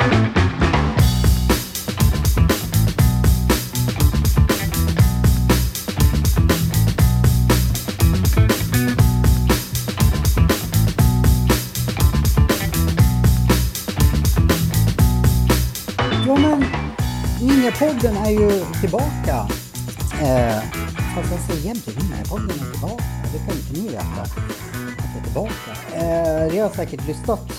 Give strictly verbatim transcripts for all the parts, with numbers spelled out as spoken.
Podden är ju tillbaka. Eh, fast jag säger egentligen när podden är tillbaka. Det kan inte ni veta. Att det är tillbaka. Eh, det har säkert lyssnat.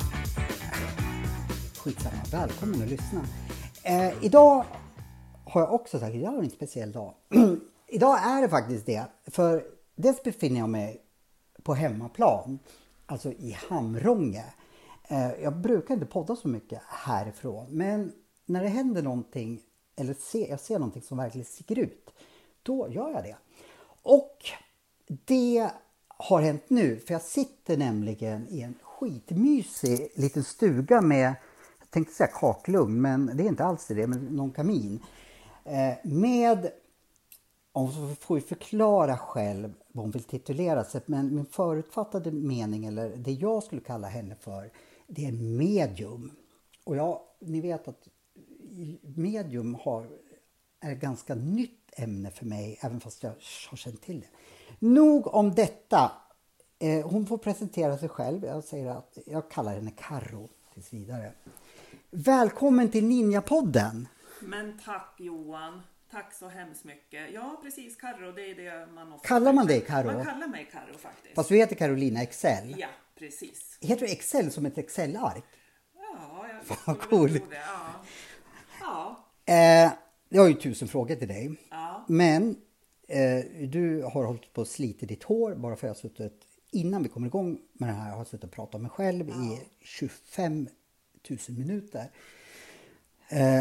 Skitsamma. Välkommen att lyssna. Eh, idag har jag också sagt att jag har en speciell dag. Idag är det faktiskt det. För dels befinner jag mig på hemmaplan. Alltså i Hamrånge. Eh, jag brukar inte podda så mycket härifrån. Men när det händer någonting, eller se, jag ser någonting som verkligen sticker ut, då gör jag det. Och det har hänt nu, för jag sitter nämligen i en skitmysig liten stuga med, jag tänkte säga kakelugn, men det är inte alls det, men någon kamin. Eh, med, om så får vi förklara själv vad hon vill titulera sig, men min förutfattade mening, eller det jag skulle kalla henne för, det är medium. Och jag, ni vet att medium har, är ett ganska nytt ämne för mig, även fast jag har känt till det. Nog om detta. Eh, hon får presentera sig själv. Jag säger att jag kallar henne Karo tills vidare. Välkommen till Ninjapodden. Men tack Johan. Tack så hemskt mycket. Ja, precis, Karo, det är det man ofta... Kallar man dig Karo? Man kallar mig Karo faktiskt. Fast du heter Carolina Excel. Ja, precis. Heter du Excel som ett Excel-ark? Ja, jag Vad cool. tro det. Ja. Ja. Eh, jag har ju tusen frågor till dig. Ja. Men eh, du har hållit på att slita ditt hår bara för att jag har suttit, innan vi kommer igång med det här, har jag suttit och pratat om mig själv ja. i tjugofem tusen minuter. Eh,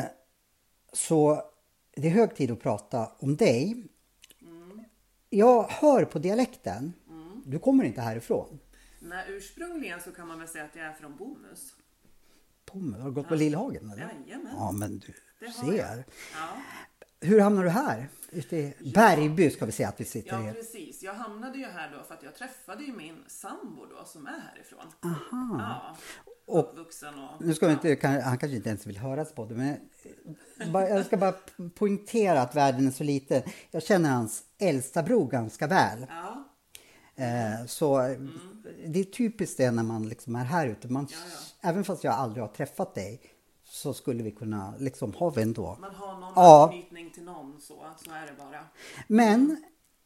så det är hög tid att prata om dig. Mm. Jag hör på dialekten. Mm. Du kommer inte härifrån. Nej, ursprungligen så kan man väl säga att jag är från Bomhus. Bomhus? Har du gått ja. på Lillhagen? Eller? Jajamän. Ja, men du det ser. Ja. Hur hamnar du här? Ute i ja. Bergby ska vi säga att vi sitter ja, här. Ja, precis. Jag hamnade ju här då för att jag träffade ju min sambo då som är härifrån. Aha. Ja. Och uppvuxen och... Nu ska vi inte, kan, han kanske inte ens vill höras på det, men jag ska bara poängtera att världen är så liten. Jag känner hans äldsta bror ganska väl. Ja. Eh, så mm. det är typiskt det när man liksom är här ute. Man, ja, ja. Även fast jag aldrig har träffat dig så skulle vi kunna liksom ha vän då. Man har någon ja. anknytning till någon, så, så är det bara. Men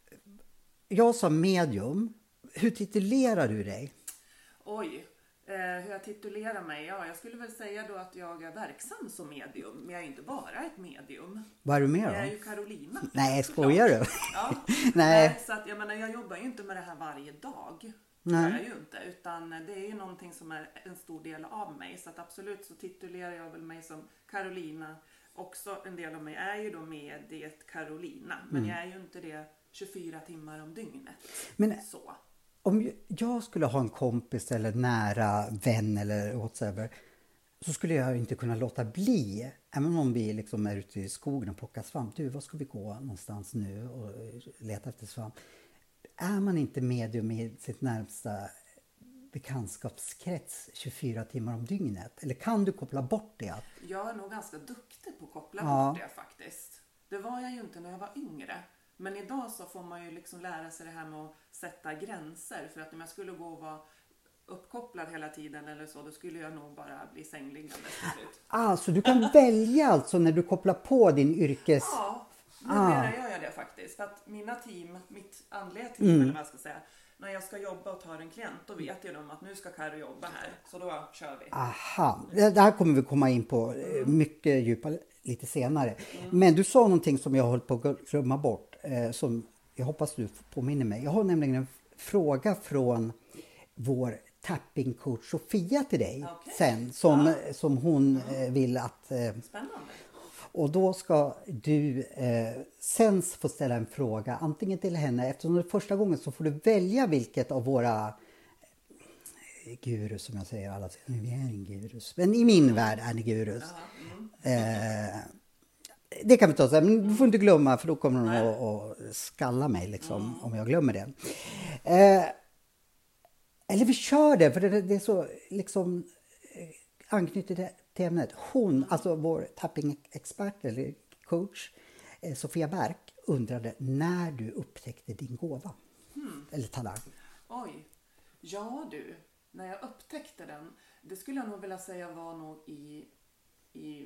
jag som medium, hur titulerar du dig? Oj, eh, hur jag titulerar mig? Ja, jag skulle väl säga då att jag är verksam som medium. Men jag är inte bara ett medium. Vad är du mer då? Jag är ju Carolina. Nej, skojar du? Ja, Nej. Nej, så att jag menar, jag jobbar ju inte med det här varje dag. Nej. Det är ju inte, utan det är ju någonting som är en stor del av mig. Så att absolut så titulerar jag väl mig som Carolina. Också en del av mig är ju då med det Carolina. Men mm. jag är ju inte det tjugofyra timmar om dygnet. Men så. Om jag skulle ha en kompis eller nära vän eller whatever, så skulle jag inte kunna låta bli. Även om vi liksom är ute i skogen och plockar svamp. Du, vad ska vi gå någonstans nu och leta efter svamp? Är man inte medium i sitt närmsta bekantskapskrets tjugofyra timmar om dygnet? Eller kan du koppla bort det? Jag är nog ganska duktig på att koppla ja. bort det faktiskt. Det var jag ju inte när jag var yngre. Men idag så får man ju liksom lära sig det här med att sätta gränser. För att om jag skulle gå och vara uppkopplad hela tiden eller så, då skulle jag nog bara bli sängliggande till slut. Ah, så du kan välja alltså när du kopplar på din yrkes... Ja, numera ah. gör jag det faktiskt. För att mina team, mitt andliga team mm. eller vad jag ska säga, när jag ska jobba och ta en klient, då vet jag dem att nu ska Karo jobba här. Så då kör vi. Aha, det här kommer vi komma in på mycket djupare lite senare. Mm. Men du sa någonting som jag håller på att glömma bort, eh, som jag hoppas du påminner mig. Jag har nämligen en fråga från vår tapping coach Sofia till dig okay. sen, som, ja. som hon eh, vill att... Eh, Spännande. Och då ska du eh, sen få ställa en fråga antingen till henne, eftersom det är första gången så får du välja vilket av våra eh, gurus, som jag säger, alla säger vi är en gurus, men i min värld är ni gurus. Mm. Eh, det kan vi ta så här, men du får inte glömma, för då kommer hon att, att skalla mig liksom, mm. om jag glömmer det. Eh, eller vi kör det, för det, det är så liksom anknyter det till ämnet. Hon, mm. alltså vår tapping-expert eller coach, eh, Sofia Berk, undrade när du upptäckte din gåva. Mm. Eller talang. Oj, ja du, när jag upptäckte den, det skulle jag nog vilja säga var nog i, i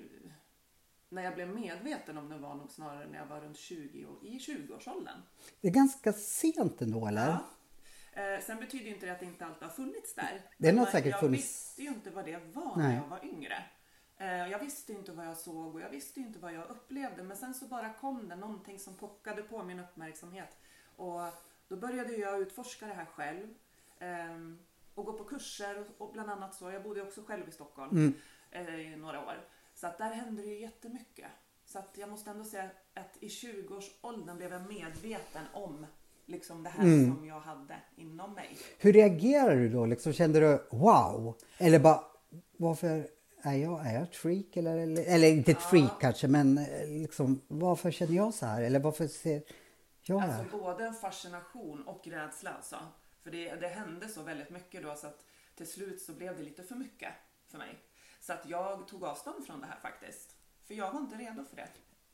när jag blev medveten om det var nog snarare när jag var runt tjugo och i tjugoårsåldern. Det är ganska sent ändå, eller? Ja. Eh, sen betyder ju inte det att det inte alltid har funnits där. Det är nog säkert jag funnits. visste ju inte vad det var Nej. när jag var yngre. Eh, jag visste inte vad jag såg och jag visste inte vad jag upplevde. Men sen så bara kom det någonting som pockade på min uppmärksamhet. Och då började jag utforska det här själv. Eh, och gå på kurser och, och bland annat så. Jag bodde också själv i Stockholm mm. eh, i några år. Så att där hände det ju jättemycket. Så att jag måste ändå säga att i tjugoårsåldern blev jag medveten om liksom det här mm. som jag hade inom mig. Hur reagerade du då? Liksom, kände du wow? Eller bara, varför är jag, är jag ett freak? Eller, eller, eller inte ett ja. freak kanske, men liksom, varför känner jag så här? Eller varför ser jag här? Alltså både en fascination och rädsla alltså. För det, det hände så väldigt mycket då så att till slut så blev det lite för mycket för mig. Så att jag tog avstånd från det här faktiskt. För jag var inte redo för det.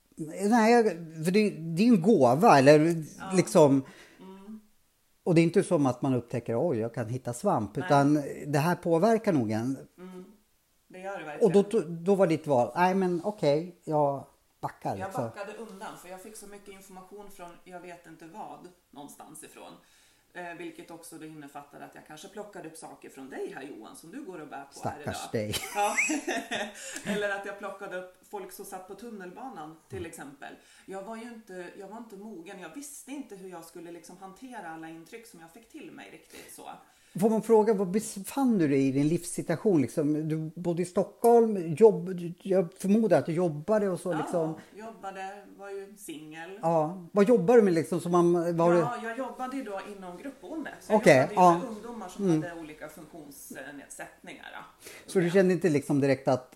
Nej, för det, det är en gåva eller ja. liksom mm. och det är inte som att man upptäcker oj jag kan hitta svamp. Nej. Utan det här påverkar nog en. Mm. Det gör det verkligen. Och då, då var ditt val, nej men okej, okay, jag backar. Jag liksom. backade undan för jag fick så mycket information från jag vet inte vad någonstans ifrån. Eh, vilket också då innefattade att jag kanske plockade upp saker från dig här Johan som du går och bär på Stackars här idag. dig. Ja. Eller att jag plockade upp folk som satt på tunnelbanan till exempel. Jag var ju inte, jag var inte mogen. Jag visste inte hur jag skulle liksom hantera alla intryck som jag fick till mig riktigt så. Får man fråga, vad befann du dig i din livssituation? Liksom, du bodde i Stockholm, jobb, jag förmodar att du jobbade och så. Ja, liksom. jobbade, var ju singel. Ja, vad jobbar du med liksom? Som man, var ja, du... jag jobbade ju då inom gruppboende. Så okay, jag jobbade ja. med ungdomar som mm. hade olika funktionsnedsättningar. Ja. Så du kände inte liksom direkt att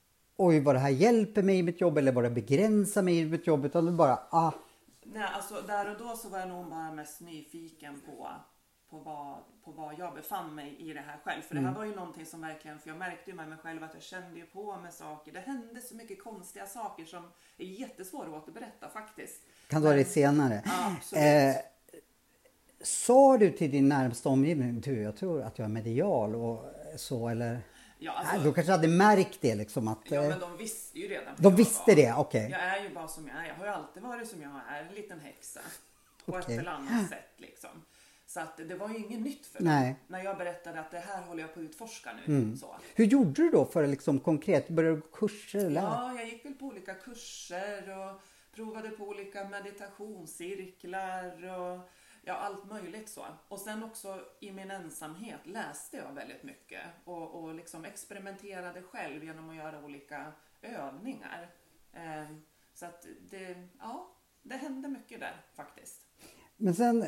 oj, vad det här hjälper mig i mitt jobb eller vad det begränsar mig i mitt jobb, utan du bara, ah. Nej, alltså där och då så var jag nog bara mest nyfiken på På vad, på vad jag befann mig i det här själv. För mm. det här var ju någonting som verkligen, för jag märkte ju med mig själv att jag kände ju på med saker. Det hände så mycket konstiga saker som är jättesvåra att återberätta faktiskt. Kan du ha det senare? Ja, absolut. Eh, sa du till din närmsta omgivning, du, jag tror att jag är medial och så, eller? Ja, alltså, du kanske hade märkt det liksom att... Ja, men de visste ju redan. De visste det, okej. Okay. Jag är ju bara som jag är. Jag har ju alltid varit som jag är, en liten häxa. På okay. ett eller annat sätt liksom. Så att det var ju inget nytt för mig. Nej. När jag berättade att det här håller jag på att utforska nu. Mm. Så. Hur gjorde du då för att liksom konkret? Började du kurser? Eller? Ja, jag gick väl på olika kurser och provade på olika meditationscirklar och ja, allt möjligt så. Och sen också i min ensamhet läste jag väldigt mycket och, och liksom experimenterade själv genom att göra olika övningar. Eh, så att det, ja, det hände mycket där faktiskt. Men sen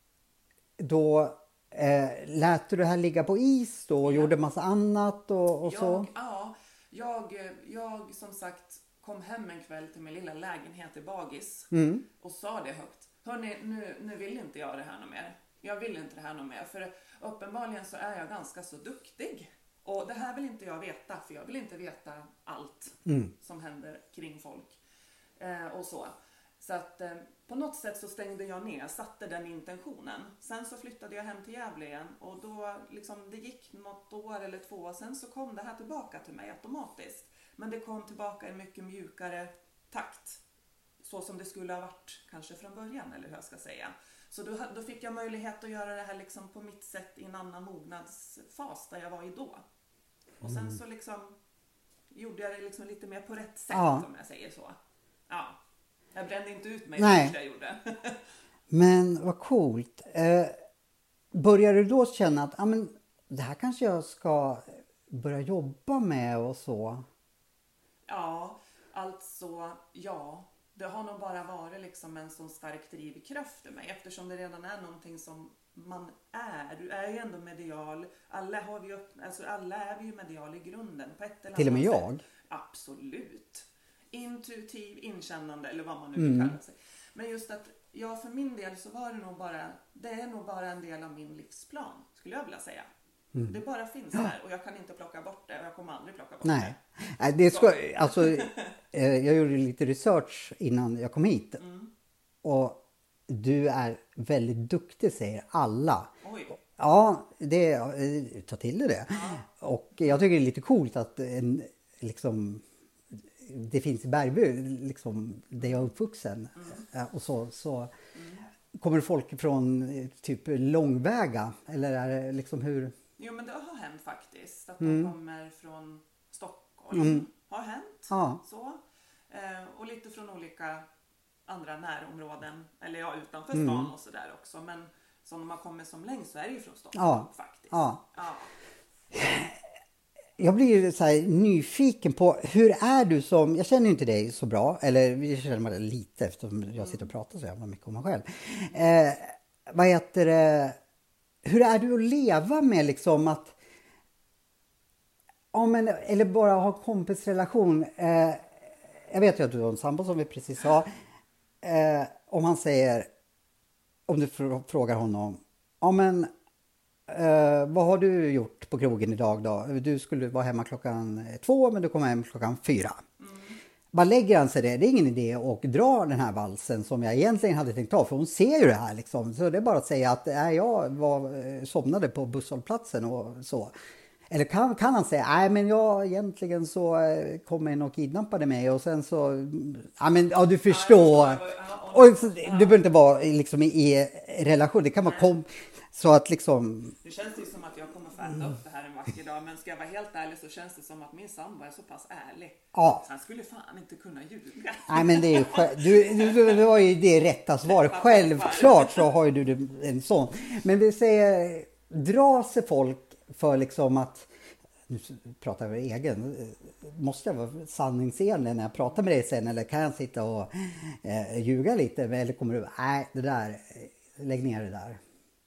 då eh, lät du det här ligga på is då och ja. gjorde massa annat och, och jag, så? Ja, jag, jag som sagt kom hem en kväll till min lilla lägenhet i Bagis mm. och sa det högt. Hörrni, nu, nu vill inte jag det här något mer. Jag vill inte det här något mer. För uppenbarligen så är jag ganska så duktig. Och det här vill inte jag veta. För jag vill inte veta allt mm. som händer kring folk. Eh, och så. Så att eh, på något sätt så stängde jag ner. Satte den intentionen. Sen så flyttade jag hem till Gävle igen. Och då liksom det gick något år eller två. Sen så kom det här tillbaka till mig automatiskt. Men det kom tillbaka i en mycket mjukare takt. Så som det skulle ha varit kanske från början, eller hur jag ska säga. Så då, då fick jag möjlighet att göra det här liksom på mitt sätt i en annan mognadsfas där jag var i då. Och sen så liksom gjorde jag det liksom lite mer på rätt sätt, ja. Om jag säger så. Ja, jag brände inte ut mig Nej. Det jag gjorde. Men vad coolt. Eh, började du då känna att ah, men, det här kanske jag ska börja jobba med och så? Ja, alltså ja. Det har nog bara varit liksom en sån stark drivkraft i mig. Eftersom det redan är någonting som man är. Du är ju ändå medial. Alla, har vi upp, alltså alla är vi ju medial i grunden. På ett eller Till och med sätt. jag? Absolut. Intuitiv, inkännande eller vad man nu vill mm. kalla sig. Men just att, ja för min del så var det nog bara, det är nog bara en del av min livsplan. Skulle jag vilja säga. Mm. Det bara finns där och jag kan inte plocka bort det och jag kommer aldrig plocka bort Nej. det. Nej, det ska, alltså, jag gjorde lite research innan jag kom hit. Mm. Och du är väldigt duktig, säger alla. Oj. Ja, det, ta till dig det. Ja. Och jag tycker det är lite coolt att en, liksom, det finns i Bergby, liksom, där jag är uppvuxen. Mm. Och så, så mm. kommer folk från typ långväga? Eller är det liksom hur... Jo, men det har hänt faktiskt. Att mm. de kommer från Stockholm. Mm. Har hänt. Ja. Så. Eh, och lite från olika andra närområden. Eller ja, utanför stan mm. och sådär också. Men som de har kommit som längst så är det ju från Stockholm ja. faktiskt. Ja. Ja. Jag blir så här nyfiken på, hur är du som, jag känner ju inte dig så bra, eller jag känner mig lite eftersom jag sitter och pratar så jävla mycket om mig själv. Eh, vad heter det, hur är du att leva med liksom att, ja men, eller bara ha kompisrelation. Eh, jag vet ju att du har en sambo som vi precis sa. Eh, om han säger, om du frågar honom, ja men, Uh, vad har du gjort på krogen idag då? Du skulle vara hemma klockan två men du kom hem klockan fyra. Mm. Bara lägger han sig det, det är ingen idé att dra den här valsen som jag egentligen hade tänkt ta. För hon ser ju det här liksom. Så det är bara att säga att äh, jag var, somnade på busshållplatsen och så. Eller kan, kan han säga, nej men jag egentligen så kom en och kidnappade mig och sen så, ja men ja du förstår. Och så, du behöver inte vara liksom i, i relation, det kan vara kom. Så att liksom... Nu känns det ju som att jag kommer få äta upp det här en vacker dag. Men ska jag vara helt ärlig så känns det som att min sambo är så pass ärlig. Ja. Så han skulle fan inte kunna ljuga. Nej men det är ju... Du, du, du har ju det rätta svaret. Självklart så har ju du en sån. Men vi säger, drar sig folk för liksom att... Nu pratar jag över egen. Måste jag vara sanningsenlig när jag pratar med dig sen? Eller kan jag sitta och eh, ljuga lite? Eller kommer du... Nej, det där... Lägg ner det där.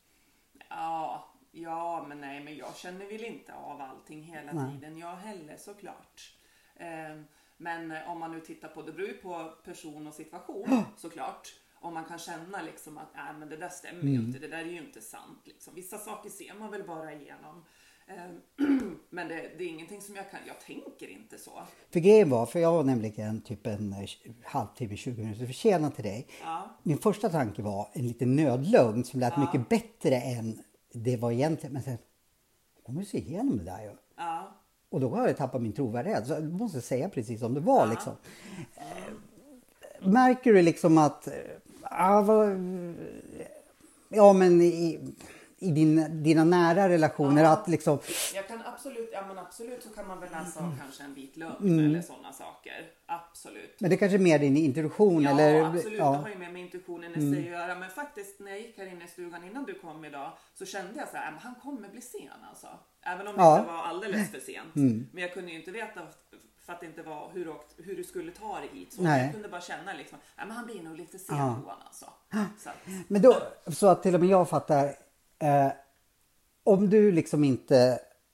Ja, ja, men nej, men jag känner väl inte av allting hela nej. tiden. Jag heller såklart. Eh, men om man nu tittar på, det beror ju på person och situation oh. såklart. Om man kan känna liksom att nej, men det där stämmer mm. ju inte, det där är ju inte sant. Liksom. Vissa saker ser man väl bara igenom. Eh, men det, det är ingenting som jag kan, jag tänker inte så. För grejen var, för jag var nämligen typ en halvtimme, tjugo minuter försenad till dig. Ja. Min första tanke var en liten nödlögn som lät ja. mycket bättre än det var egentligen. Men sen kommer du se igenom det där ju. Ja. Och då har jag tappat min trovärdighet. Så jag måste säga precis som det var ja. liksom. Mm. Märker du liksom att... Ja, vad, ja men... I, i din, dina nära relationer ja. att liksom... Jag kan absolut, ja men absolut så kan man väl läsa av kanske en vit lögn mm. eller sådana saker. Absolut. Men det är kanske mer din intuition ja, eller... Absolut, ja, absolut. Det har ju med, med intuitionen mm. att göra. Men faktiskt när jag gick här inne i stugan innan du kom idag så kände jag så här, han kommer bli sen alltså. Även om det ja. inte var alldeles för sent. Mm. Men jag kunde ju inte veta för att det inte var hur, hur du skulle ta dig hit. Så jag kunde bara känna liksom, ja men han blir nog lite sen ja. Johan alltså. Så att, men då, så att till och med jag fattar... Eh, om du liksom inte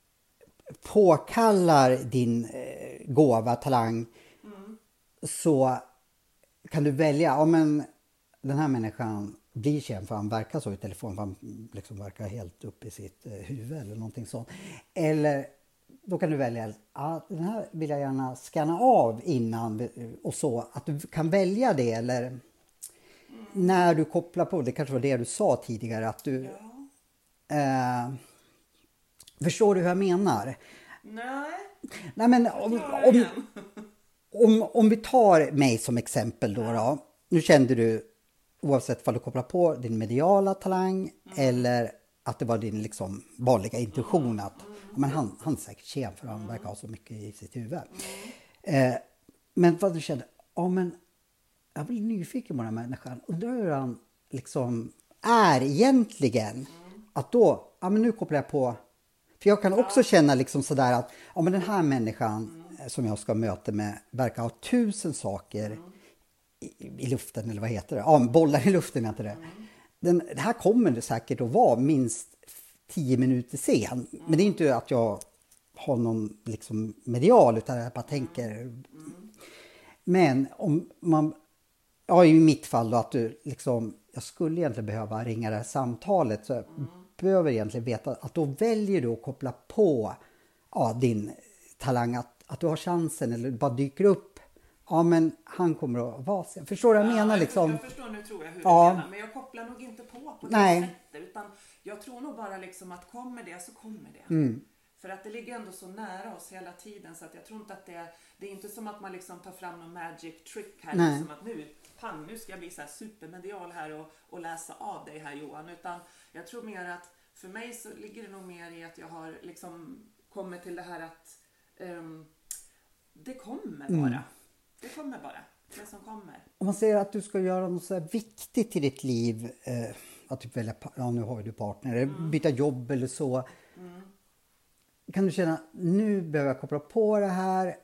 påkallar din eh, gåva, talang mm. så kan du välja, ja men den här människan blir känd för han verkar så i telefon, för han liksom verkar helt upp i sitt eh, huvud eller någonting sånt. Eller då kan du välja, ja den här vill jag gärna scanna av innan och så, att du kan välja det eller mm. när du kopplar på, det kanske var det du sa tidigare att du... Ja. Eh, förstår du hur jag menar? Nej. Nej men om, om, om, om vi tar mig som exempel då, då. Nu kände du oavsett vad du kopplar på din mediala talang mm. eller att det var din liksom vanliga intuition att mm. men han, han är säkert känd för han verkar ha så mycket i sitt huvud. Mm. Eh, men vad du kände, ja men jag blir nyfiken på den här människan. Undrar hur han liksom är egentligen. Mm. Att då, ja men nu kopplar jag på. För jag kan också känna liksom sådär att, ja men den här människan mm. som jag ska möta med verkar ha tusen saker mm. i, i luften, eller vad heter det? Ja, bollar i luften heter det. Mm. Den, det här kommer det säkert att vara minst tio minuter sen. Mm. Men det är inte att jag har någon liksom medial, utan jag bara tänker. Mm. Men om man, ja i mitt fall då att du liksom, jag skulle egentligen behöva ringa det här samtalet. Så mm. behöver egentligen veta att då väljer du att koppla på ja, din talang, att, att du har chansen eller bara dyker upp. Ja, men han kommer att vara sen. Förstår du vad jag Ja, menar? jag, Liksom? jag förstår nu tror jag hur Ja. du menar. Men jag kopplar nog inte på på det Nej. sättet. Utan jag tror nog bara liksom att kommer det så kommer det. Mm. För att det ligger ändå så nära oss hela tiden. Så att jag tror inte att det är... Det är inte som att man liksom tar fram någon magic trick här. Nej. Liksom att nu, pang, nu ska jag bli så här supermedial här och, och läsa av dig här Johan. Utan jag tror mer att för mig så ligger det nog mer i att jag har liksom kommit till det här att um, det kommer bara. Mm. Det kommer bara. Det som kommer. Om man säger att du ska göra något så här viktigt i ditt liv, eh, att typ välja, ja nu har du partner, eller Mm. byta jobb eller så. Mm. Kan du känna, nu behöver jag koppla på det här,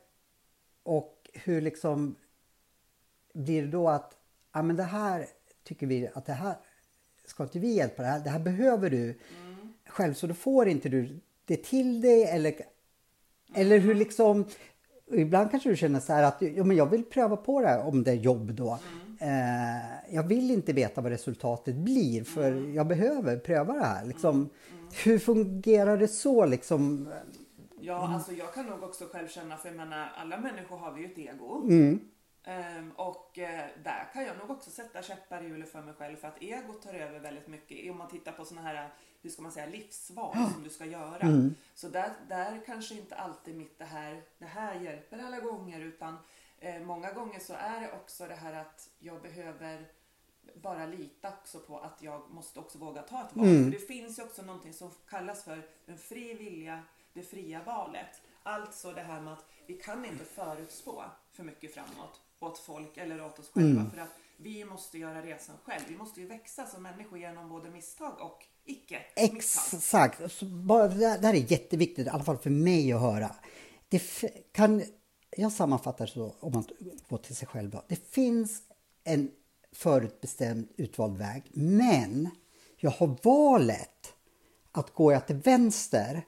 och hur liksom blir det då att, ja men det här tycker vi att det här ska inte vi hjälpa, det här, det här behöver du Mm. själv, så då får inte du det till dig, eller, eller hur liksom, ibland kanske du känner så här att ja, men jag vill pröva på det här, om det är jobb då. Mm. Eh, jag vill inte veta vad resultatet blir, för Mm. jag behöver pröva det här. Liksom, Mm. hur fungerar det så liksom? Ja, alltså jag kan nog också själv känna, för jag menar, alla människor har vi ju ett ego. Mm. Ehm, och eh, där kan jag nog också sätta käppar i hjulet för mig själv, för att ego tar över väldigt mycket. Om man tittar på såna här, hur ska man säga, livsval som du ska göra. Mm. Så där, där kanske inte alltid mitt det här, det här hjälper alla gånger, utan eh, många gånger så är det också det här att jag behöver bara lita också på att jag måste också våga ta ett val. Mm. För det finns ju också någonting som kallas för en fri vilja, det fria valet. Alltså det här med att vi kan inte förutspå för mycket framåt åt folk eller åt oss själva. Mm. För att vi måste göra resan själv. Vi måste ju växa som människor genom både misstag och icke-misstag. Exakt. Så bara, det där det här är jätteviktigt, i alla fall för mig att höra. Det f- kan, jag sammanfattar så, om man går till sig själv då. Det finns en förutbestämd utvald väg, men jag har valet att gå jag till vänster,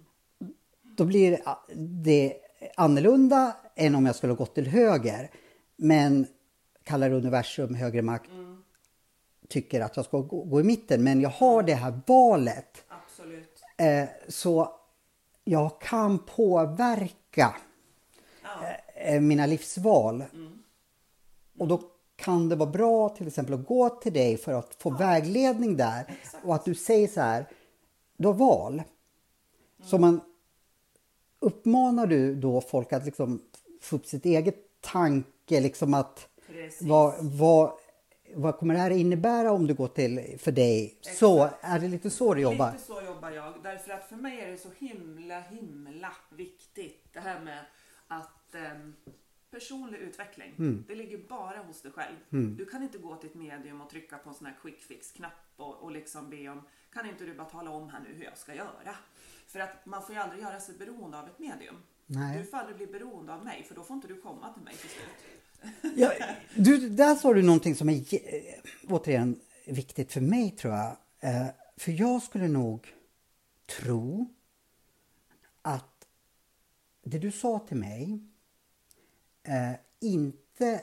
då blir det annorlunda än om jag skulle ha gått till höger. Men kallar universum, högre makt, Mm, tycker att jag ska gå, gå i mitten. Men jag har det här valet. absolut. Eh, så jag kan påverka Ja. eh, mina livsval. Mm. Och då kan det vara bra till exempel att gå till dig för att få vägledning där. Exakt. Och att du säger så här, du har val. Så man uppmanar du då folk att liksom få upp sitt eget tanke, liksom att Precis. vad, vad, vad kommer det här innebära om du går till för dig? Så är det lite så du jobbar. Lite så jobbar jag. Därför att för mig är det så himla, himla viktigt det här med att ehm, personlig utveckling, Mm. det ligger bara hos dig själv. Du kan inte gå till ett medium och trycka på en sån här quick fix-knapp och, och liksom be om, kan inte du bara tala om här nu hur jag ska göra? För att man får ju aldrig göra sig beroende av ett medium. Nej. Du får aldrig bli beroende av mig, för då får inte du komma till mig till slut. Ja, du, där sa du någonting som är ge- återigen viktigt för mig, tror jag. Eh, för jag skulle nog tro att det du sa till mig eh, inte...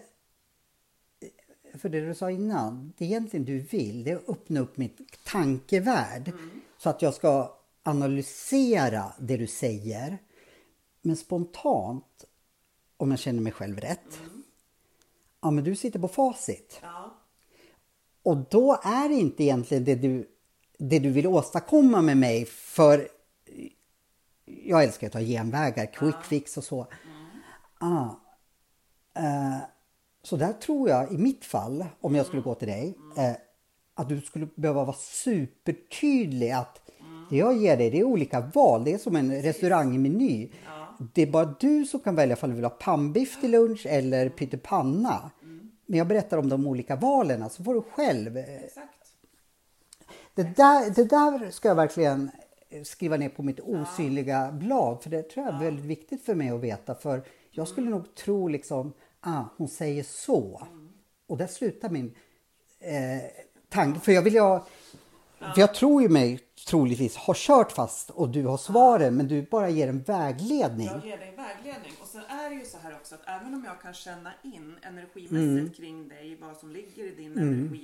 För det du sa innan, det egentligen du vill, det är att öppna upp mitt tankevärld. Mm. Så att jag ska analysera det du säger. Men spontant, om jag känner mig själv rätt, Mm. ja men du sitter på facit. Ja, Och då är det inte egentligen det du, det du vill åstadkomma med mig, för jag älskar att ta genvägar, quick fix och så. Ah. Eh, så där tror jag i mitt fall, om jag skulle gå till dig, eh, att du skulle behöva vara supertydlig att det jag ger dig, det är olika val. Det är som en restaurangmeny. Ja. Det är bara du som kan välja om du vill ha pannbiff till lunch eller pyttipanna. Men jag berättar om de olika valen, så får du själv. exakt. Det där, det där ska jag verkligen skriva ner på mitt osynliga blad. För det tror jag är väldigt viktigt för mig att veta. För jag skulle nog tro liksom, ah, hon säger så. Och där slutar min eh, tanke. För jag vill ju, för jag tror ju mig troligtvis har kört fast och du har svaren. Men du bara ger en vägledning. Jag ger dig vägledning. Och sen är det ju så här också att även om jag kan känna in energimässigt kring dig, vad som ligger i din energi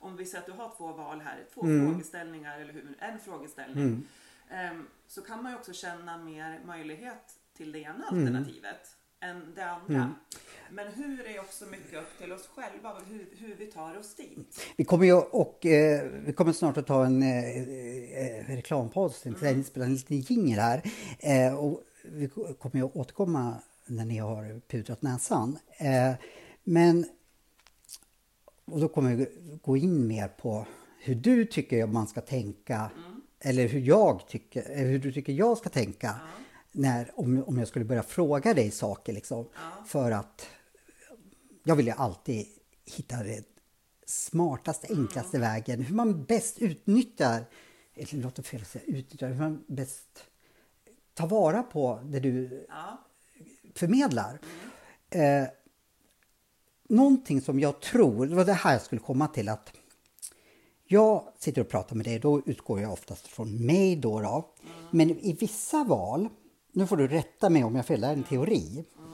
om vi säger att du har två val här, två Mm. frågeställningar eller hur, en frågeställning. Mm. Ehm, så kan man ju också känna mer möjlighet till det ena alternativet än det andra. Mm. Men hur är också mycket upp till oss själva, hur, hur vi tar oss dit. Vi kommer ju och eh, vi kommer snart att ta en eh, eh, reklampaus, en mm. spela en liten jingle här. Eh, och vi kommer ju återkomma när ni har pudrat näsan. Eh, men och då kommer vi gå in mer på hur du tycker man ska tänka mm. eller hur jag tycker hur du tycker jag ska tänka mm. när om om jag skulle börja fråga dig saker liksom mm. för att jag vill ju alltid hitta det smartaste, enklaste mm. vägen. Hur man bäst utnyttjar, eller låter fel att säga utnyttjar, hur man bäst tar vara på det du ja. förmedlar. Mm. Eh, någonting som jag tror, det var det här jag skulle komma till, att jag sitter och pratar med dig, då utgår jag oftast från mig då. då. Mm. Men i vissa val, nu får du rätta mig om jag fel, det är en teori. Mm.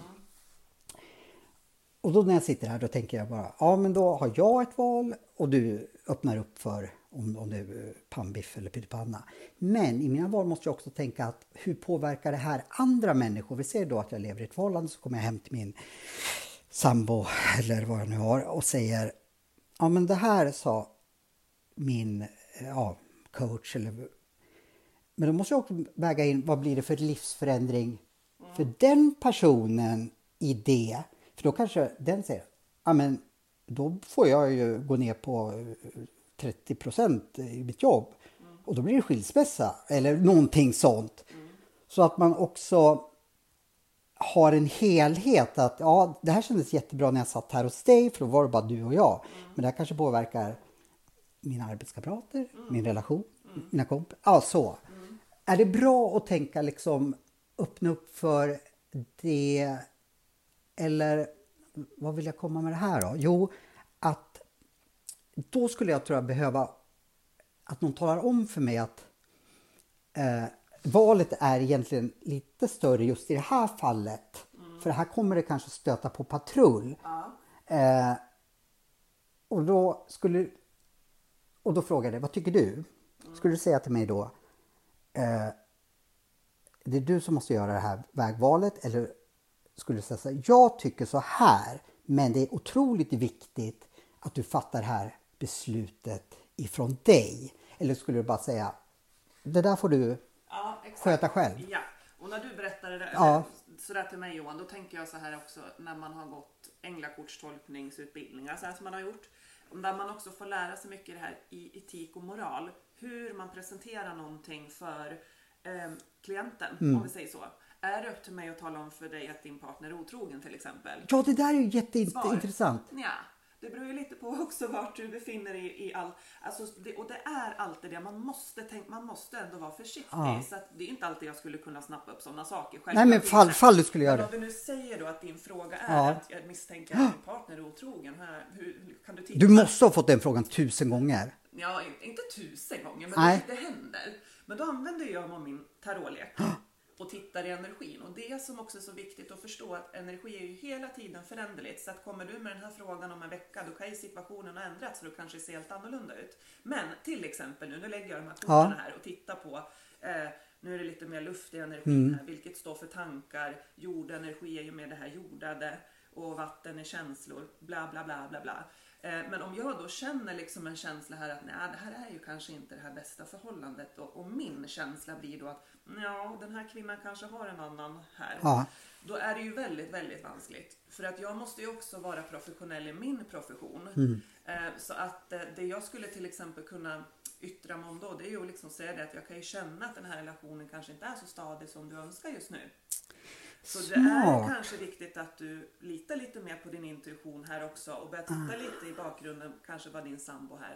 Och då när jag sitter här då tänker jag bara, ja men då har jag ett val och du öppnar upp för om, om det är pannbiff eller pyttipanna. Men i mina val måste jag också tänka att hur påverkar det här andra människor? Vi ser då att jag lever i ett förhållande, så kommer jag hem till min sambo eller vad jag nu har och säger, ja men det här sa min ja, coach. Eller, men då måste jag också väga in, vad blir det för livsförändring mm. för den personen i det. För då kanske den säger, ja men då får jag ju gå ner på trettio procent i mitt jobb. Mm. Och då blir det skilsmässa eller någonting sånt. Mm. Så att man också har en helhet att ja, det här kändes jättebra när jag satt här hos dig, för då var det bara du och jag. Mm. Men det här kanske påverkar mina arbetskamrater, mm. min relation, mm. mina kompisar. Ja, så. Mm. Är det bra att tänka liksom öppna upp för det, eller vad vill jag komma med det här då? Jo, att då skulle jag tror jag behöva att någon talar om för mig att eh, valet är egentligen lite större just i det här fallet. Mm. För här kommer det kanske stöta på patrull. Ja. Eh, och då skulle och då frågade jag, vad tycker du? Mm. Skulle du säga till mig då, eh, det är du som måste göra det här vägvalet, eller skulle du säga så här, jag tycker så här, men det är otroligt viktigt att du fattar det här beslutet ifrån dig. Eller skulle du bara säga, det där får du ja, exakt. sköta själv. Ja, och när du berättade det ja. sådär till mig Johan, då tänker jag så här också när man har gått änglakortstolkningsutbildningar så här som man har gjort. Där man också får lära sig mycket det här i etik och moral. Hur man presenterar någonting för eh, klienten, mm. om vi säger så. Är det upp till mig att tala om för dig att din partner är otrogen till exempel? Ja, det där är ju jätteintressant. Ja, det beror ju lite på också vart du befinner dig i, i all... Alltså, det, och det är alltid det. Man måste, tänka, man måste ändå vara försiktig. Ja. Så att det är inte alltid jag skulle kunna snappa upp sådana saker. Nej, men fall, fall du skulle göra det. Men om vi nu säger då att din fråga är ja. att jag misstänker att din partner är otrogen. Här, hur, hur kan du titta? Du måste ha fått den frågan tusen gånger. Ja, inte tusen gånger, men det, det händer. Men då använder jag min tarotlek. Och tittar i energin. Och det som också är så viktigt att förstå, att energi är ju hela tiden föränderligt. Så att kommer du med den här frågan om en vecka, då kan ju situationen ha ändrats. Så då kanske det ser helt annorlunda ut. Men till exempel nu, nu lägger jag de här korten här och tittar på. Eh, nu är det lite mer luft i energin mm. här. Vilket står för tankar. Jordenergi är ju med det här jordade. Och vatten är känslor. Bla bla bla bla bla. Men om jag då känner liksom en känsla här att nej, det här är ju kanske inte det här bästa förhållandet. Och, och min känsla blir då att ja, den här kvinnan kanske har en annan här. Ja. Då är det ju väldigt, väldigt vanskligt. För att jag måste ju också vara professionell i min profession. Mm. Så att det jag skulle till exempel kunna yttra mig om då, det är ju liksom säga det att jag kan ju känna att den här relationen kanske inte är så stadig som du önskar just nu. Så det är kanske viktigt att du litar lite mer på din intuition här också och börjar titta ah. lite i bakgrunden, kanske vad din sambo här,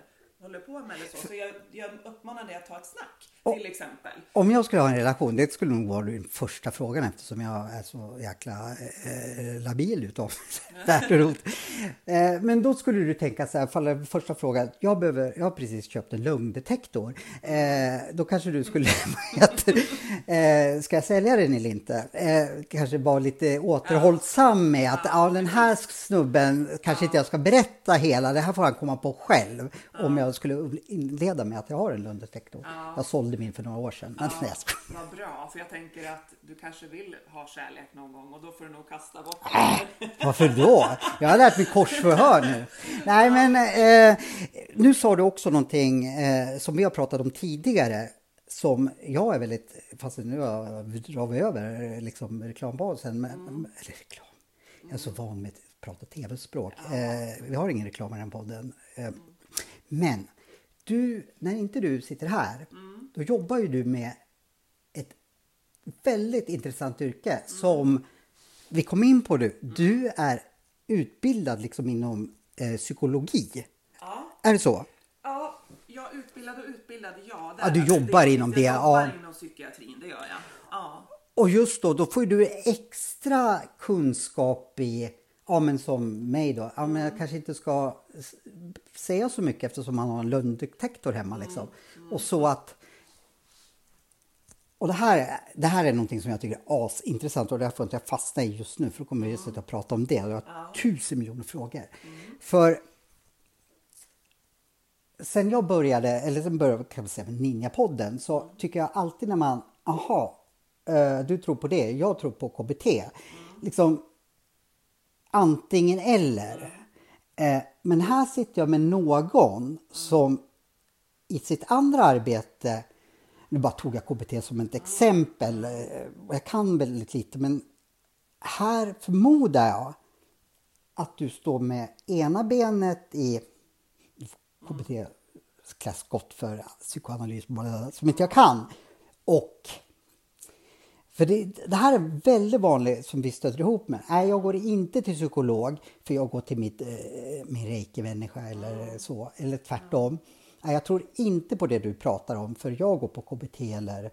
håller på med eller så. Så jag, jag uppmanar dig att ta ett snack och, till exempel. Om jag skulle ha en relation, det skulle nog vara den första frågan eftersom jag är så jäkla eh, labil utav värderot. eh, Men då skulle du tänka så här, för första frågan, jag, behöver, jag har precis köpt en lögndetektor. Eh, då kanske du skulle, eh, ska jag sälja den eller inte? Eh, kanske vara lite återhållsam med att ja, den här snubben kanske inte jag ska berätta hela, det här får han komma på själv. Om jag skulle inleda med att jag har en lögndetektor. Ja. Jag sålde min för några år sedan. Ja, vad bra, för jag tänker att du kanske vill ha kärlek någon gång och då får du nog kasta bort det. Äh, varför då? Jag har lärt mig korsförhör nu. Nej men eh, nu sa du också någonting eh, som vi har pratat om tidigare som jag är väldigt, fast nu drar vi över liksom reklambasen, men, mm. eller reklam. Jag är så van med att prata tv-språk. Ja. Eh, vi har ingen reklam i den podden. Eh, mm. Men du, när inte du sitter här, mm. då jobbar ju du med ett väldigt intressant yrke mm. som vi kom in på nu. Mm. Du är utbildad liksom inom eh, psykologi. Ja. Är det så? Ja, jag utbildad och utbildad, ja. Ja, du jobbar det, inom det. Jag jobbar ja. inom psykiatrin, det gör jag. Ja. Och just då, då får du extra kunskap i, ja men som mig då, ja men jag kanske inte ska säga så mycket eftersom man har en lögndetektor hemma liksom. Mm. Mm. Och så att, och det här, det här är någonting som jag tycker är asintressant och därför inte jag fastna i just nu, för då kommer vi sitta och prata om det. Jag har ja. tusen miljoner frågor. Mm. För sen jag började, eller sen började kan man säga med Ninja-podden, så mm. tycker jag alltid när man, aha, du tror på det, jag tror på K B T. Mm. Liksom antingen eller. Mm. Eh, men här sitter jag med någon mm. som i sitt andra arbete, nu bara tog jag K B T som ett exempel, och jag kan väldigt lite, men här förmodar jag att du står med ena benet i K B T klass gott för psykoanalys som inte jag kan, och för det, det här är väldigt vanligt som vi stöter ihop med. Nej, jag går inte till psykolog för jag går till mitt, eh, min reiki-människa eller så. Eller tvärtom. Nej, jag tror inte på det du pratar om för jag går på K B T eller...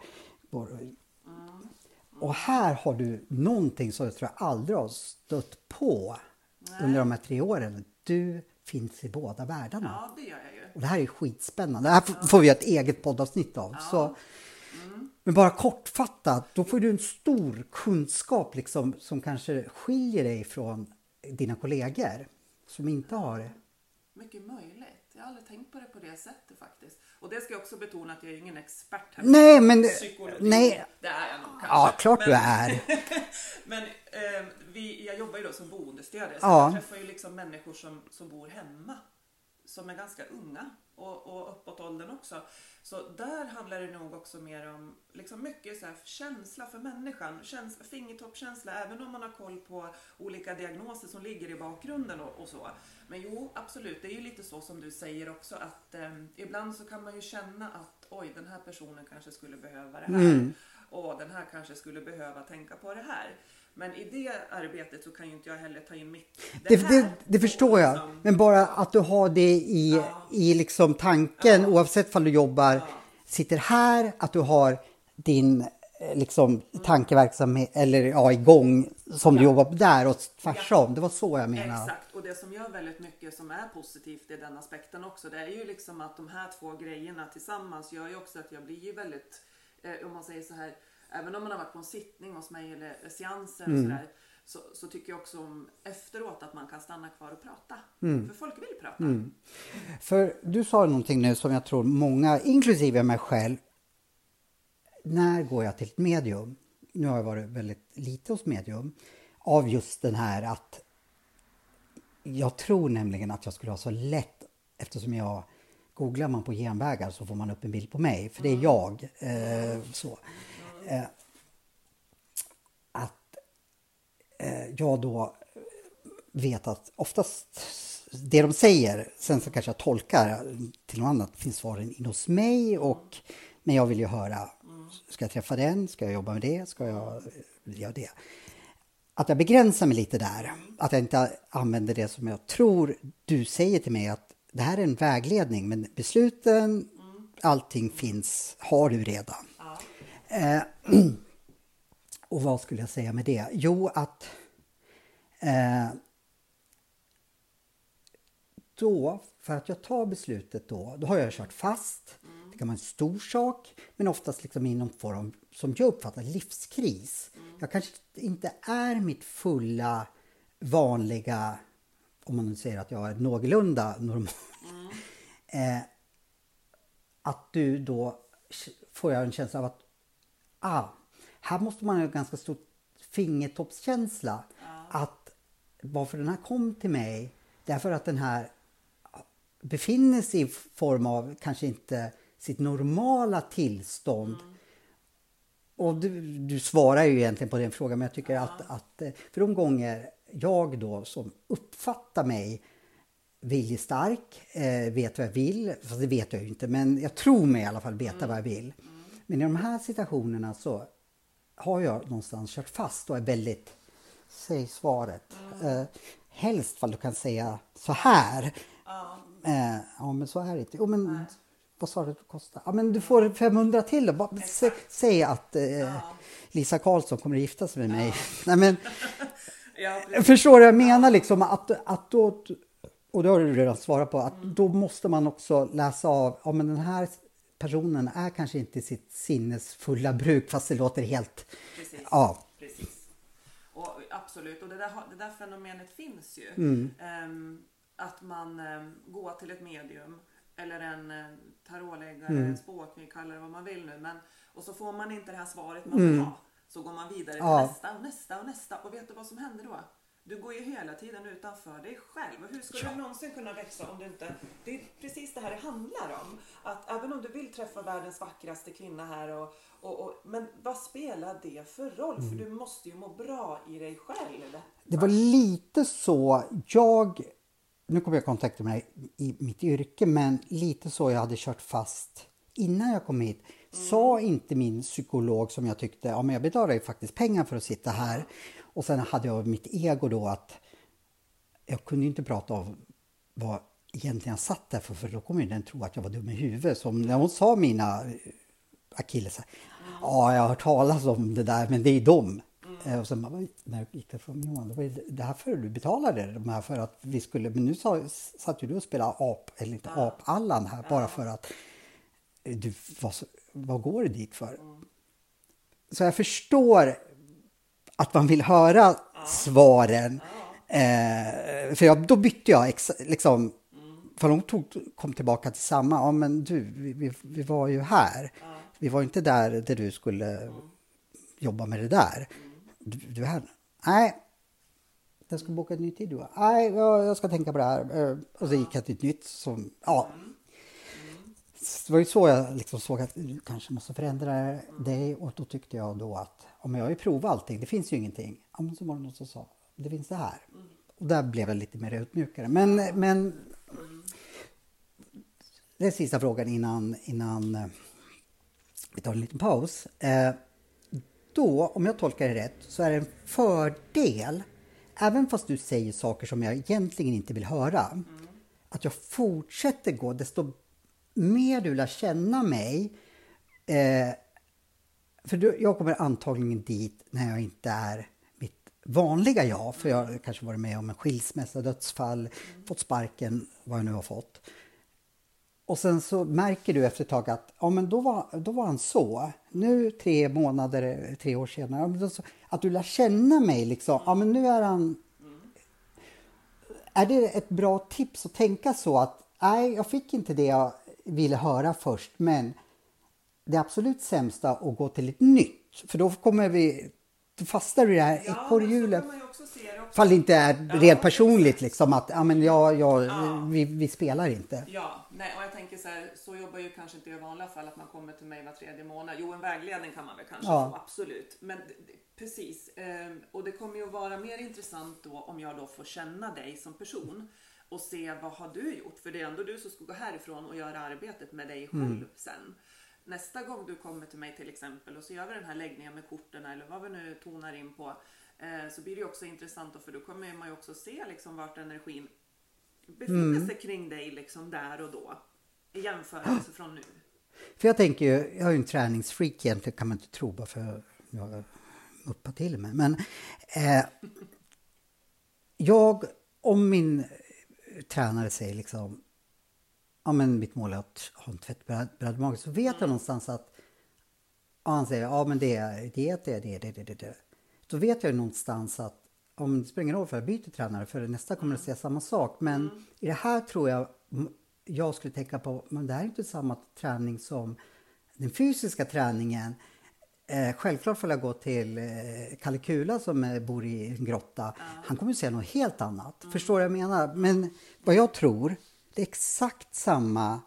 Och här har du någonting som jag tror jag aldrig har stött på Nej. under de här tre åren. Du finns i båda världarna. Ja, det gör jag ju. Och det här är skitspännande. Det här ja. får vi ett eget poddavsnitt av. Ja. Så... Men bara kortfattat, då får du en stor kunskap liksom, som kanske skiljer dig från dina kollegor som inte har det. Mycket möjligt. Jag har aldrig tänkt på det på det sättet faktiskt. Och det ska jag också betona att jag är ingen expert här. Nej, men... Psykologi. Nej. Det är jag nog kanske. Ja, klart men, du är. men eh, vi, jag jobbar ju då som boendestödjare. Så ja. jag träffar ju liksom människor som, som bor hemma. Som är ganska unga och, och uppåt åldern också. Så där handlar det nog också mer om liksom mycket så här känsla för människan. Känsla, fingertoppkänsla, även om man har koll på olika diagnoser som ligger i bakgrunden och, och så. Men jo, absolut, det är ju lite så som du säger också att eh, ibland så kan man ju känna att oj, den här personen kanske skulle behöva det här. Mm. Och den här kanske skulle behöva tänka på det här. Men i det arbetet så kan ju inte jag heller ta in mitt... Det, det, det, det förstår jag. Liksom, men bara att du har det i, ja. i liksom tanken, ja. oavsett om du jobbar, ja. sitter här, att du har din liksom, tankeverksamhet eller ja, igång som ja. du jobbar där och tvärsom. Ja. Det var så jag menar. Exakt, och det som gör väldigt mycket som är positivt i den aspekten också, det är ju liksom att de här två grejerna tillsammans gör ju också att jag blir ju väldigt, eh, om man säger så här, även om man har varit på en sittning hos mig eller seanser och mm. sådär, så, så tycker jag också om efteråt att man kan stanna kvar och prata. Mm. För folk vill prata. Mm. För du sa någonting nu som jag tror många, inklusive mig själv, när går jag till ett medium? Nu har jag varit väldigt lite hos medium. Av just den här att jag tror nämligen att jag skulle ha så lätt, eftersom jag googlar man på genvägar så får man upp en bild på mig. För det är jag. Eh, så. Eh, att eh, jag då vet att oftast det de säger, sen så kanske jag tolkar till något annat, finns svaren in hos mig, och men jag vill ju höra, ska jag träffa den, ska jag jobba med det, ska jag göra det. Att jag begränsar mig lite där, att jag inte använder det som jag tror du säger till mig, att det här är en vägledning, men besluten, mm. allting finns, har du redan. Ja. Eh, och vad skulle jag säga med det? Jo, att eh, då, för att jag tar beslutet då, då har jag kört fast. Mm. Det kan vara en stor sak, men oftast liksom i någon form som jag uppfattar livskris. Mm. Jag kanske inte är mitt fulla, vanliga, om man nu säger att jag är någorlunda normal. Mm. eh, att du då får jag en känsla av att ah, här måste man ha en ganska stor fingertoppskänsla. Ja. Att varför den här kom till mig, därför att den här befinner sig i form av kanske inte sitt normala tillstånd. Mm. Och du, du svarar ju egentligen på den frågan, men jag tycker ja. att, att för de gånger jag då som uppfattar mig viljestark, eh, vet vad jag vill, fast det vet jag ju inte, men jag tror mig i alla fall veta mm. vad jag vill. Mm. Men i de här situationerna så har jag någonstans kört fast och är väldigt, säg svaret, mm. eh, helst fall du kan säga så här. Ja. Eh, ja men så här inte. Jo men nej. Vad sa du att det kostar? Ja men du får femhundra till då. Bara, sä, säg att eh, ja. Lisa Karlsson kommer att gifta sig med mig. Ja. Nej men ja, förstår du, jag menar liksom att, att då, och det har du redan svarat på, att mm. då måste man också läsa av, ja men den här personen är kanske inte i sitt sinnes fulla bruk, fast det låter helt, precis, ja. Precis. Och absolut, och det där, det där fenomenet finns ju. Mm. Um, att man um, går till ett medium eller en um, tarotläggare, mm. en spåkning, kallar det vad man vill nu, men, och så får man inte det här svaret man vill mm. ha. Så går man vidare till ja. nästa och nästa och nästa. Och vet du vad som händer då? Du går ju hela tiden utanför dig själv. Och hur ska ja. du någonsin kunna växa om du inte... Det är precis det här det handlar om. Att även om du vill träffa världens vackraste kvinna här. Och, och, och, men vad spelar det för roll? Mm. För du måste ju må bra i dig själv. Det var lite så jag... Nu kommer jag i kontakt med dig i mitt yrke. Men lite så jag hade kört fast innan jag kom hit. Mm. Sa inte min psykolog som jag tyckte, ja men jag betalar ju faktiskt pengar för att sitta här. Och sen hade jag mitt ego då att jag kunde inte prata om vad egentligen jag satt där för, för då kommer ju den tro att jag var dum i huvudet. Som när hon sa mina akillesar, mm. ja jag har hört talas om det där men det är dem. Mm. Och sen när jag gick därifrån, Johan, det var ju det här för du betalade de här för att vi skulle, men nu sa, satt ju du och spelade ap, eller inte mm. ap-allan här bara för att du, vad, vad går det dit för? Mm. Så jag förstår att man vill höra ja. svaren. Ja. Eh, för jag, då bytte jag ex, liksom, mm. för de tog, kom tillbaka till samma. Ja men du, vi, vi, vi var ju här. Ja. Vi var inte där där du skulle mm. jobba med det där. Mm. Du, du är här. Nej, jag ska boka ett nytt tid. Du. Nej, jag, jag ska tänka på det här. Och så gick jag till ett nytt som, ja. Mm. Det var ju så jag liksom såg att du kanske måste förändra mm. dig. Och då tyckte jag då att om jag har ju provat allting, det finns ju ingenting. Ja, men så var det någon som sa, det finns det här. Mm. Och där blev jag lite mer utmjukare. Men, men mm. det är sista frågan innan, innan vi tar en liten paus. Eh, då, om jag tolkar det rätt, så är det en fördel, även fast du säger saker som jag egentligen inte vill höra, mm. att jag fortsätter gå, desto mer du lär känna mig, eh, för du, jag kommer antagligen dit när jag inte är mitt vanliga jag, för jag har kanske varit med om en skilsmässa, dödsfall, mm. fått sparken, vad jag nu har fått. Och sen så märker du efter ett tag att ja, men då, var, då var han så. Nu tre månader, tre år senare, att du lär känna mig liksom, ja men nu är han... Är det ett bra tips att tänka så att nej, jag fick inte det jag ville höra först, men det är absolut sämsta att gå till ett nytt. För då kommer vi, då fastnar du i det här ja, ekorrhjulet. Fall det inte är ja, rent personligt liksom att ja, men jag, jag, ja. vi, vi spelar inte. Ja, nej, och jag tänker så här, så jobbar ju kanske inte i vanliga fall att man kommer till mig var tredje månad. Jo, en vägledning kan man väl kanske ja. få, absolut. Men precis, ehm, och det kommer ju att vara mer intressant då om jag då får känna dig som person och se vad har du gjort. För det är ändå du som ska gå härifrån och göra arbetet med dig själv mm. sen. Nästa gång du kommer till mig till exempel och så gör vi den här läggningen med korten eller vad vi nu tonar in på, eh, så blir det också intressant då, för då kommer man ju också se liksom vart energin befinner mm. sig kring dig liksom där och då i jämförelse från nu? För jag tänker ju, jag är ju en träningsfreak egentligen, kan man inte tro bara för jag uppar till mig. Men eh, jag, om min tränare säger liksom, ja men mitt mål är att ha en tvättbräd mage, så vet mm. jag någonstans att, ja, han säger, ja men det är diet, det är det, det, det, det, det. Då vet jag ju någonstans att om det springer över för att jag byter tränare, för nästa kommer att säga samma sak. Men mm. i det här tror jag, jag skulle tänka på, men det här är inte samma träning som den fysiska träningen. Eh, självklart får jag gå till eh, Kalle Kula som eh, bor i en grotta. Mm. Han kommer att säga något helt annat. Mm. Förstår vad jag menar? Men vad jag tror, det är exakt samma.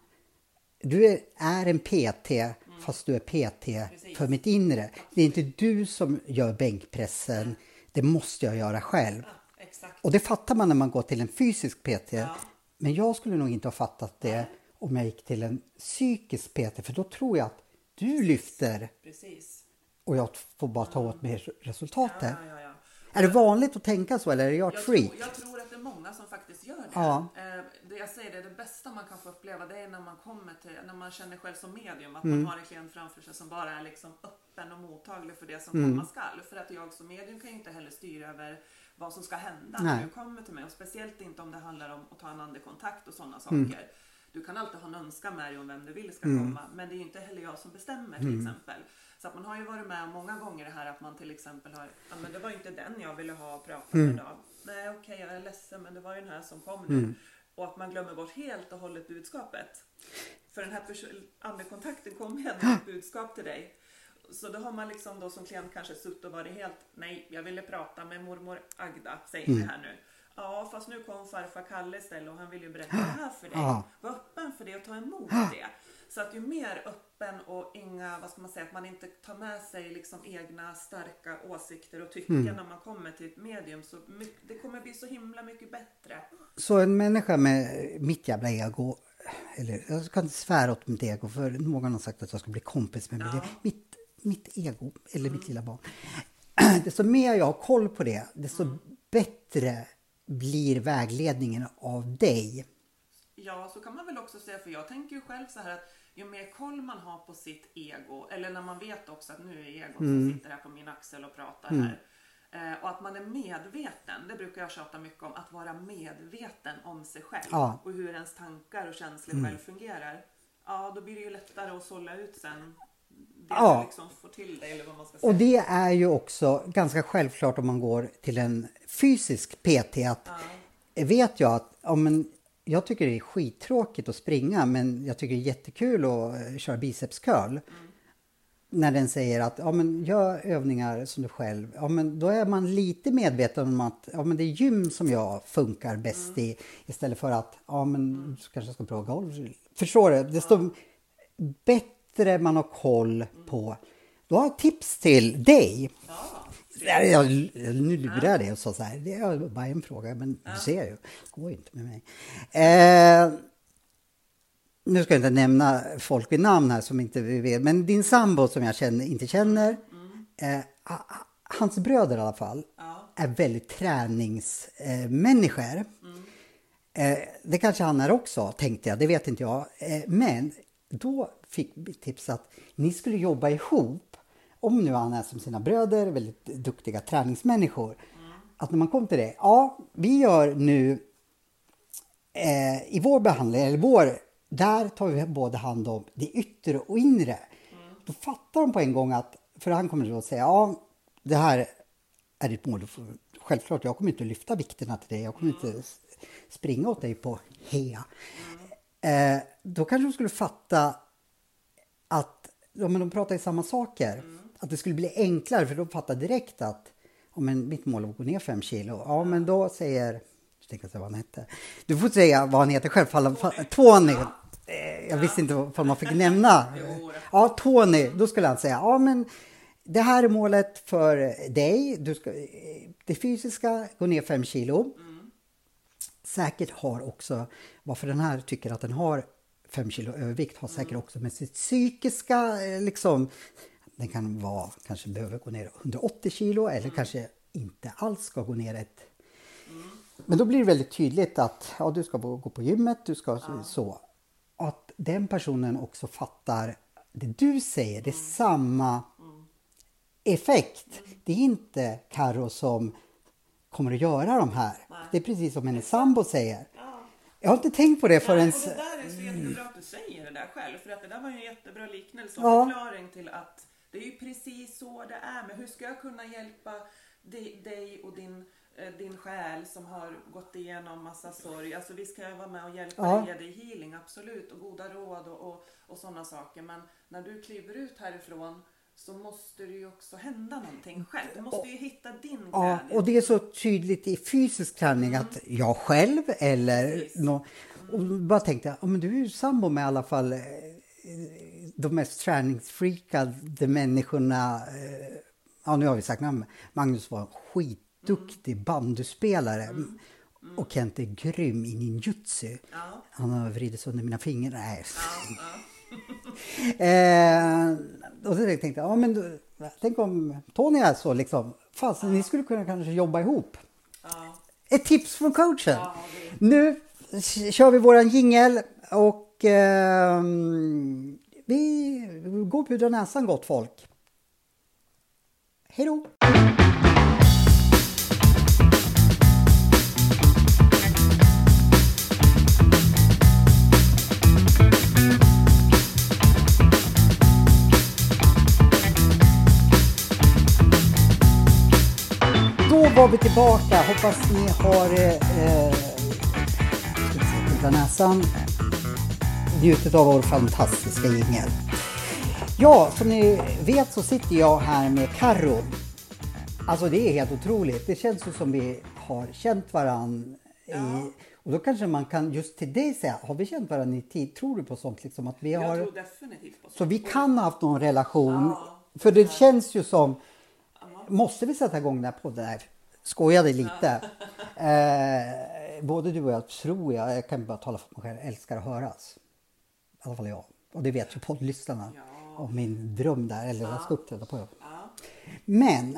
Du är, är en P T mm. fast du är P T Precis. För mitt inre. Det är inte du som gör bänkpressen. Mm. Det måste jag göra själv. Ja, exakt. Och det fattar man när man går till en fysisk P T. Ja. Men jag skulle nog inte ha fattat det Nej. Om jag gick till en psykisk P T. För då tror jag att du lyfter. Precis. Och jag får bara ta åt mig resultatet. Ja, ja, ja. Är det vanligt att tänka så eller är jag ett freak? Tror, jag tror att det är många som faktiskt gör det. Ja. Eh, det jag säger det, det bästa man kan få uppleva, det är när man kommer till, när man känner själv som medium, att mm. man har en klient framför sig som bara är liksom öppen och mottaglig för det som mm. komma skall. För att jag som medium kan ju inte heller styra över vad som ska hända Nej. När du kommer till mig. Och speciellt inte om det handlar om att ta en andekontakt och sådana saker. Mm. Du kan alltid ha en önskan med dig om vem du vill ska mm. komma. Men det är ju inte heller jag som bestämmer till mm. exempel. Så att man har ju varit med om många gånger det här att man till exempel har, ja men det var inte den jag ville ha pratat med mm. idag. Nej okej, okay, jag är ledsen men det var ju den här som kom nu. Mm. Och att man glömmer bort helt och hållet budskapet. För den här pers- andekontakten kom hem med ett budskap till dig. Så då har man liksom då som klient kanske suttit och varit helt, nej jag ville prata med mormor Agda, säger mm. det här nu. Ja fast nu kom farfar Kalle istället och han vill ju berätta det här för dig. Ja. Var öppen för det och ta emot det. Så att ju mer öppen och inga, vad ska man säga, att man inte tar med sig liksom egna starka åsikter och tycken mm. när man kommer till ett medium, så mycket, det kommer bli så himla mycket bättre. Så en människa med mitt jävla ego, eller jag ska inte svära åt mitt ego för någon har sagt att jag ska bli kompis med mig. Ja. Mitt, mitt ego, eller mm. mitt lilla barn. Desto mer jag har koll på det, desto mm. bättre blir vägledningen av dig. Ja, så kan man väl också säga, för jag tänker ju själv så här att ju mer koll man har på sitt ego, eller när man vet också att nu är egon mm. som sitter här på min axel och pratar mm. här, eh, och att man är medveten, det brukar jag tjata mycket om, att vara medveten om sig själv ja. Och hur ens tankar och känslor mm. själv fungerar. Ja, då blir det ju lättare att sålla ut sen det ja. Du liksom får till det, eller vad man ska säga. Och det är ju också ganska självklart om man går till en fysisk P T att ja. Vet jag att om en jag tycker det är skittråkigt att springa, men jag tycker det är jättekul att köra bicepscurl. Mm. När den säger att ja, men gör övningar som du själv. Ja, men då är man lite medveten om att ja, men det är gym som jag funkar bäst mm. i. Istället för att ja, men mm. du kanske ska prova golf. Förstår du? Desto mm. bättre man har koll mm. på. Då har jag tips till dig. Ja. Jag, jag, nu lurar jag dig och så, så här. Det är bara en fråga, men ja. Du ser ju, det går ju inte med mig. Eh, nu ska jag inte nämna folk vid namn här som inte vi vet, men din sambo som jag känner, inte känner, mm. eh, hans bröder i alla fall, ja. Är väldigt träningsmänniskor. Eh, mm. eh, det kanske han är också, tänkte jag, det vet inte jag. Eh, men då fick vi tips att ni skulle jobba ihop. Om nu han är som sina bröder, väldigt duktiga träningsmänniskor. Mm. Att när man kommer till det, ja, vi gör nu eh, i vår behandling, eller vår, där tar vi både hand om det yttre och inre. Mm. Då fattar de på en gång att, för han kommer då att säga, ja, det här är ditt mål. Självklart, jag kommer inte att lyfta vikterna till dig, jag kommer mm. inte springa åt dig på hea. Mm. Eh, då kanske de skulle fatta att ja, men de pratar i samma saker. Mm. Att det skulle bli enklare, för de fattar direkt att om en, mitt mål är att gå ner fem kilo. Ja, men då säger, jag tänker säga vad han heter. Du får säga vad han heter själv. Tony. Tony. Ja. Jag visste inte vad man fick nämna. Ja, Tony. Då skulle han säga, ja men det här är målet för dig. Du ska, det fysiska, gå ner fem kilo. Mm. Säkert har också, varför den här tycker att den har fem kilo övervikt, har säkert också med sitt psykiska liksom. Den kan vara, kanske behöver gå ner hundraåttio kilo eller mm. kanske inte alls ska gå ner ett. Mm. Men då blir det väldigt tydligt att ja, du ska gå på gymmet, du ska Ja. så. Att den personen också fattar det du säger, det är samma effekt. Det är inte Karo som kommer att göra de här. Nej. Det är precis som hennes sambo säger. Ja. Jag har inte tänkt på det förrän... Nej, och det där är så jättebra att du säger det där själv. För att det där var ju en jättebra liknelse och Ja. förklaring till att det är ju precis så det är. Men hur ska jag kunna hjälpa dig, dig och din, eh, din själ som har gått igenom massa sorg. Alltså vi ska vara med och hjälpa Ja. dig, ge dig healing, absolut. Och goda råd och, och, och sådana saker. Men när du kliver ut härifrån så måste det ju också hända någonting själv. Du måste ju hitta din Ja, glädje. och det är så tydligt i fysisk träning att jag själv eller Precis. nå, och bara tänkte, ja, men du är ju sambo med i alla fall eh, de mest träningsfreakade människorna. eh, Ja, nu har vi sagt namn. Magnus var en skitduktig bandyspelare och Kent är grym i ninjutsu. Ja, Han har vridits under mina fingrar. Nej. ja, ja. Eh, och så tänkte jag, ja men då, tänk om Tony är så liksom, fast ni skulle kunna kanske jobba ihop. Ja. Ett tips från coachen. Ja, det- Nu kör vi våran jingel och eh, vi går pudra näsan gott folk. Hej då! Då var vi tillbaka. Hoppas ni har eh, pudra näsan njutit av vår fantastiska jingel. Ja, som ni vet så sitter jag här med Karo. Alltså det är helt otroligt. Det känns ju som vi har känt varann i, och då kanske man kan just till dig säga, har vi känt varann i tid? Tror du på sånt liksom att vi Jag har... tror definitivt på Så vi kan ha haft någon relation. Ja. För det känns ju som... Måste vi sätta igång den här podden? Här? Skojade lite. Eh, både du och jag tror jag, jag kan bara tala för mig själv, älskar att höras. I alla fall jag. Och det vet ju poddlyssnarna. Ja. Om min dröm där, eller jag ska uppträda på. Ja. Men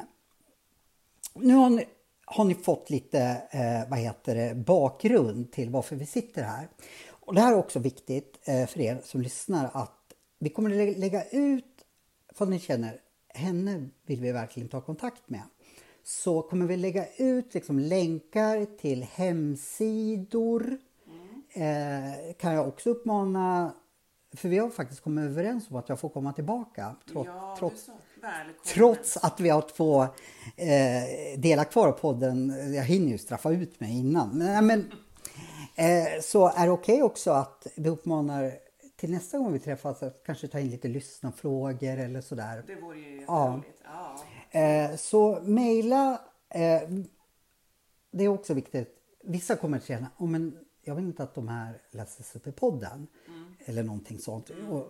nu har ni, har ni fått lite eh, vad heter det, bakgrund till varför vi sitter här. Och det här är också viktigt eh, för er som lyssnar att vi kommer att lä- lägga ut, för ni känner, henne vill vi verkligen ta kontakt med. Så kommer vi lägga ut liksom länkar till hemsidor. Mm. Eh, kan jag också uppmana, för vi har faktiskt kommit överens om att jag får komma tillbaka. Trots, Ja, trots, du är så välkommen. trots att vi har två eh, delar kvar av podden. Jag hinner ju straffa ut mig innan. Men, men, eh, så är det okej också att vi uppmanar till nästa gång vi träffas att kanske ta in lite lyssnarfrågor eller sådär. Det vore ju Ja. jätteroligt. Ja. Eh, så mejla. Eh, det är också viktigt. Vissa kommer att känna, oh, men jag vill inte att de här läses upp i podden. Mm. Eller någonting sånt. Mm. Och,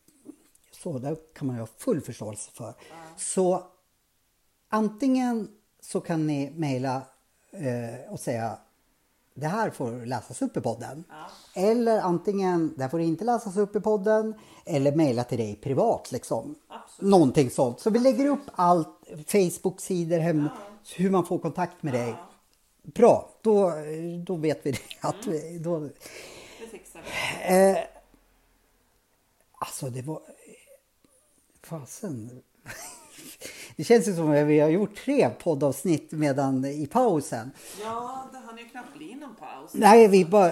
så där kan man ju ha full förståelse för. Ja. Så antingen så kan ni mejla eh, och säga det här får läsas upp i podden. Ja. Eller antingen det här får inte läsas upp i podden. Eller mejla till dig privat liksom. Absolut. Någonting sånt. Så vi lägger upp allt. Facebook-sidor, hem, ja. Hur man får kontakt med ja. dig. Bra, då, då vet vi det. Att mm. vi, då, det fixar vi. Eh, alltså det var... Fasen... Det känns ju som att vi har gjort tre poddavsnitt medan i pausen. Ja, det hann ju knappt bli någon paus. Nej, vi bara...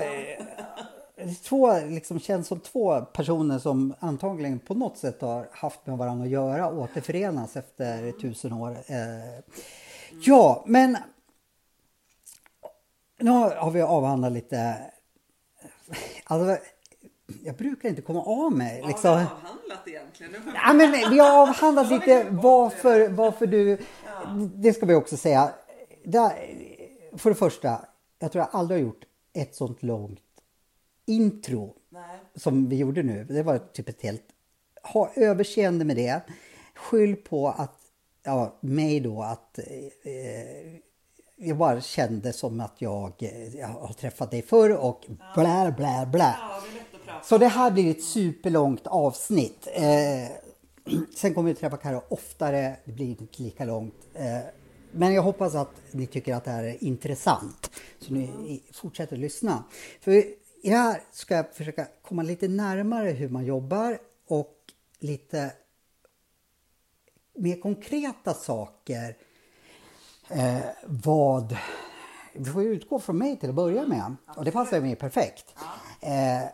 Två, liksom, känns som två personer som antagligen på något sätt har haft med varandra att göra. Återförenas efter mm. tusen år. Eh, ja, men... Nu har vi avhandlat lite... Alltså, jag brukar inte komma av mig. Vad liksom. har vi avhandlat egentligen? Ja, men vi har avhandlat lite varför, varför du... Ja. Det ska vi också säga. Där, för det första, jag tror jag aldrig har gjort ett sånt långt intro. Nej. Som vi gjorde nu. Det var typ ett helt... Ha överseende med det. Skyll på att... Ja, mig då att... Eh, jag bara kände som att jag, jag har träffat dig förr och blä, blä, blä. Ja, så det här blir ett superlångt avsnitt. Eh, sen kommer vi träffa Karo oftare. Det blir inte lika långt. Eh, men jag hoppas att ni tycker att det här är intressant. Så ni fortsätter lyssna. För i det här ska jag försöka komma lite närmare hur man jobbar och lite mer konkreta saker. Eh, vad... Vi får ju utgå från mig till att börja med. Och det passar mig perfekt. Eh,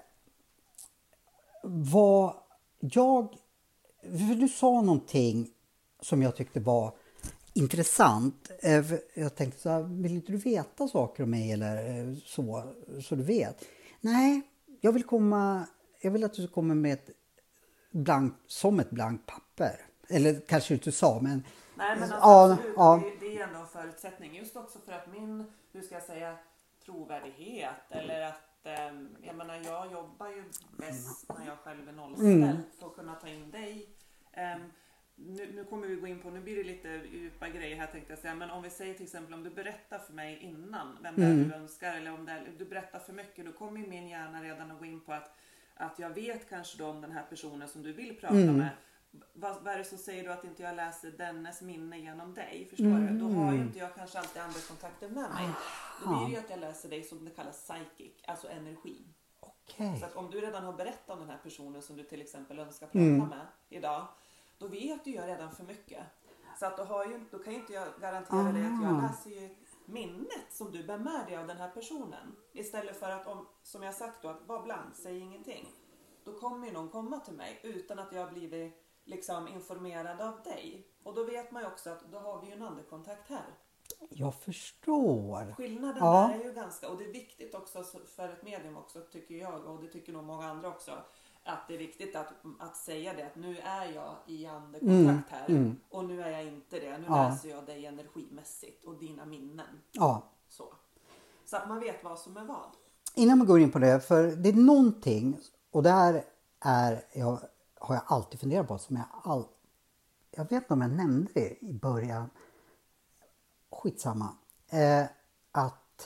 vad jag... För du sa någonting som jag tyckte var intressant. Eh, jag tänkte så här, vill inte du veta saker om mig eller så, så du vet? Nej, jag vill komma... Jag vill att du kommer med ett blank, som ett blankt papper. Eller kanske inte sa, men... Nej, men alltså, ja, absolut, ja. Det, det är ändå en förutsättning. Just också för att min, hur ska jag säga, trovärdighet. Eller att, eh, jag menar, jag jobbar ju bäst när jag själv är nollställd. Mm. För att kunna ta in dig. Eh, nu, nu kommer vi gå in på, nu blir det lite djupa grejer här tänkte jag säga. Men om vi säger till exempel, om du berättar för mig innan vem det är mm. du önskar. Eller om det är, du berättar för mycket, då kommer ju min hjärna redan att gå in på att, att jag vet kanske då om den här personen som du vill prata mm. med. Vad, vad är det som säger då att inte jag läser dennes minne genom dig? Förstår mm. du? Då har ju inte jag kanske alltid andra kontakter med mig. Då blir det ju att jag läser dig som det kallas psychic, alltså energin. Okay. Så att om du redan har berättat om den här personen som du till exempel önskar prata mm. med idag, då vet du ju redan för mycket. Så att då, har ju, då kan ju inte jag garantera ah. dig att jag läser ju minnet som du bär med dig av den här personen. Istället för att, om, som jag sagt då, att vara blank, säg ingenting. Då kommer ju någon komma till mig utan att jag har blivit liksom informerad av dig. Och då vet man ju också att då har vi ju en andekontakt här. Jag förstår. Skillnaden ja. Där är ju ganska, och det är viktigt också för ett medium också tycker jag, och det tycker nog många andra också, att det är viktigt att, att säga det, att nu är jag i andekontakt här mm, mm. och nu är jag inte det. Nu ja. Läser jag dig energimässigt och dina minnen. Ja. Så. Så att man vet vad som är vad. Innan man går in på det, för det är någonting, och där är jag har jag alltid funderat på, som jag all... jag vet inte om jag nämnde det i början, skitsamma, eh, att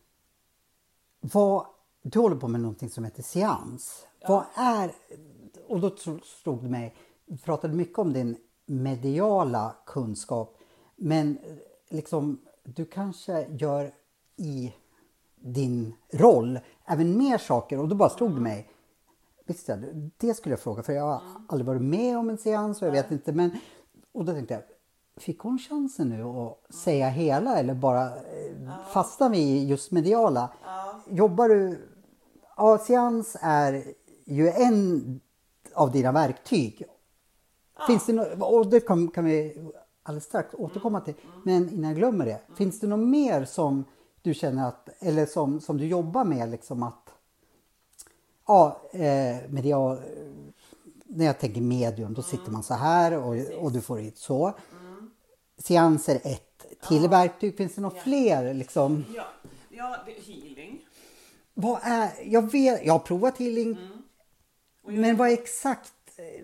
vad, du håller på med någonting som heter seans. Ja. Vad är, och då slog det mig, vi pratade mycket om din mediala kunskap, men liksom du kanske gör i din roll även mer saker, och då bara slog det mig. Visst, det skulle jag fråga, för jag har mm. aldrig varit med om en seans och jag vet inte, men och då tänkte jag, fick hon chansen nu att mm. säga hela eller bara ja. Fastnar vi i just mediala? Ja. Jobbar du, ja, seans är ju en av dina verktyg. Ja. Finns det no, och det kan, kan vi alldeles strax återkomma till, mm. men innan jag glömmer det, mm. finns det något mer som du känner att, eller som, som du jobbar med liksom att ja, eh, medial, när jag tänker medium, då sitter man så här och, och du får hit så. Mm. Seanser ett. Till ja. Verktyg, finns det några ja. Fler liksom? Ja, ja det är healing. Vad är, jag vet, jag har provat healing. Mm. Men vad är exakt?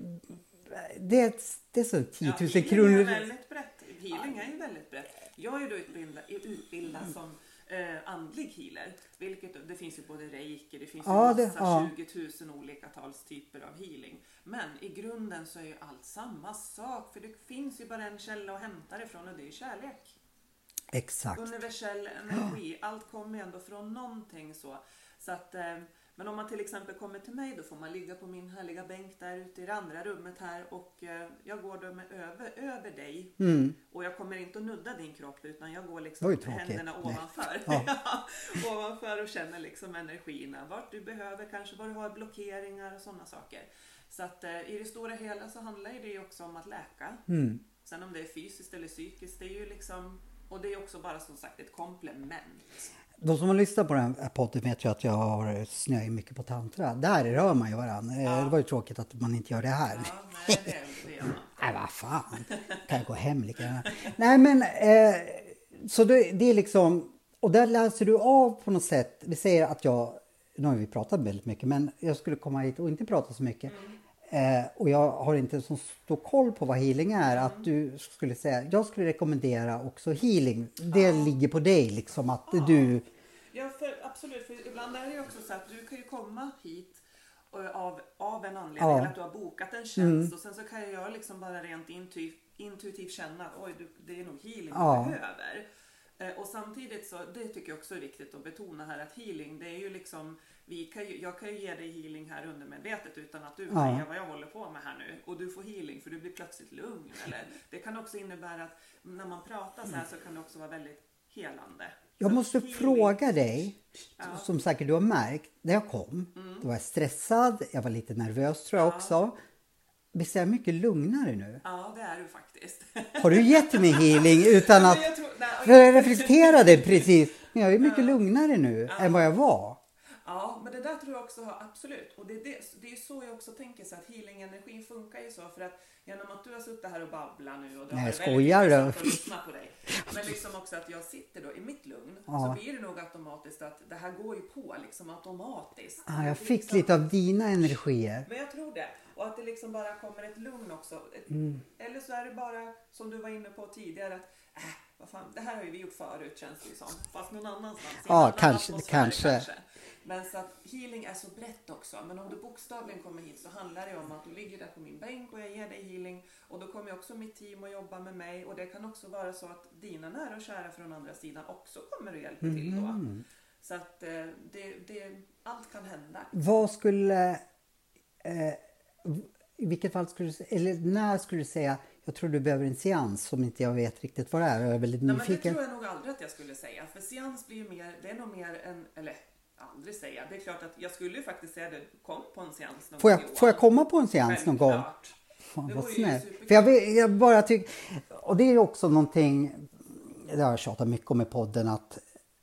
Det är, det är så tio tusen ja, kronor. Är väldigt brett. Healing är ju väldigt brett. Jag är då utbildad, utbildad mm. som Eh, andlig healer, vilket det finns ju både reiki, det finns ju ja, massa det, ja. tjugo tusen olika tals typer av healing, men i grunden så är ju allt samma sak, för det finns ju bara en källa att hämta ifrån och det är kärlek. Exakt. Universell energi, allt kommer ju ändå från någonting så, så att eh, men om man till exempel kommer till mig, då får man ligga på min härliga bänk där ute i det andra rummet här, och eh, jag går då med över, över dig mm. och jag kommer inte att nudda din kropp, utan jag går liksom med händerna ovanför ja. ovanför och känner liksom energierna, vart du behöver, kanske var du har blockeringar och sådana saker. Så att eh, i det stora hela så handlar det ju också om att läka. Mm. Sen om det är fysiskt eller psykiskt, det är ju liksom, och det är också bara som sagt ett komplement. De som har lyssnat på den här podden vet ju att jag har snöat mycket på tantra. Där rör man ju varandra. Ja. Det var ju tråkigt att man inte gör det här. Ja, nej, det är det gör man. Nej, vad fan. Kan jag gå hem lika gärna. Nej, men eh, så det, det är liksom, och där läser du av på något sätt. Vi säger att jag, nu har vi pratat väldigt mycket, men jag skulle komma hit och inte prata så mycket. Mm. Eh, och jag har inte så stor koll på vad healing är. Mm. Att du skulle säga, jag skulle rekommendera också healing. Det ja. Ligger på dig liksom att ja. Du... Ja, för, absolut. För ibland är det ju också så att du kan ju komma hit av, av en anledning. Ja. Eller att du har bokat en tjänst. Mm. Och sen så kan jag liksom bara rent intu- intuitivt känna att oj, du, det är nog healing Ja. du behöver. Eh, och samtidigt så, det tycker jag också är viktigt att betona här, att healing, det är ju liksom, vi kan ju, jag kan ju ge dig healing här undermedvetet utan att du Ja. hajar vad jag håller på med här nu. Och du får healing för du blir plötsligt lugn. Eller, det kan också innebära att när man pratar så här så kan det också vara väldigt helande. Jag Så måste healing- fråga dig, Ja. som säkert du har märkt, när jag kom, då var jag stressad, jag var lite nervös tror jag också. Visst är jag mycket lugnare nu? Ja, det är du faktiskt. Har du gett mig healing utan att... Men jag tror- nej, För jag reflekterade precis, men jag är mycket lugnare nu än vad jag var. Ja, men det där tror jag också har, absolut. Och det är, det, det är så jag också tänker så att healing-energin funkar ju så, för att genom att du har suttit här och babblar nu och det Nej, har jag varit skojar väldigt då. intressant att lyssna på dig. Men liksom också att jag sitter då i mitt lugn, Ja. så blir det nog automatiskt att det här går ju på liksom automatiskt. Ah, Det jag blir fick liksom- lite av dina energier. Men jag tror det. Och att det liksom bara kommer ett lugn också. Ett, Mm. Eller så är det bara, som du var inne på tidigare, att äh, vad fan, det här har ju vi gjort förut känns det ju som. Fast någon annanstans. i en Ja, annan kanske- atmosfär kanske. Men så att healing är så brett också. Men om du bokstavligen kommer hit så handlar det om att du ligger där på min bänk och jag ger dig healing. Och då kommer också mitt team att jobba med mig. Och det kan också vara så att dina nära och kära från andra sidan också kommer att hjälpa till då. Mm. Så att eh, det, det, allt kan hända. Vad skulle... Eh, I vilket fall skulle du säga... Eller när skulle du säga... Jag tror du behöver en seans som inte jag vet riktigt vad det är. Jag är väldigt Nej, men det nyfiken. tror jag nog aldrig att jag skulle säga. För seans blir ju mer, det är nog mer en, eller aldrig säga. Det är klart att jag skulle ju faktiskt säga det, kom på en seans någon Får gång i jag, år. får jag komma på en seans någon gång? Självklart. Fan, Det vad vore ju snällt. superkul. För jag, vill- jag bara tycker... Och det är ju också någonting... Det har jag tjatat mycket om i podden. Att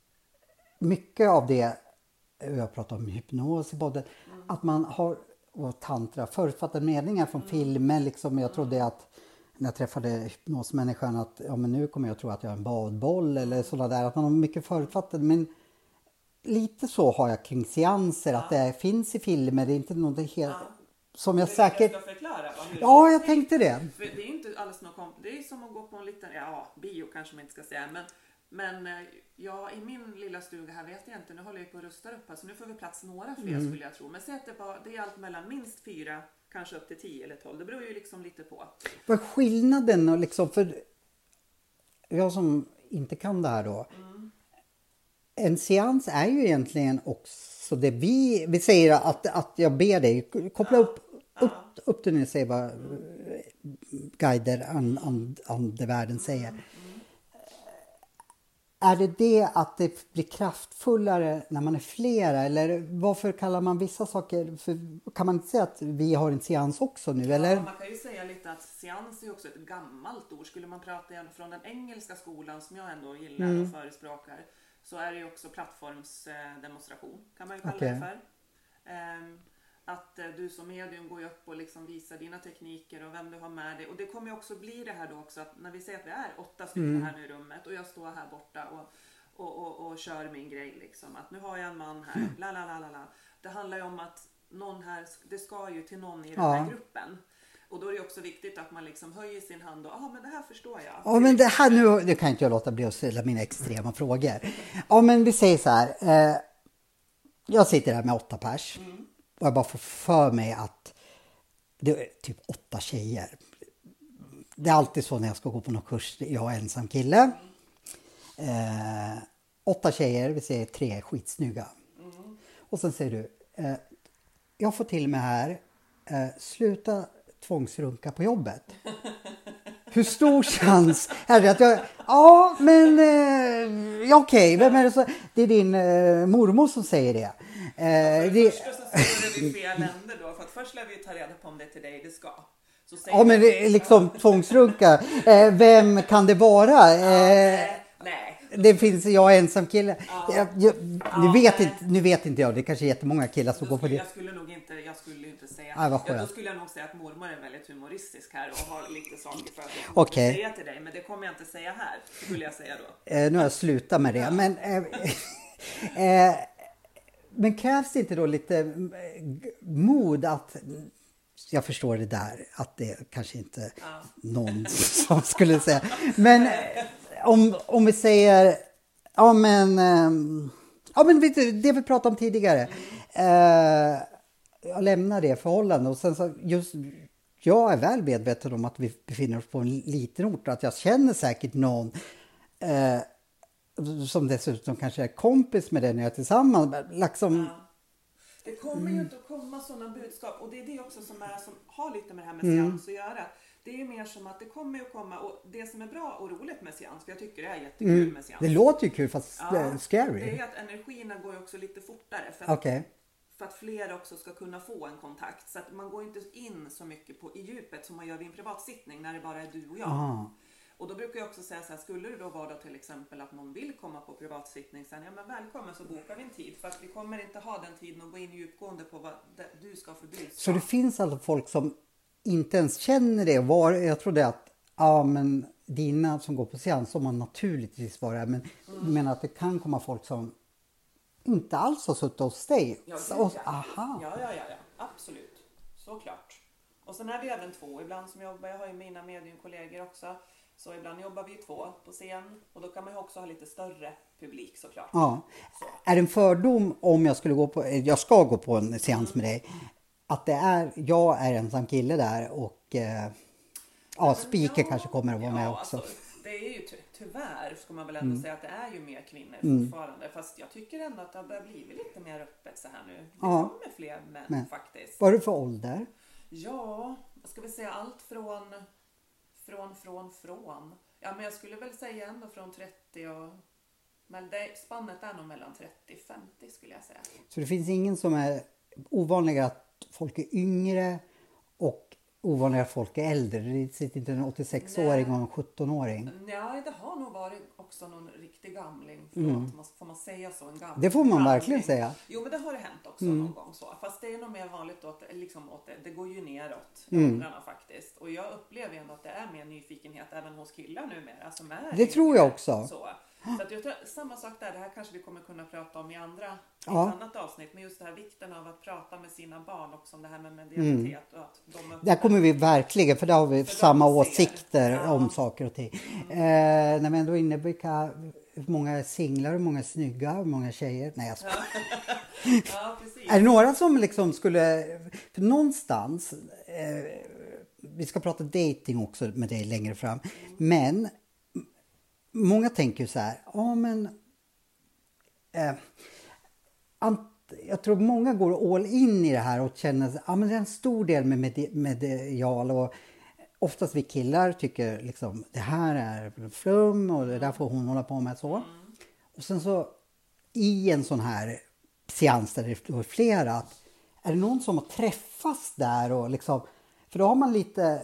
mycket av det... Jag pratar om hypnos i podden. Mm. Att man har... Och tantra. Förutfattade meningar från Mm. filmer. Liksom, jag trodde att... När jag träffade hypnosmänniskan. Att ja, men nu kommer jag tro att jag är en badboll. Eller sådana där. Att man har mycket förutfattade. Men... Lite så har jag kring seanser. Att det finns i filmer. Det är inte något helt... Ja. Som jag Det är säkert... jag ska förklara. Vad hur Ja, det är. jag tänkte det. För det är ju inte alls något kom... Det är som att gå på en liten, ja, bio kanske man inte ska säga. Men, men eh, ja, i min lilla stuga här vet jag inte. Nu håller jag på att rusta upp här. Så nu får vi plats några fler Mm. skulle jag tro. Men säg att det, bara, det är allt mellan minst fyra, kanske upp till tio eller tolv. Det beror ju liksom lite på. Vad är skillnaden och liksom för jag som inte kan det här då. Mm. En seans är ju egentligen också det vi, vi säger att, att jag ber dig koppla Ja. upp, upp, upp det nu säger vad eh, guider and, and, andevärlden säger. Mm. Är det det att det blir kraftfullare när man är flera eller varför kallar man vissa saker för, kan man inte säga att vi har en seans också nu eller? Ja, man kan ju säga lite att seans är också ett gammalt ord. Skulle man prata igen från den engelska skolan som jag ändå gillar Mm. och förespråkar, så är det ju också plattformsdemonstration kan man ju kalla Okej. det för. Ehm, att eh, du som medium går ju upp och liksom visar dina tekniker och vem du har med dig. Och det kommer ju också bli det här då också att när vi säger att vi är åtta stycken Mm. här nu i rummet och jag står här borta och, och, och, och kör min grej liksom. Att nu har jag en man här, Mm. la la la la la. Det handlar ju om att någon här, det ska ju till någon i den Ja. här gruppen. Och då är det också viktigt att man liksom höjer sin hand och ja ah, men det här förstår jag. Ja men det här nu, det kan inte jag låta bli att ställa mina extrema frågor. Ja men vi säger så här. Eh, jag sitter här med åtta pers. Mm. Och jag bara får för mig att det är typ åtta tjejer. Det är alltid så när jag ska gå på någon kurs. Jag är ensam kille. Eh, åtta tjejer, vi säger tre är skitsnygga. Mm. Och sen säger du. Eh, jag får till mig här. Eh, sluta tvångsrunka på jobbet. Hur stor chans är det att jag... Ja, men... Eh, ja, okej, vem är det så... Det är din eh, mormor som säger det. Eh, För det det första så står det vid fel ände då. För att först lär vi ta reda på om det är till dig det ska. Så säger ja, men det är liksom tvångsrunka. Eh, vem kan det vara? Eh, nej, nej. det finns... Jag är ensam kille. Ja. Jag, jag, nu, Ja, vet nej. inte, nu vet inte jag. Det kanske är jättemånga killar som Då går på skulle, det. jag skulle nog inte, jag skulle inte säga. Aj, vad ja, skönt. då skulle jag nog säga att mormor är väldigt humoristisk här och har lite saker för att jag Okej. okay. säga till dig. Men det kommer jag inte säga här, skulle jag säga då. Eh, nu har jag slutat med det. Men, eh, eh, men krävs det inte då lite eh, mod att... Jag förstår det där, att det kanske inte Ja. någon som skulle säga. Men eh, om, om vi säger... Ja men... Eh, ja men vet du, det vi pratade om tidigare. Eh, jag lämnar det förhållande och sen så just... jag är väl medveten om att vi befinner oss på en liten ort och att jag känner säkert någon eh, som dessutom kanske är kompis med den jag är tillsammans med. Liksom, ja. Det kommer ju inte att komma sådana budskap, och det är det också som, är, som har lite med det här med seans mm. att göra. Det är ju mer som att det kommer att komma, och det som är bra och roligt med seans, för jag tycker det är jättekul mm. med seans. Det låter ju kul fast ja, scary. Det är att energierna går ju också lite fortare för att, okay. för att fler också ska kunna få en kontakt. Så att man går inte in så mycket på, i djupet som man gör vid en privatsittning när det bara är du och jag. Aha. Och då brukar jag också säga så här, skulle det då vara då till exempel att någon vill komma på privatsittning sen, ja men välkommen, så bokar vi en tid. För att vi kommer inte ha den tiden att gå in djupgående på vad det, du ska för budskap. Så det finns alltså folk som inte ens känner det? Var, jag trodde att ja, men dina som går på seans, som man naturligtvis var det, men mm. menar att det kan komma folk som inte alls har suttit hos dig? Ja, så, ja. Aha. Ja, ja, ja, ja, absolut. Såklart. Och sen är vi även två. Ibland som jobbar, jag har ju mina mediumkollegor också. Så ibland jobbar vi två på scen. Och då kan man ju också ha lite större publik såklart. Ja. Så. Är det en fördom om jag skulle gå på, jag ska gå på en seans med dig, att det är, jag är ensam kille där och eh, ja, speaker ja, kanske kommer att vara ja, med också. Alltså, det är ju ty- tyvärr ska man väl ändå mm. säga att det är ju mer kvinnor mm. fortfarande. Fast jag tycker ändå att det har blivit lite mer öppet så här nu. Det ja. kommer fler män Men. faktiskt. Vad är det för ålder? Ja, ska vi säga allt från från, från, från. Ja, men jag skulle väl säga ändå från trettio och... Men det, spannet är nog mellan trettio och femtio skulle jag säga. Så det finns ingen som är ovanligare att folk är yngre och ovanligare att folk är äldre? Det sitter inte en åttiosex-åring och en sjutton-åring. Nej, det har nog varit också någon riktig gamling. Förlåt, mm. får man säga så? En gamling. Det får man gamling. verkligen säga. Jo, men det har det hänt också mm. någon gång så. Fast det är nog mer vanligt åt, liksom åt det. Det går ju neråt i mm. åldrarna faktiskt. Och jag upplever ju ändå att det är mer nyfikenhet även hos killar numera. Som är det tror jag också. Så. Så att jag tror, samma sak där, det här kanske vi kommer kunna prata om i andra ja. i ett annat avsnitt, men just det här vikten av att prata med sina barn också om det här med medialitet mm. och att de där kommer vi verkligen, för där har vi för samma åsikter ja. om saker och ting. Mm. Eh, när vi ändå är inne, vilka, hur många är singlar, hur många är snygga, hur många är tjejer? Nej, jag skojar. Ja, precis. Är det några som liksom skulle, för någonstans, eh, vi ska prata dating också med dig längre fram, mm. men många tänker ju så här, ja men eh, ant, jag tror många går all in i det här och känner att ja, men det är en stor del med med, medial, och oftast vi killar tycker liksom det här är flum och det där får hon hålla på med så. Mm. Och sen så i en sån här seans där det är flera, att är det någon som har träffats där och liksom, för då har man lite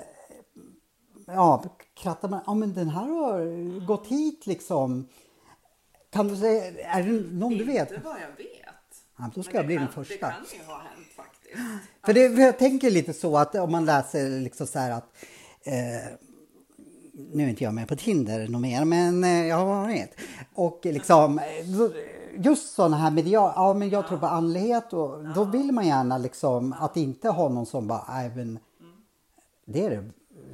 ja, krattar man, ja men den här har mm. gått hit liksom. Kan du säga, är det någon inte du vet? Inte vad jag vet. Ja, då ska jag bli kan, den första. Det kan ju ha hänt faktiskt. För, det, för jag tänker lite så att om man läser liksom så här att eh, nu är inte jag med på Tinder något mer, men eh, jag har varit. Och liksom just sådana här medial, ja men jag ja. tror på andlighet, och ja. då vill man gärna liksom att inte ha någon som bara, nej men mm. det är det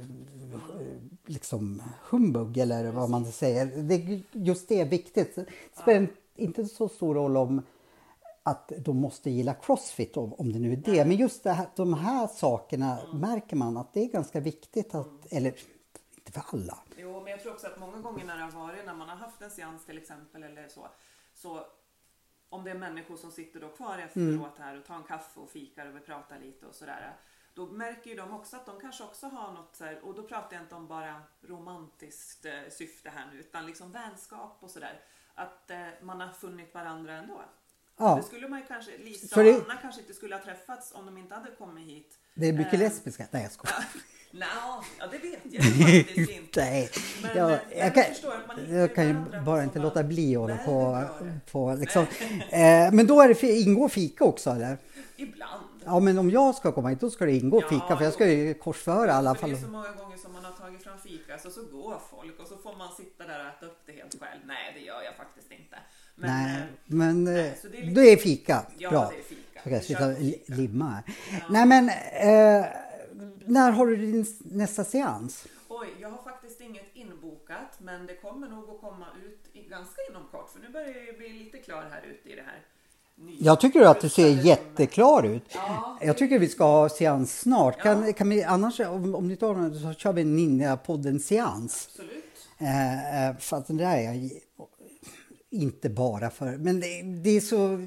liksom humbug eller vad man säger. Det, just det är viktigt. Det spelar ja. inte så stor roll om att de måste gilla CrossFit, om, om det nu är det. Nej. Men just det här, de här sakerna mm. märker man att det är ganska viktigt att, mm. eller inte för alla. Jo, men jag tror också att många gånger när det har varit, när man har haft en seans till exempel eller så, så om det är människor som sitter då kvar efteråt mm. här och tar en kaffe och fikar och vi pratar lite och sådär, då märker ju de också att de kanske också har något så här, och då pratar jag inte om bara romantiskt eh, syfte här nu, utan liksom vänskap och sådär, att eh, man har funnit varandra ändå. Ja. Det skulle man ju kanske, Lisa och det... Anna kanske inte skulle ha träffats om de inte hade kommit hit. Det är mycket eh... lesbiska, nej jag skojar. Nå, ja det vet jag faktiskt inte. Nej, men, jag, men, jag, kan, jag kan ju bara inte låta bli att hålla på, på liksom. eh, men då är det, ingår fika också eller? Ibland. Ja, men om jag ska komma hit då ska det ingå ja, fika, för jag ska ju korsföra i alla fall. Det är så många gånger som man har tagit fram fika så, så går folk och så får man sitta där och äta upp det helt själv. Nej, det gör jag faktiskt inte. Men, nej, men nej, så det är, lite... då är fika. Ja, bra. Det är fika. Så jag sitta fika. limma här. Ja. Nej, men eh, när har du din nästa seans? Oj, jag har faktiskt inget inbokat, men det kommer nog att komma ut i, ganska inom kort, för nu börjar jag bli lite klar här ute i det här ny. Jag tycker att det ser Som- jätteklar ut. Ja, Jag tycker vi ska ha seans snart. Ja. Kan, kan vi, annars, om, om ni tar något så kör vi en Ninja-podden-seans. absolut. Eh, eh, för att den där är jag inte bara för... Men det, det är så...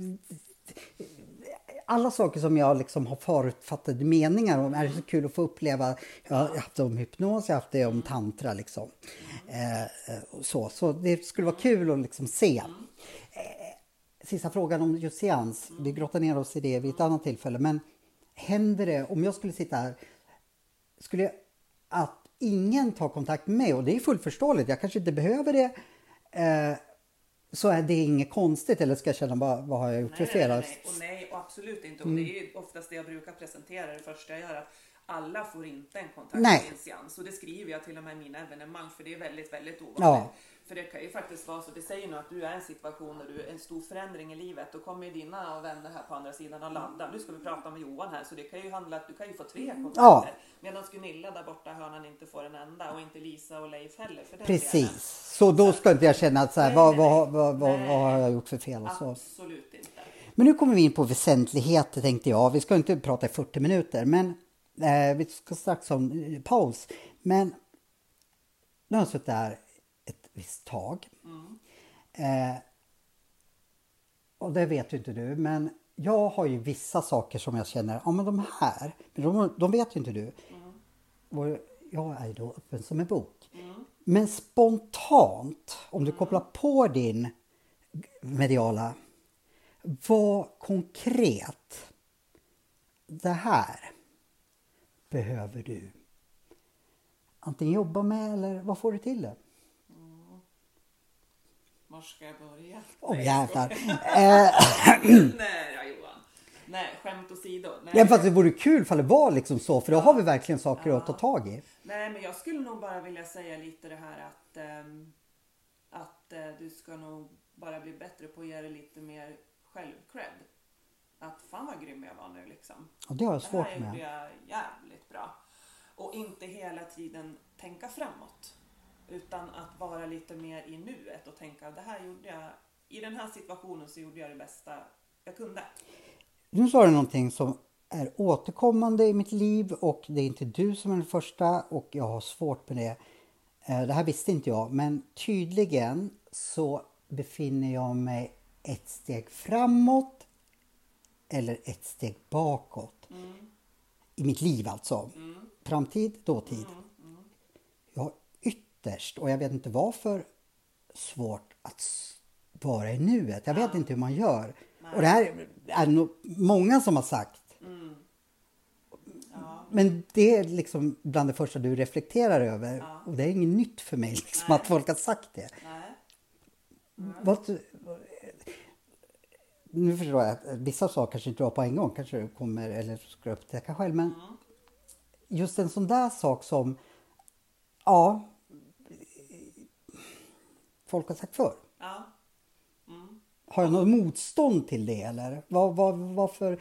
Alla saker som jag liksom har förutfattade meningar om är så kul att få uppleva. Jag har haft det om hypnos, jag har haft det om tantra liksom. Eh, eh, så, så det skulle vara kul att liksom se. Eh, sista frågan om just seans. Vi grottar ner oss i det vid ett annat tillfälle. Men händer det, om jag skulle sitta här, skulle jag, att ingen tar kontakt med mig, och det är fullt förståeligt, jag kanske inte behöver det, eh, så är det inget konstigt, eller ska jag känna bara, vad har jag gjort för Nej, fel? nej, nej. Och nej, och absolut inte. Och det är ju oftast det jag brukar presentera det första jag gör. Att alla får inte en kontakt Nej. med en seans. Och det skriver jag till och med i mina evenemang. För det är väldigt, väldigt ovanligt. Ja. För det kan ju faktiskt vara så. Det säger nog att du är i en situation där du är en stor förändring i livet. Då kommer ju dina vänner här på andra sidan att ladda. Nu ska vi prata med Johan här. Så det kan ju handla att du kan ju få tre kontakter. Ja. Medan Gunilla där borta i hörnan inte får en enda. Och inte Lisa och Leif heller. För den delen. Precis, så då ska inte jag känna att så här, Nej, vad, nej, vad, vad, vad, nej. vad har jag gjort för fel och så. Absolut inte. Men nu kommer vi in på väsentligheter, tänkte jag. Vi ska inte prata i fyrtio minuter, men eh, vi ska strax ha en eh, paus. Men nu har jag suttit där ett visst tag. Mm. Eh, och det vet ju inte du, men jag har ju vissa saker som jag känner, ja men de här, men de, de vet ju inte du. Mm. Och jag är ju då öppen som en bok. Mm. Men spontant, om du kopplar på din mediala, vad konkret, det här behöver du antingen jobba med, eller vad får du till det? Var ska jag börja? Åh Nej, jävlar. jag eh, skojar. Nej ja, Johan. Nej, skämt åsido. Nej. ja, fast det vore kul för det var liksom så, för då har vi verkligen saker att ta tag i. Nej, men jag skulle nog bara vilja säga lite det här att, ehm, att eh, du ska nog bara bli bättre på att ge dig lite mer självcred. Att fan vad grym jag var nu liksom. Och det har jag Det svårt här gjorde med. jag jävligt bra. Och inte hela tiden tänka framåt. Utan att vara lite mer i nuet och tänka det här gjorde jag, i den här situationen så gjorde jag det bästa jag kunde. Nu sa du någonting som är återkommande i mitt liv, och det är inte du som är den första, och jag har svårt med det. Eh, Det här visste inte jag, men tydligen så befinner jag mig ett steg framåt eller ett steg bakåt. Mm. I mitt liv alltså. Mm. Framtid, dåtid. Mm. Mm. Jag har ytterst, och jag vet inte varför, svårt att s- vara i nuet. Jag vet Ja. inte hur man gör. Nej. Och det här är nog många som har sagt. Mm. Ja. Men det är liksom bland det första du reflekterar över. Ja. Och det är inget nytt för mig liksom, Nej. att folk har sagt det. Nej. Vad, nu förstår jag att vissa saker kanske inte drar på en gång. Kanske du kommer, eller ska du upptäcka själv. Men Mm. just en sån där sak som, ja, folk har sagt förr. Ja. Mm. Har jag något motstånd till det, eller? Vad, vad, varför?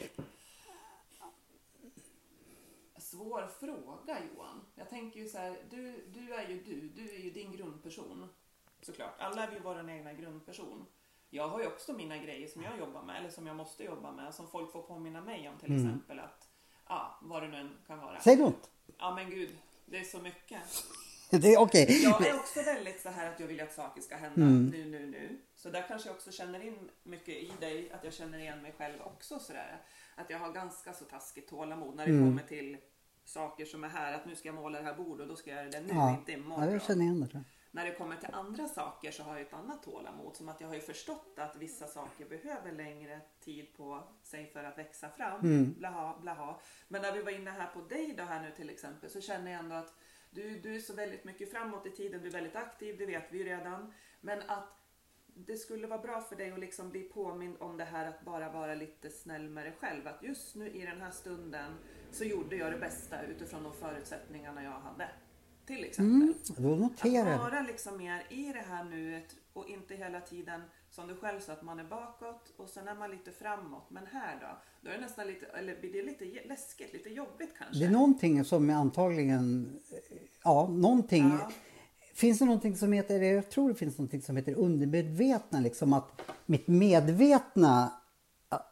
Svår fråga, Johan. Jag tänker ju så här, du, du är ju du, du är ju din grundperson. Såklart, alla är ju vår egna grundperson. Jag har ju också mina grejer som jag jobbar med, eller som jag måste jobba med, som folk får påminna mig om, till Mm. exempel att, ja, vad det nu än kan vara. Säg något. Ja men gud, det är så mycket. Det är okej. Jag är också väldigt så här att jag vill att saker ska hända Mm. nu, nu, nu. Så där kanske jag också känner in mycket i dig, att jag känner igen mig själv också sådär. Att jag har ganska så taskigt tålamod när det Mm. kommer till saker som är här. Att nu ska jag måla det här bordet och då ska jag göra det nu, Ja. inte Ja, imorgon. jag känner igen det. tror jag. När det kommer till andra saker så har jag ett annat tålamod. Som att jag har ju förstått att vissa saker behöver längre tid på sig för att växa fram. Mm. Blaha, blaha. Men när vi var inne här på dig då här nu till exempel, så känner jag ändå att du, du är så väldigt mycket framåt i tiden. Du är väldigt aktiv, det vet vi ju redan. Men att det skulle vara bra för dig att liksom bli påmind om det här att bara vara lite snäll med dig själv. Att just nu i den här stunden så gjorde jag det bästa utifrån de förutsättningarna jag hade. Till exempel. Mm, då noterar Att jag. vara liksom mer i det här nuet och inte hela tiden som du själv sa att man är bakåt och sen är man lite framåt. Men här då, då är det nästan lite, eller blir det lite läskigt, lite jobbigt kanske. Det är någonting som är antagligen, ja, någonting. Ja. Finns det någonting som heter, jag tror det finns någonting som heter undermedvetna, liksom att mitt medvetna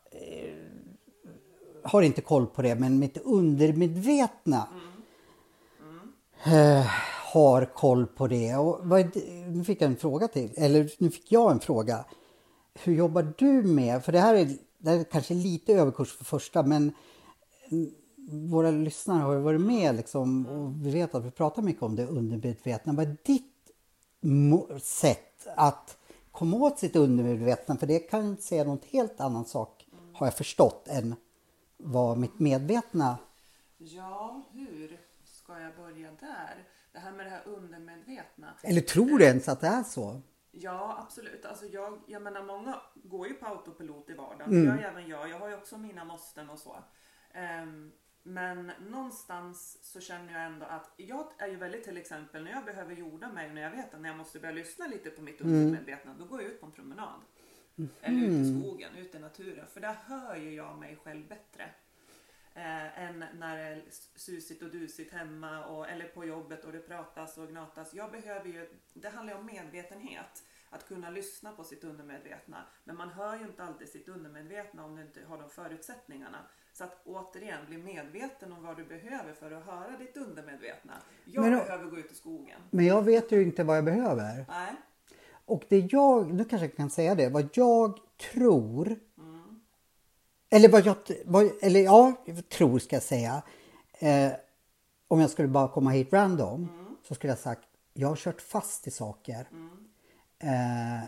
har inte koll på det, men mitt undermedvetna mm. Mm. Eh, har koll på det. Och vad, nu fick jag en fråga till, eller nu fick jag en fråga. Hur jobbar du med, för det här är, det här är kanske lite överkurs för första, men våra lyssnare har ju varit med liksom, och vi vet att vi pratar mycket om det undermedvetna. Vad är ditt sätt att komma åt sitt undermedvetna? För det kan säga något helt annan sak, har jag förstått, än vad mitt medvetna... Ja, hur ska jag börja där? Det här med det här undermedvetna. Eller tror du ens att det är så? Ja, absolut. Alltså jag, jag menar, många går ju på autopilot i vardagen. Mm. Jag även jag. Jag har ju också mina måsten och så. Um, men någonstans så känner jag ändå att jag är ju väldigt, till exempel när jag behöver jorda mig, när jag vet att när jag måste börja lyssna lite på mitt undermedvetna, då går jag ut på en promenad. Mm. Eller ut i skogen, ut i naturen. För där hör ju jag mig själv bättre. Eh, än när det är susigt och dusigt hemma och, eller på jobbet och det pratas och gnatas. Jag behöver ju, det handlar ju om medvetenhet. Att kunna lyssna på sitt undermedvetna. Men man hör ju inte alltid sitt undermedvetna om du inte har de förutsättningarna. Så att återigen bli medveten om vad du behöver för att höra ditt undermedvetna. Jag men, behöver gå ut i skogen. Men jag vet ju inte vad jag behöver. Nej. Och det jag, nu kanske jag kan säga det, vad jag tror, mm. eller vad jag, vad, eller ja, jag tror ska jag säga, eh, om jag skulle bara komma hit random, mm. så skulle jag sagt, jag har kört fast i saker. Mm. Eh,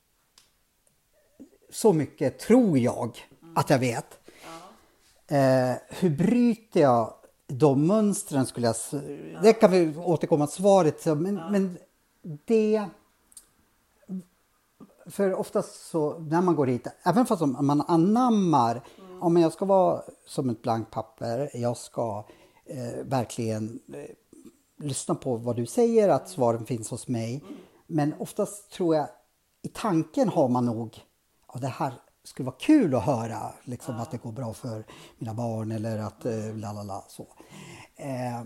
så mycket tror jag mm. att jag vet. Ja. Eh, hur bryter jag de mönstren skulle jag, ja. Det kan vi återkomma till svaret, men, ja. men det... För oftast så när man går hit, även fast man anammar, mm. ja, men jag ska vara som ett blankt papper, jag ska eh, verkligen eh, lyssna på vad du säger, att svaren finns hos mig. Mm. Men oftast tror jag, i tanken har man nog, ja, det här skulle vara kul att höra, liksom, ja. Att det går bra för mina barn eller att eh, lalala så. Eh,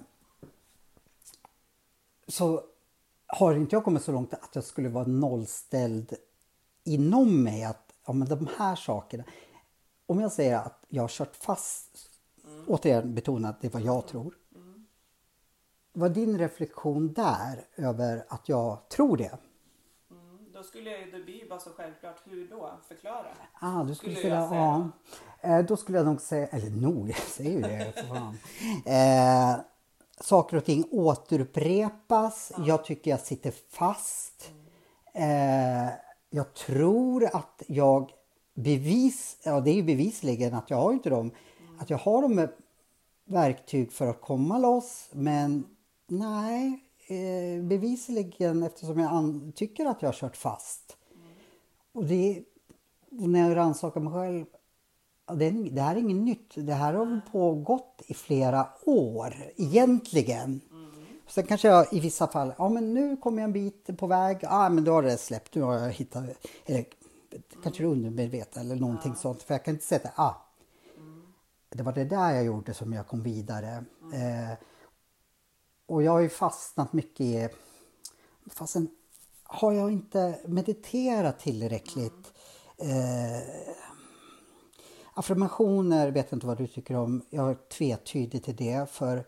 så har inte jag kommit så långt att jag skulle vara nollställd inom mig att ja, men de här sakerna, om jag säger att jag har kört fast, mm. återigen betona att det är vad jag tror. Mm. Vad är din reflektion där över att jag tror det? Mm. Då skulle jag ju, det blir bara så självklart, hur då? Förklara. Ah, du skulle, skulle säga, ja. Eh, då skulle jag nog säga, eller nog, jag säger ju det. För fan. Eh, saker och ting återupprepas, ja. Jag tycker jag sitter fast. Mm. Eh, Jag tror att jag bevis, ja det är ju bevisligen att jag har inte dem, mm. att jag har de verktyg för att komma loss, men nej, eh, bevisligen eftersom jag an, tycker att jag har kört fast. Mm. Och det, och när jag rannsakar mig själv, det, det här är inget nytt, det här har mm. pågått i flera år egentligen. Mm. Sen kanske jag i vissa fall, ja men nu kommer jag en bit på väg, ja ah, men då har det släppt, nu har jag hittat, eller mm. kanske undermedvetet eller någonting ja. Sånt. För jag kan inte säga att ah, mm. det var det där jag gjorde som jag kom vidare. Mm. Eh, och jag har ju fastnat mycket i, fastän har jag inte mediterat tillräckligt. Mm. Eh, affirmationer, vet inte vad du tycker om, jag är tvetydig till det, för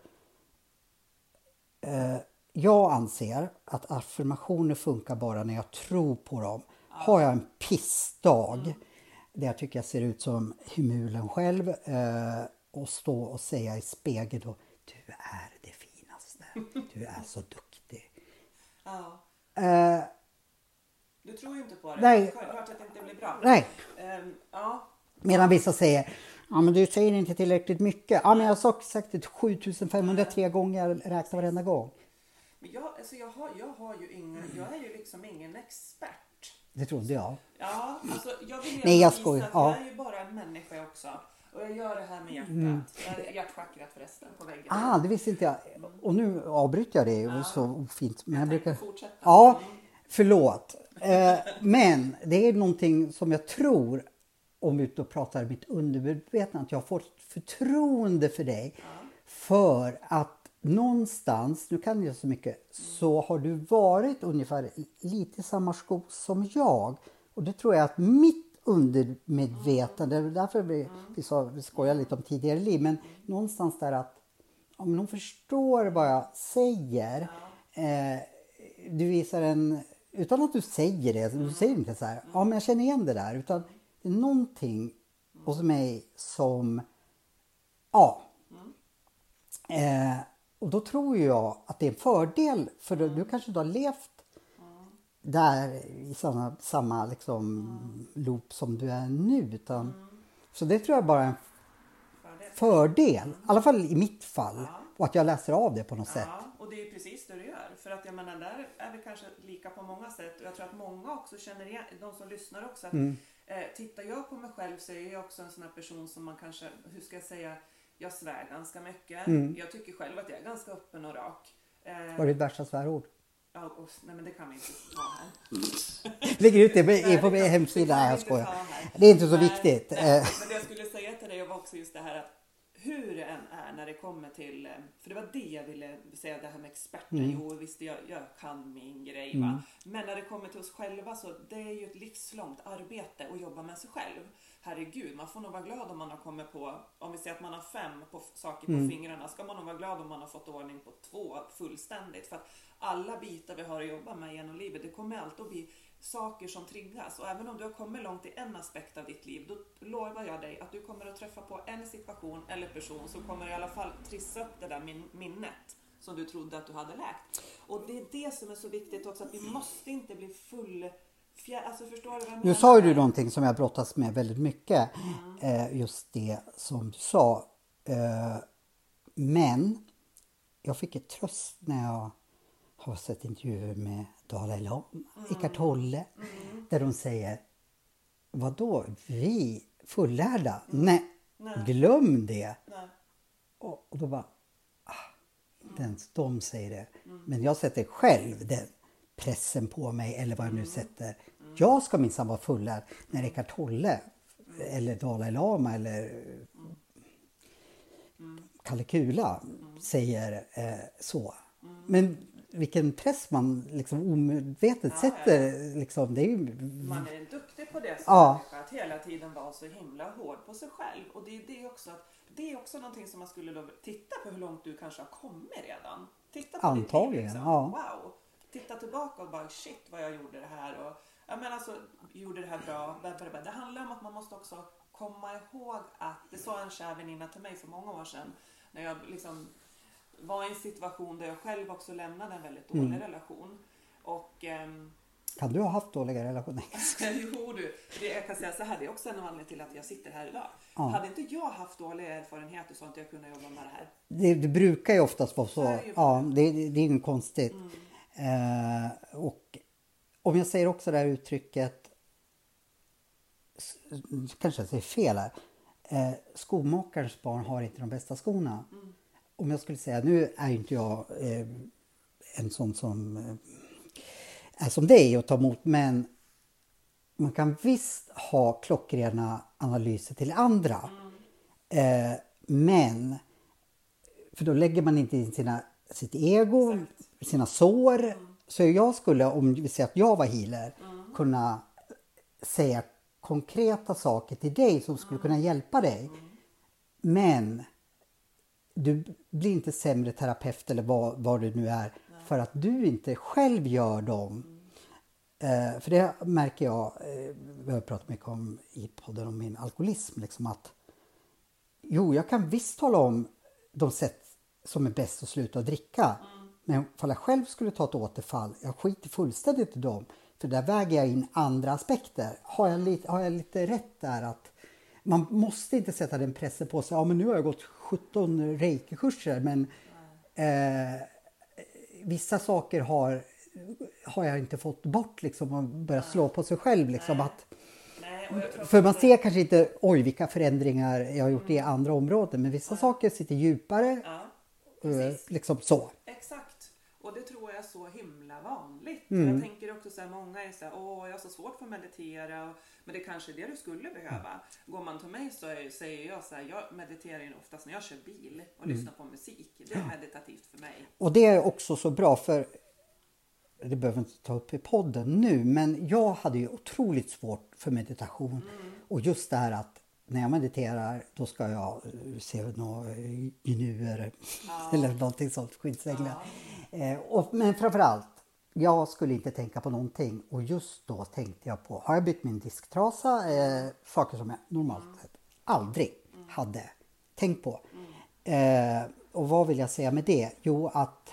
jag anser att affirmationer funkar bara när jag tror på dem. Har jag en pissdag mm. där jag tycker jag ser ut som himulen själv eh, och stå och säga i spegeln då, du är det finaste, du är så duktig. Ja. Eh, du tror ju inte på det. Nej. Du har hört att det inte blir bra. Nej. Um, ja. Medan vissa säger, ja men du säger inte tillräckligt mycket. Ja men jag har sagt det sjutufemhundratre gånger, jag räknar varenda gång. Men jag, alltså jag, har, jag har ju ingen, jag är ju liksom ingen expert. Det trodde jag. Ja, alltså jag vill ju Nej, jag visa skojar. att Ja. jag är ju bara en människa också. Och jag gör det här med hjärtat. Mm. Hjärtchakrat förresten på väggen. Ah, det visste inte jag. Och nu avbryter jag det ju ja. Så fint. Men jag, jag brukar... fortsätta. Ja, förlåt. Eh, men det är någonting som jag tror, om vi då pratar mitt undermedvetna, att jag har fått förtroende för dig. Ja. För att någonstans, nu kan jag så mycket, mm. så har du varit ungefär lite i samma sko som jag. Och det tror jag att mitt undermedvetande. Mm. Därför vi, vi, sa, vi skojar lite om tidigare liv. Men någonstans där att om någon förstår vad jag säger. Eh, du visar en, utan att du säger det. Du säger inte så här, ja men jag känner igen det där. Utan det är någonting hos mig som, ja. Eh, och då tror jag att det är en fördel. För du, du kanske inte har levt där i samma, samma liksom mm. loop som du är nu. Utan, mm. Så det tror jag bara är en fördel. I alla fall i mitt fall. Ja. Och att jag läser av det på något ja, sätt. Och det är precis det du gör. För att jag menar, där är vi kanske lika på många sätt. Och jag tror att många också känner igen, de som lyssnar också. Att, mm. eh, tittar jag på mig själv så är jag också en sån här person som man kanske, hur ska jag säga, jag svär ganska mycket. Mm. Jag tycker själv att jag är ganska öppen och rak. Eh, Vad är ditt värsta svärord? Ja, och, nej men det kan vi inte ta här. Lägger ut det nej, på min hemsida här, jag skojar. Det är inte så nej, viktigt. Nej, men det jag skulle säga till dig var också just det här att hur det än är när det kommer till, för det var det jag ville säga, det här med experter. Mm. Jo, visst jag, jag kan min grej va. Mm. Men när det kommer till oss själva så det är ju ett livslångt arbete att jobba med sig själv. Herregud, man får nog vara glad om man har kommit på, om vi säger att man har fem på, saker på mm. fingrarna, ska man nog vara glad om man har fått ordning på två fullständigt. För att alla bitar vi har att jobba med genom livet, det kommer alltid att bli saker som triggas. Och även om du har kommit långt i en aspekt av ditt liv, då lovar jag dig att du kommer att träffa på en situation eller person som kommer i alla fall trissa upp det där min- minnet som du trodde att du hade läkt. Och det är det som är så viktigt också, att vi måste inte bli full... Fjär, alltså förstår du vad jag menar? Nu sa ju du någonting som jag brottas med väldigt mycket. Mm. Eh, just det som du sa. Eh, men jag fick ett tröst när jag har sett intervjuer med Dalai Lama, mm. Eckart Tolle. Mm. Där de säger, vadå, vi fullärda? Mm. Nej, Nej, glöm det. Nej. Och, och då bara, ah, inte ens de säger det. Mm. Men jag sätter själv den pressen på mig, eller vad jag nu mm. sätter. Mm. Jag ska minsann vara fullärd när Eckart Tolle mm. eller Dalai Lama eller mm. Kalle Kula mm. säger eh, så. Mm. Men vilken press man liksom omedvetet ja, sätter. Ja. Liksom, det är ju... Man är duktig på det som ja. att hela tiden vara så himla hård på sig själv. Och det är, det också, det är också någonting som man skulle då titta på hur långt du kanske har kommit redan. Titta på antagligen, liksom. Ja. Wow. Titta tillbaka och bara shit vad jag gjorde det här. Och, jag menar alltså, gjorde det här bra. Det handlar om att man måste också komma ihåg att, det sa en kär väninna till mig för många år sedan. När jag liksom var i en situation där jag själv också lämnade en väldigt dålig mm. relation. Och, ehm, kan du ha haft dåliga relationer? jo du, det, jag kan säga så här, det är också en anledning till att jag sitter här idag. Ja. Hade inte jag haft dåliga erfarenheter så att jag kunde jobba med det här. Det, det brukar ju oftast vara så. Det ja, det, det, det är inget konstigt. Mm. Eh, och om jag säger också det här uttrycket, kanske jag säger fel här. Eh, skomakarens barn har inte de bästa skorna. Mm. Om jag skulle säga, nu är inte jag eh, en sån som eh, är som dig att ta emot, men man kan visst ha klockrena analyser till andra. Mm. Eh, men, för då lägger man inte in sina, sitt ego, exakt, sina sår. Mm. Så jag skulle, om vi säger att jag var healer, mm. kunna säga konkreta saker till dig som skulle mm. kunna hjälpa dig. Mm. Men du blir inte sämre terapeut eller vad, vad du nu är. Nej. För att du inte själv gör dem. Mm. Eh, för det märker jag, eh, vi har pratat mycket om i podden om min alkoholism. Liksom att, jo, jag kan visst tala om de sätt som är bäst att sluta att dricka. Mm. Men om jag själv skulle ta ett återfall, jag skiter fullständigt i dem. För där väger jag in andra aspekter. Har jag, lite, har jag lite rätt där att man måste inte sätta den pressen på sig. Ja, men nu har jag gått sjutton reiki-kurser, men eh, vissa saker har, har jag inte fått bort liksom, och börja slå på sig själv. Liksom, att, för man ser kanske inte, oj vilka förändringar jag har gjort mm. i andra områden, men vissa ja. saker sitter djupare. Ja, eh, liksom så. Exakt. Och det tror jag är så himla vanligt. Mm. Jag tänker också så här, många är så här, åh jag har så svårt för att meditera. Och, men det kanske är det du skulle behöva. Mm. Går man till mig så är, säger jag så här, jag mediterar ju oftast när jag kör bil och mm. lyssnar på musik. Det är meditativt för mig. Och det är också så bra, för det behöver inte ta upp i podden nu, men jag hade ju otroligt svårt för meditation. Mm. Och just det här att när jag mediterar då ska jag se några gnuer ja. eller någonting sånt, skyddsänglar. Ja. Eh, och, men framförallt, jag skulle inte tänka på någonting. Och just då tänkte jag på, har jag bytt min disktrasa? Eh, saker som jag normalt mm. aldrig mm. hade tänkt på. Mm. Eh, och vad vill jag säga med det? Jo, att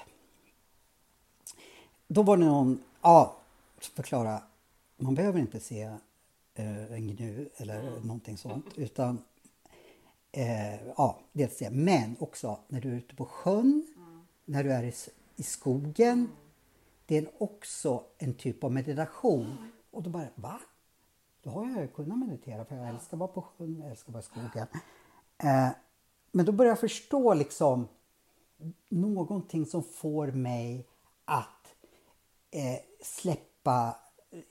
då var det någon, ja, förklara, man behöver inte se eh, en gnu eller mm. någonting sånt, utan eh, ja, dels det, men också när du är ute på sjön, mm. när du är i, i skogen, mm. det är också en typ av meditation. Mm. Och då bara, va? Då har jag kunnat meditera, för jag älskar att vara på sjön, jag älskar att vara i skogen. Eh, men då börjar jag förstå liksom någonting som får mig att Eh, släppa eh,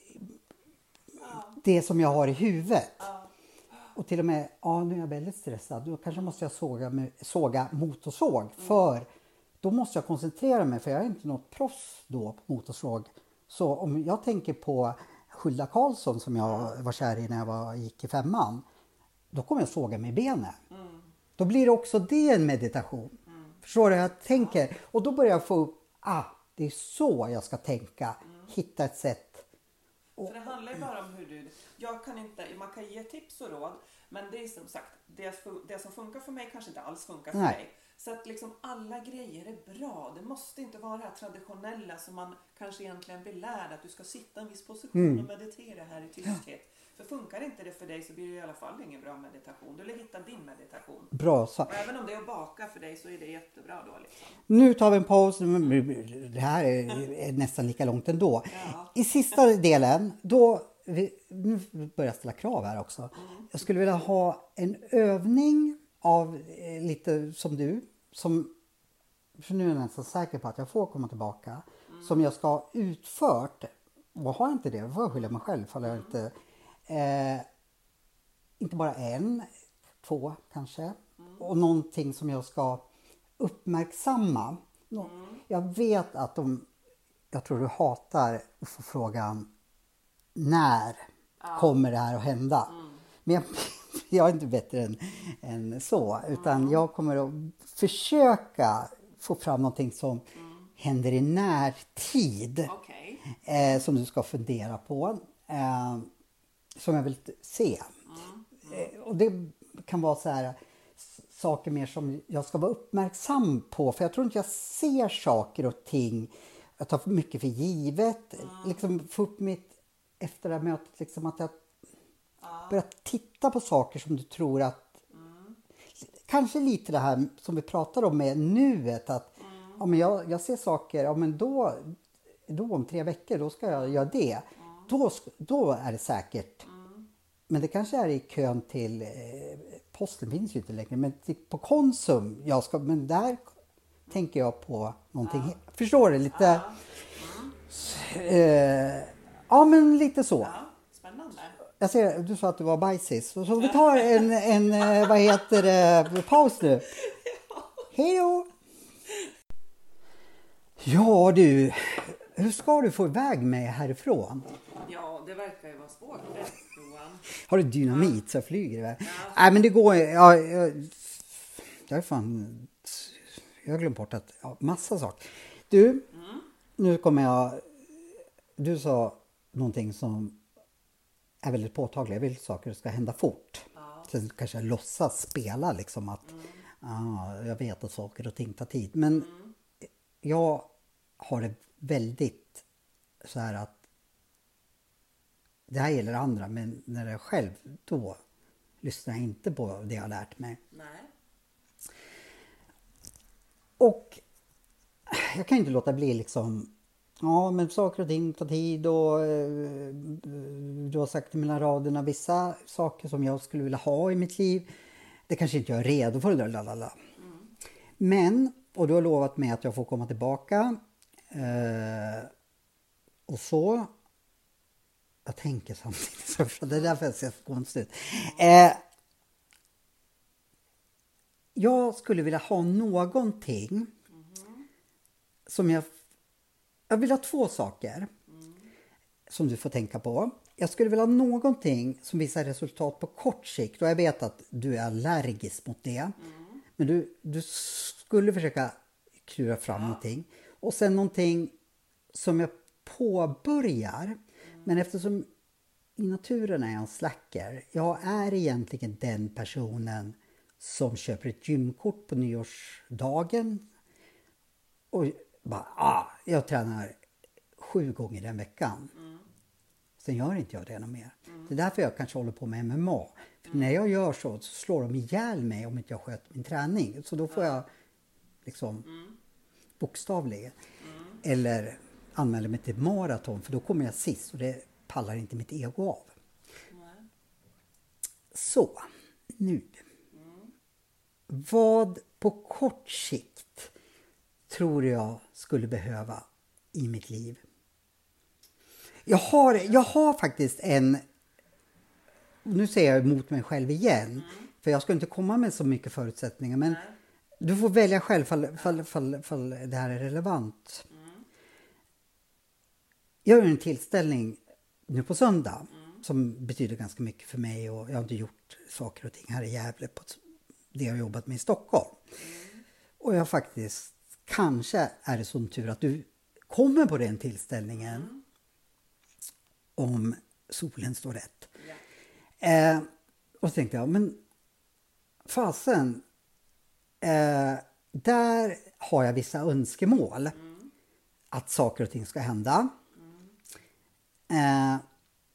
ja. det som jag har i huvudet. Ja. Och till och med, ja nu är jag väldigt stressad. Då kanske måste jag såga, med, såga motorsåg. Mm. För då måste jag koncentrera mig. För jag är inte något proffs då på motorsåg. Så om jag tänker på Hulda Karlsson som jag var kär i när jag var, gick i femman. Då kommer jag såga mig i benen. Mm. Då blir det också det en meditation. Mm. Förstår du hur jag tänker? Ja. Och då börjar jag få upp, ah, det är så jag ska tänka. Mm. Hitta ett sätt. För det handlar ju bara om hur du... Jag kan inte... Man kan ge tips och råd. Men det är som sagt... Det, det som funkar för mig kanske inte alls funkar för Nej. dig. Så att liksom alla grejer är bra. Det måste inte vara det här traditionella som man kanske egentligen blir lärd. Att du ska sitta i en viss position mm. och meditera här i tysthet. Ja. För funkar inte det för dig så blir det i alla fall ingen bra meditation. Du vill hitta din meditation. Bra så. Och även om det är att baka för dig så är det jättebra då liksom. Nu tar vi en paus. Det här är nästan lika långt ändå. Ja. I sista delen, då... Nu börjar jag ställa krav här också. Mm. Jag skulle vilja ha en övning av eh, lite som du. Som, för nu är jag nästan säker på att jag får komma tillbaka. Mm. Som jag ska ha utfört. Och har jag inte det, då får jag skylla mig själv. För jag mm. inte... Eh, inte bara en, två kanske. Mm. Och någonting som jag ska uppmärksamma. Mm. Jag vet att de, jag tror du hatar att få frågan när ja. kommer det här att hända. Mm. Men jag, jag är inte bättre än, än så. Utan mm. jag kommer att försöka få fram någonting som mm. händer i närtid. Okay. Eh, som du ska fundera på. Eh, som jag vill se. Mm. Mm. Och det kan vara så här saker mer som jag ska vara uppmärksam på. För jag tror inte jag ser saker och ting. Jag tar för mycket för givet. Mm. Liksom få upp mitt efter det här mötet. Liksom att jag mm. börjar titta på saker som du tror att. Mm. Kanske lite det här som vi pratar om med nuet. Att mm. ja, men jag, jag ser saker. Ja, men då, då om tre veckor då ska jag göra det. Mm. Då, då är det säkert. Mm. Men det kanske är i kön till eh, posten finns ju inte längre. Men på Konsum. Jag ska, men där tänker jag på någonting. Ja. Förstår du? Lite. Ja. Mm. Eh, ja men lite så. Ja, spännande. Jag ser, du sa att du var bajsis. Så, så vi tar en, en vad heter det, paus nu. Ja. Hej då! Ja du, hur ska du få iväg mig härifrån? Ja, det verkar ju vara svårt, Johan. Har du dynamit ja. så flyger det? Ja. Nej, men det går ja, jag, jag är fan jag har glömt bort att ja, massa saker. Du, mm. nu kommer jag du sa någonting som är väldigt påtagligt. Jag vill att saker ska hända fort. Ja. Sen kanske jag låtsas spela liksom att mm. ah, jag vet att saker och ting tar tid. Men mm. jag har det väldigt så här att det här gäller andra, men när jag själv då lyssnar jag inte på det jag har lärt mig. Nej. Och jag kan inte låta bli liksom, ja men saker och ting tar tid och eh, du har sagt i mellan raderna vissa saker som jag skulle vilja ha i mitt liv. Det kanske inte jag är redo för det, lalala. Mm. Men, och du har lovat mig att jag får komma tillbaka. Eh, och så jag tänker samtidigt så det är därför jag ser så konstigt. Eh, jag skulle vilja ha någonting mm. som jag jag vill ha två saker mm. som du får tänka på. Jag skulle vilja ha någonting som visar resultat på kort sikt. Och jag vet att du är allergisk mot det. Mm. Men du, du skulle försöka klura fram ja. någonting. Och sen någonting som jag påbörjar. Mm. Men eftersom i naturen är jag en slacker. Jag är egentligen den personen som köper ett gymkort på nyårsdagen. Och bara, ah, jag tränar sju gånger den veckan. Mm. Sen gör inte jag det något mer. Mm. Det är därför jag kanske håller på med M M A. För mm. när jag gör så, så slår de ihjäl mig om inte jag sköter min träning. Så då får jag liksom mm. bokstavligen. Mm. Eller anmäla mig till maraton, för då kommer jag sist. Och det pallar inte mitt ego av. Mm. Så, nu. Mm. Vad på kort sikt tror jag skulle behöva i mitt liv? Jag har, jag har faktiskt en, nu säger jag emot mig själv igen, mm. för jag ska inte komma med så mycket förutsättningar, men Nej. du får välja själv fall, fall, fall, fall det här är relevant. Mm. Jag gör en tillställning nu på söndag mm. som betyder ganska mycket för mig, och jag har inte gjort saker och ting här i Gävle på det jag har jobbat med i Stockholm. Mm. Och jag faktiskt, kanske är det sån tur att du kommer på den tillställningen mm. om solen står rätt. Yeah. Eh, och så tänkte jag, men fasen, eh, där har jag vissa önskemål mm. att saker och ting ska hända. Mm. Eh,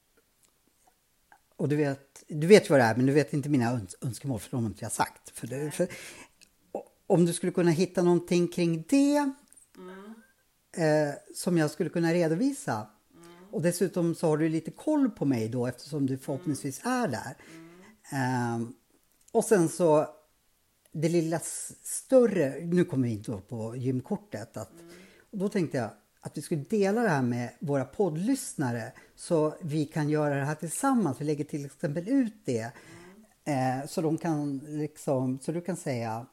och du vet, du vet vad det är, men du vet inte mina öns- önskemål, för de har inte jag sagt. För det, för, om du skulle kunna hitta någonting kring det mm. eh, som jag skulle kunna redovisa. Mm. Och dessutom så har du lite koll på mig då, eftersom du förhoppningsvis är där. Mm. Eh, och sen så det lilla större, nu kommer vi inte upp på gymkortet. Att, mm. och då tänkte jag att vi skulle dela det här med våra poddlyssnare, så vi kan göra det här tillsammans. Vi lägger till exempel ut det. Mm. Eh, så de kan liksom, så du kan säga,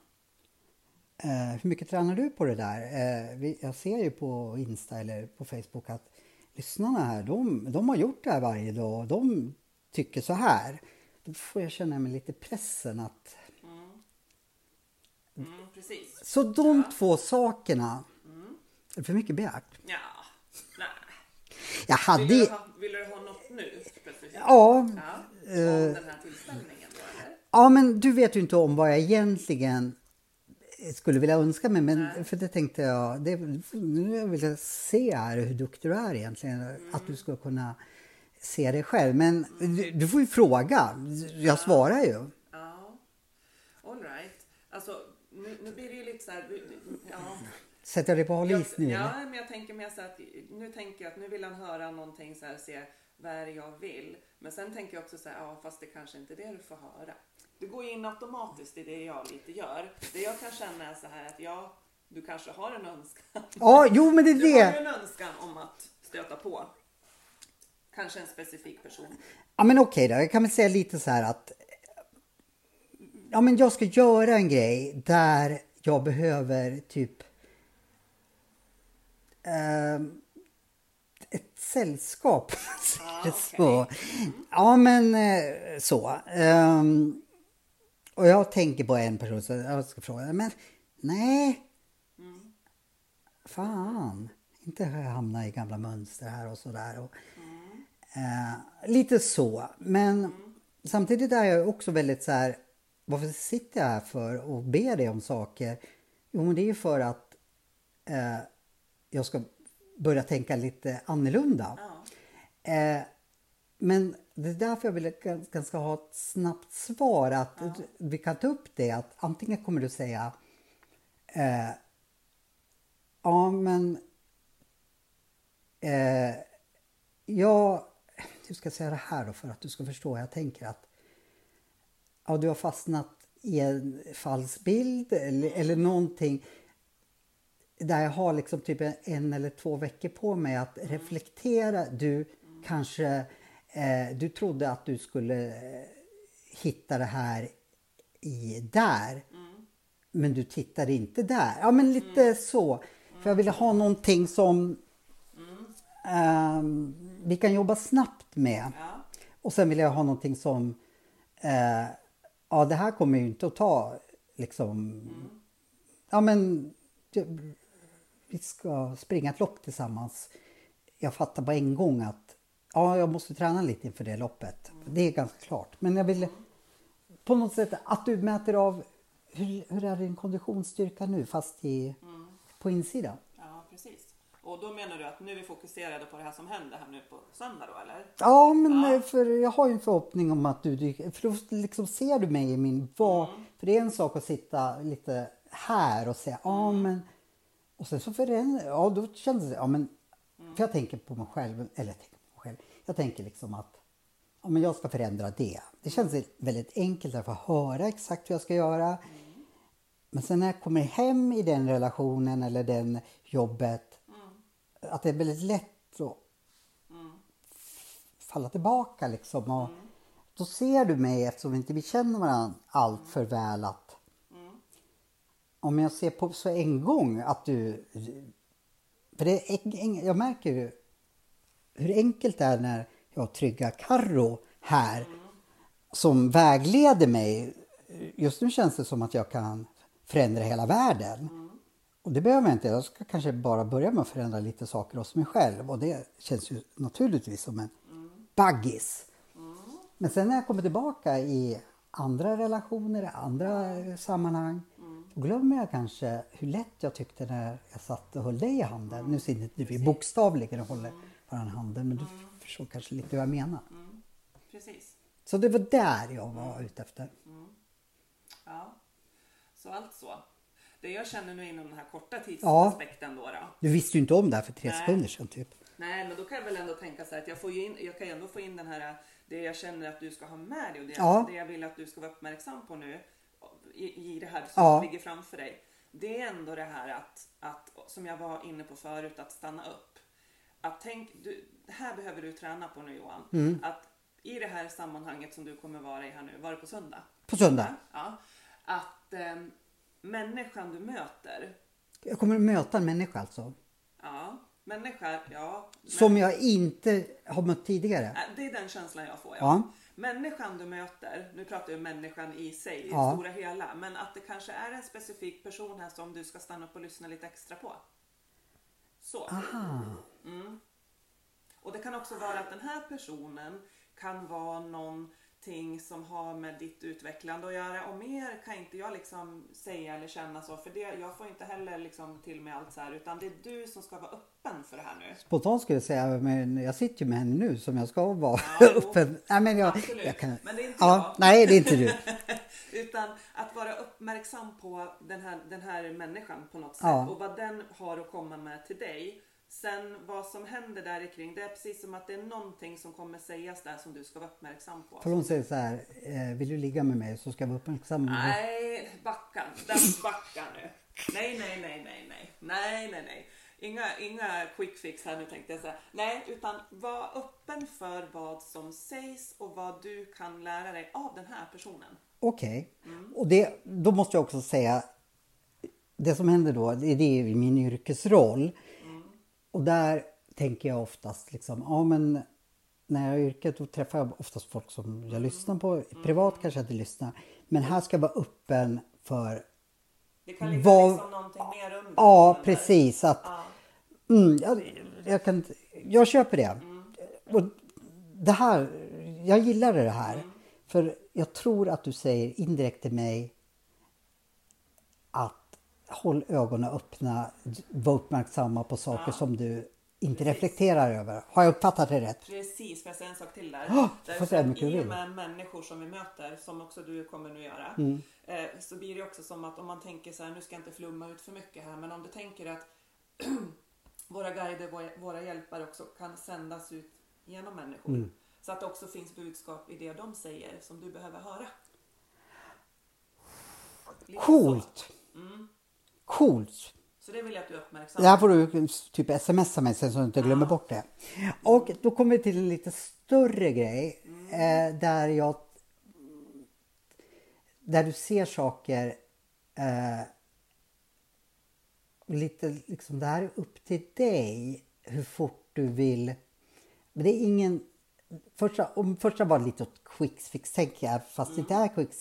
Uh, hur mycket tränar du på det där? Uh, vi, jag ser ju på Insta eller på Facebook att lyssnarna här, de, de har gjort det här varje dag. De tycker så här. Då får jag känna mig lite pressen att... Mm. Mm, precis. Så de ja. två sakerna... Mm. Är det för mycket begärt? Ja, nej. Jag hade... Vill du ha, vill du ha något nu? Specifikt? Ja. ja. Uh, om den här tillställningen då, eller? Ja, men du vet ju inte om vad jag egentligen... skulle vilja önska mig, men Nej. för det tänkte jag, det, nu vill jag se här hur duktig du är egentligen, mm. att du ska kunna se det själv, men mm. du, du får ju fråga, jag ja. svarar ju. Ja, all right. Alltså, nu, nu blir det ju lite så här, ja. Sätter jag dig på halis nu? Ja, men jag tänker mer så att, nu tänker jag att nu vill han höra någonting så här, se vad är det jag vill, men sen tänker jag också så här, ja fast det kanske inte är det du får höra. Du går in automatiskt i det jag lite gör. Det jag kan känna är så här att ja, du kanske har en önskan. Ja, jo men det är du det. Du har en önskan om att stöta på kanske en specifik person. Ja men okej då, jag kan väl säga lite så här att ja men jag ska göra en grej där jag behöver typ eh, ett sällskap. Ah, okay. Så. Ja men eh, så. Um, och jag tänker på en person så jag ska fråga, men nej. Mm. Fan, inte har jag hamnat i gamla mönster här och sådär. Och, mm. uh, lite så, men mm. samtidigt är jag också väldigt så här, varför sitter jag här för och ber dig om saker? Jo, men det är ju för att uh, jag ska börja tänka lite annorlunda. Ja. Uh, men det är därför jag vill ganska ha ett snabbt svar. Att ja. vi kan ta upp det. Att antingen kommer du säga. Eh, ja men. Eh, jag. Hur ska jag säga det här då för att du ska förstå. Jag tänker att. Ja du har fastnat i en falsk bild. Eller, eller någonting. Där jag har liksom typ en eller två veckor på mig att reflektera. Du mm. kanske. Eh, du trodde att du skulle eh, hitta det här i där. Mm. Men du tittade inte där. Ja men lite mm. så. För jag ville ha någonting som ehm, vi kan jobba snabbt med. Ja. Och sen vill jag ha någonting som, eh, ja det här kommer ju inte att ta liksom, Mm. ja men det, vi ska springa ett lopp tillsammans. Jag fattar på en gång att ja, jag måste träna lite inför det loppet. Mm. Det är ganska klart. Men jag vill på något sätt att du mäter av hur, hur är din konditionsstyrka nu fast i, Mm. på insidan. Ja, precis. Och då menar du att nu är vi fokuserade på det här som händer här nu på söndag då, eller? Ja, men Ja. för jag har ju en förhoppning om att du dyker, för då liksom ser du mig i min vad, Mm. för det är en sak att sitta lite här och säga, ja men, och sen så för den, ja då känns det, ja men, Mm. för jag tänker på mig själv, eller jag tänker på mig själv, jag tänker liksom att, ja men jag ska förändra det. Det känns väldigt enkelt att få höra exakt hur jag ska göra. Mm. Men sen när jag kommer hem i den relationen eller den jobbet, Mm. att det är väldigt lätt att Mm. falla tillbaka liksom. Och Mm. då ser du mig, eftersom inte vi känner varandra allt för väl, att Mm. om jag ser på så en gång att du, för det är, en- jag märker ju hur enkelt det är när jag tryggar Karro här som vägleder mig. Just nu känns det som att jag kan förändra hela världen. Mm. Och det behöver jag inte. Jag ska kanske bara börja med att förändra lite saker hos mig själv. Och det känns ju naturligtvis som en baggis. Mm. Men sen när jag kommer tillbaka i andra relationer, i andra sammanhang. Mm. Då glömmer jag kanske hur lätt jag tyckte när jag satt och höll dig i handen. Nu sitter inte vi bokstavligen och håller varandra i handen. Men du förstår kanske lite vad jag menar. Mm. Precis. Så det var där jag var ute efter. Ja. Så alltså. Det jag känner nu inom den här korta tidsaspekten då, då. Du visste ju inte om det här för tre Nej. sekunder sedan typ. Nej, men då kan jag väl ändå tänka så här att jag, får ju in, jag kan ju ändå få in den här, det jag känner att du ska ha med dig och det, Ja. det jag vill att du ska vara uppmärksam på nu i, i det här som Ja. ligger framför dig. Det är ändå det här att, att, som jag var inne på förut, att stanna upp. Att tänk, du, det här behöver du träna på nu Johan. Mm. Att i det här sammanhanget som du kommer vara i här nu, var det på söndag? På söndag. Ja. Att eh, människan du möter, Jag kommer att möta en människa alltså. ja, människa, ja. men- Som jag inte har mött tidigare. Äh, Det är den känslan jag får. Ja. Ja. Människan du möter, nu pratar jag om människan i sig, i Ja. det stora hela. Men att det kanske är en specifik person här som du ska stanna upp och lyssna lite extra på. Så. Aha. Mm. Och det kan också vara att den här personen kan vara någonting som har med ditt utvecklande att göra. Och mer kan inte jag liksom säga eller känna så. För det, jag får inte heller liksom till mig allt så här. Utan det är du som ska vara öppen för det här nu. Spontant skulle jag säga, men jag sitter ju med henne nu som jag ska vara Ja, jo. öppen. Nej, men jag, Absolut. jag kan, Men det är inte ja, jag. nej, det är inte du. Utan att vara uppmärksam på den här, den här människan på något sätt. Ja. Och vad den har att komma med till dig. Sen vad som händer där kring. Det är precis som att det är någonting som kommer sägas där som du ska vara uppmärksam på. För hon säger så här, eh, vill du ligga med mig så ska vi uppmärksamma. Nej, backa. Där backa nu. Nej, nej, nej, nej, nej. Nej, nej, nej. Inga, inga quick fix här nu tänkte jag säga. Nej, utan var öppen för vad som sägs och vad du kan lära dig av den här personen. Okej. Mm. Och det, då måste jag också säga, det som händer då, det är det i min yrkesroll. Mm. Och där tänker jag oftast liksom, ja men när jag har yrket då träffar jag oftast folk som jag lyssnar på. Privat kanske jag inte lyssnar. Men här ska jag vara öppen för, Det kan ligga Vad- liksom någonting mer under. ja den där. precis. Att, Ja. mm, jag, jag, kan, jag köper det. Och det här, jag gillar det här. För jag tror att du säger indirekt till mig att håll ögonen öppna, var uppmärksamma på saker Ja. som du inte Precis. reflekterar över. Har jag uppfattat det rätt? Precis, får jag säga en sak till där? Ja, Därför får säga att mycket du i och vill. med människor som vi möter, som också du kommer nu göra, Mm. eh, så blir det också som att om man tänker så här, nu ska jag inte flumma ut för mycket här, men om du tänker att våra guider, våra, våra hjälpare också kan sändas ut genom människor. Mm. Så att det också finns budskap i det de säger som du behöver höra. Lite Coolt! Så. Mm. Coolt! Så det vill jag att du Det uppmärksammar. här får du typ smsa mig sen så du inte glömmer bort det. Och då kommer vi till en lite större grej. Eh, där jag... Där du ser saker... Eh, lite liksom, det här är upp till dig. Hur fort du vill. Men det är ingen... Första, om första var lite åt quick fix, tänker jag. Fast det inte är quick...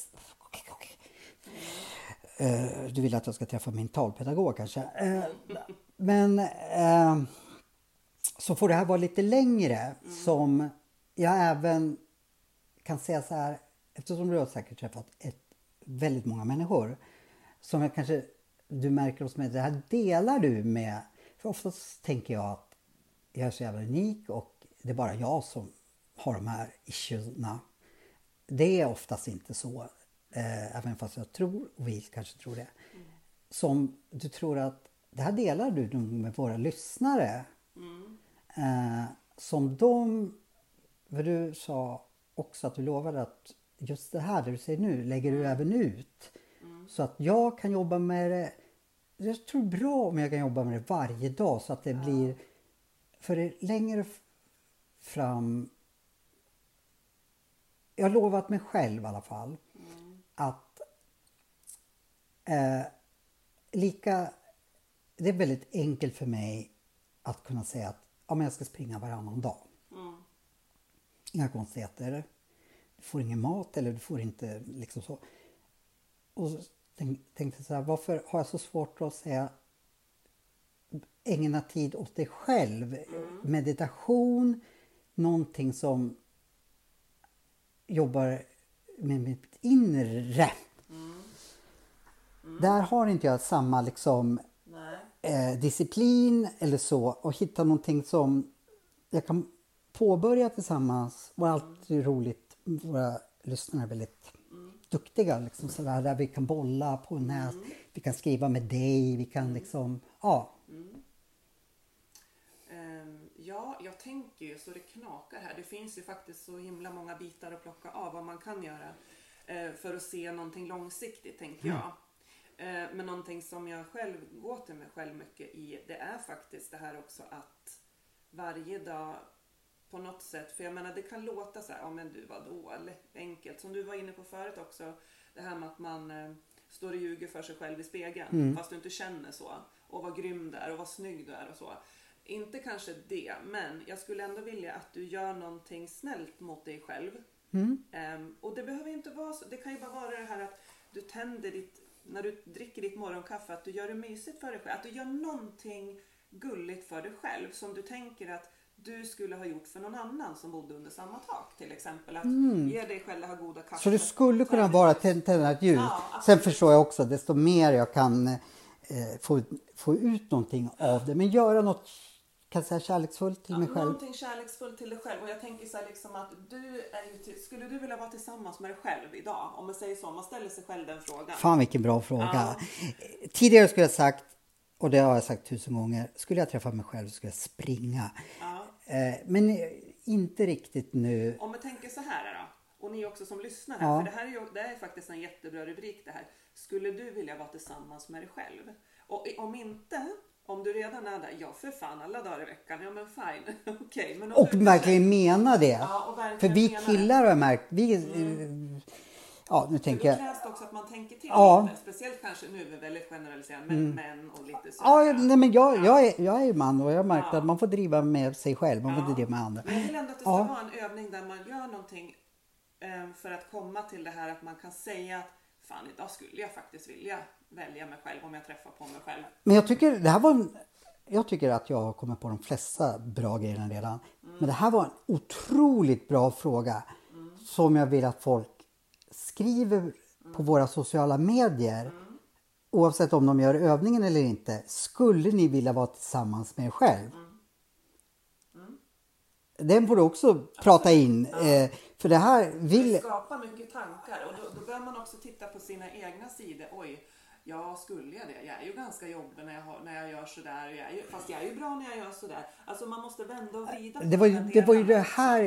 Uh, du vill att jag ska träffa min talpedagog kanske. Uh, men uh, så får det här vara lite längre. Mm. Som jag även kan säga så här. Eftersom du har säkert träffat ett, väldigt många människor. Som jag kanske, du märker hos mig. Det här delar du med. För oftast tänker jag att jag är så jävla unik. Och det är bara jag som har de här issuesna. Det är oftast inte så. Eh, även fast jag tror, och vi kanske tror det. Mm. Som du tror att det här delar du nog med våra lyssnare. Mm. Eh, som de, vad du sa också att du lovade att just det här det du säger nu lägger du även ut. Mm. Så att jag kan jobba med det. Jag tror bra om jag kan jobba med det varje dag så att det ja. blir, för det längre fram, jag har lovat mig själv i alla fall. Mm. Att eh, lika, det är väldigt enkelt för mig att kunna säga att ja, men jag ska springa varannan dag. Mm. Inga konstigheter. Du får ingen mat eller du får inte liksom så. Och så tänkte jag så här, varför har jag så svårt att säga ägna tid åt dig själv? Mm. Meditation, någonting som jobbar med mitt inre. Mm. Mm. Där har inte jag samma liksom eh, disciplin eller så. Och hitta någonting som jag kan påbörja tillsammans. Och allt är roligt. Våra lyssnare är väldigt mm. duktiga. Liksom, sådär, där vi kan bolla på nät. Mm. Vi kan skriva med dig. Vi kan liksom, ja. Mm. Um, ja, jag tänker ju så det knakar här. Det finns ju faktiskt så himla många bitar att plocka av vad man kan göra. Uh, för att se någonting långsiktigt, tänker mm. jag. Uh, men någonting som jag själv går till mig själv mycket i. Det är faktiskt det här också att varje dag på något sätt, för jag menar det kan låta så här, ja men du var dålig, enkelt. Som du var inne på förut också, det här med att man eh, står och ljuger för sig själv i spegeln. Mm. Fast du inte känner så. Och vad grym du är och vad snygg du är och så. Inte kanske det, men jag skulle ändå vilja att du gör någonting snällt mot dig själv. Mm. Um, och det behöver inte vara så, det kan ju bara vara det här att du tänder ditt, när du dricker ditt morgonkaffe, att du gör det mysigt för dig själv. Att du gör någonting gulligt för dig själv som du tänker att du skulle ha gjort för någon annan som bodde under samma tak, till exempel. Att mm. ge dig själv ha goda kaffe. Så det skulle kunna vara tända ett ljus. Ja, sen förstår jag också, desto mer jag kan eh, få, få ut någonting av det. Men göra något, kan jag säga, kärleksfullt till ja, mig själv. Någonting kärleksfullt till dig själv. Och jag tänker så här liksom att du är ju till, skulle du vilja vara tillsammans med dig själv idag? Om man säger så, man ställer sig själv den frågan. Fan vilken bra fråga. Ja. Tidigare skulle jag sagt, och det har jag sagt tusen gånger, skulle jag träffa mig själv så skulle jag springa. Ja. Men inte riktigt nu. Om man tänker så här då, och ni också som lyssnar, ja. För det här är ju, det är faktiskt en jättebra rubrik det här. Skulle du vilja vara tillsammans med dig själv? Och om inte, om du redan är där, ja för fan alla dagar i veckan, ja men fine, okej. Okay, och verkligen menar det. Ja, och verkligen för vi killar har märkt, vi... Mm. Ja, nu tänker jag. Det krävs också att man tänker till ja. lite. Speciellt kanske nu är vi väldigt generaliserade. Men mm. män och lite så. Ja, nej, men jag, jag, är, jag är man och jag har märkt ja. att man får driva med sig själv. Man ja. får driva med andra. Men jag vill ändå att det ska ja. vara en övning där man gör någonting um, för att komma till det här att man kan säga att fan, idag skulle jag faktiskt vilja välja mig själv om jag träffar på mig själv. Men jag tycker det här var en, jag tycker att jag har kommit på de flesta bra grejerna redan. Mm. Men det här var en otroligt bra fråga mm. som jag vill att folk skriver på våra sociala medier, mm. oavsett om de gör övningen eller inte. Skulle ni vilja vara tillsammans med er själv? Mm. Mm. Den får du också Absolut. prata in. Ja. Eh, för det här vill... Det skapar mycket tankar. Och då, då bör man också titta på sina egna sidor. Oj, ja skulle jag det? Jag är ju ganska jobbig när jag, har, när jag gör sådär. Jag är ju, fast jag är ju bra när jag gör sådär. Alltså man måste vända och vrida. Det var ju det, var ju det här...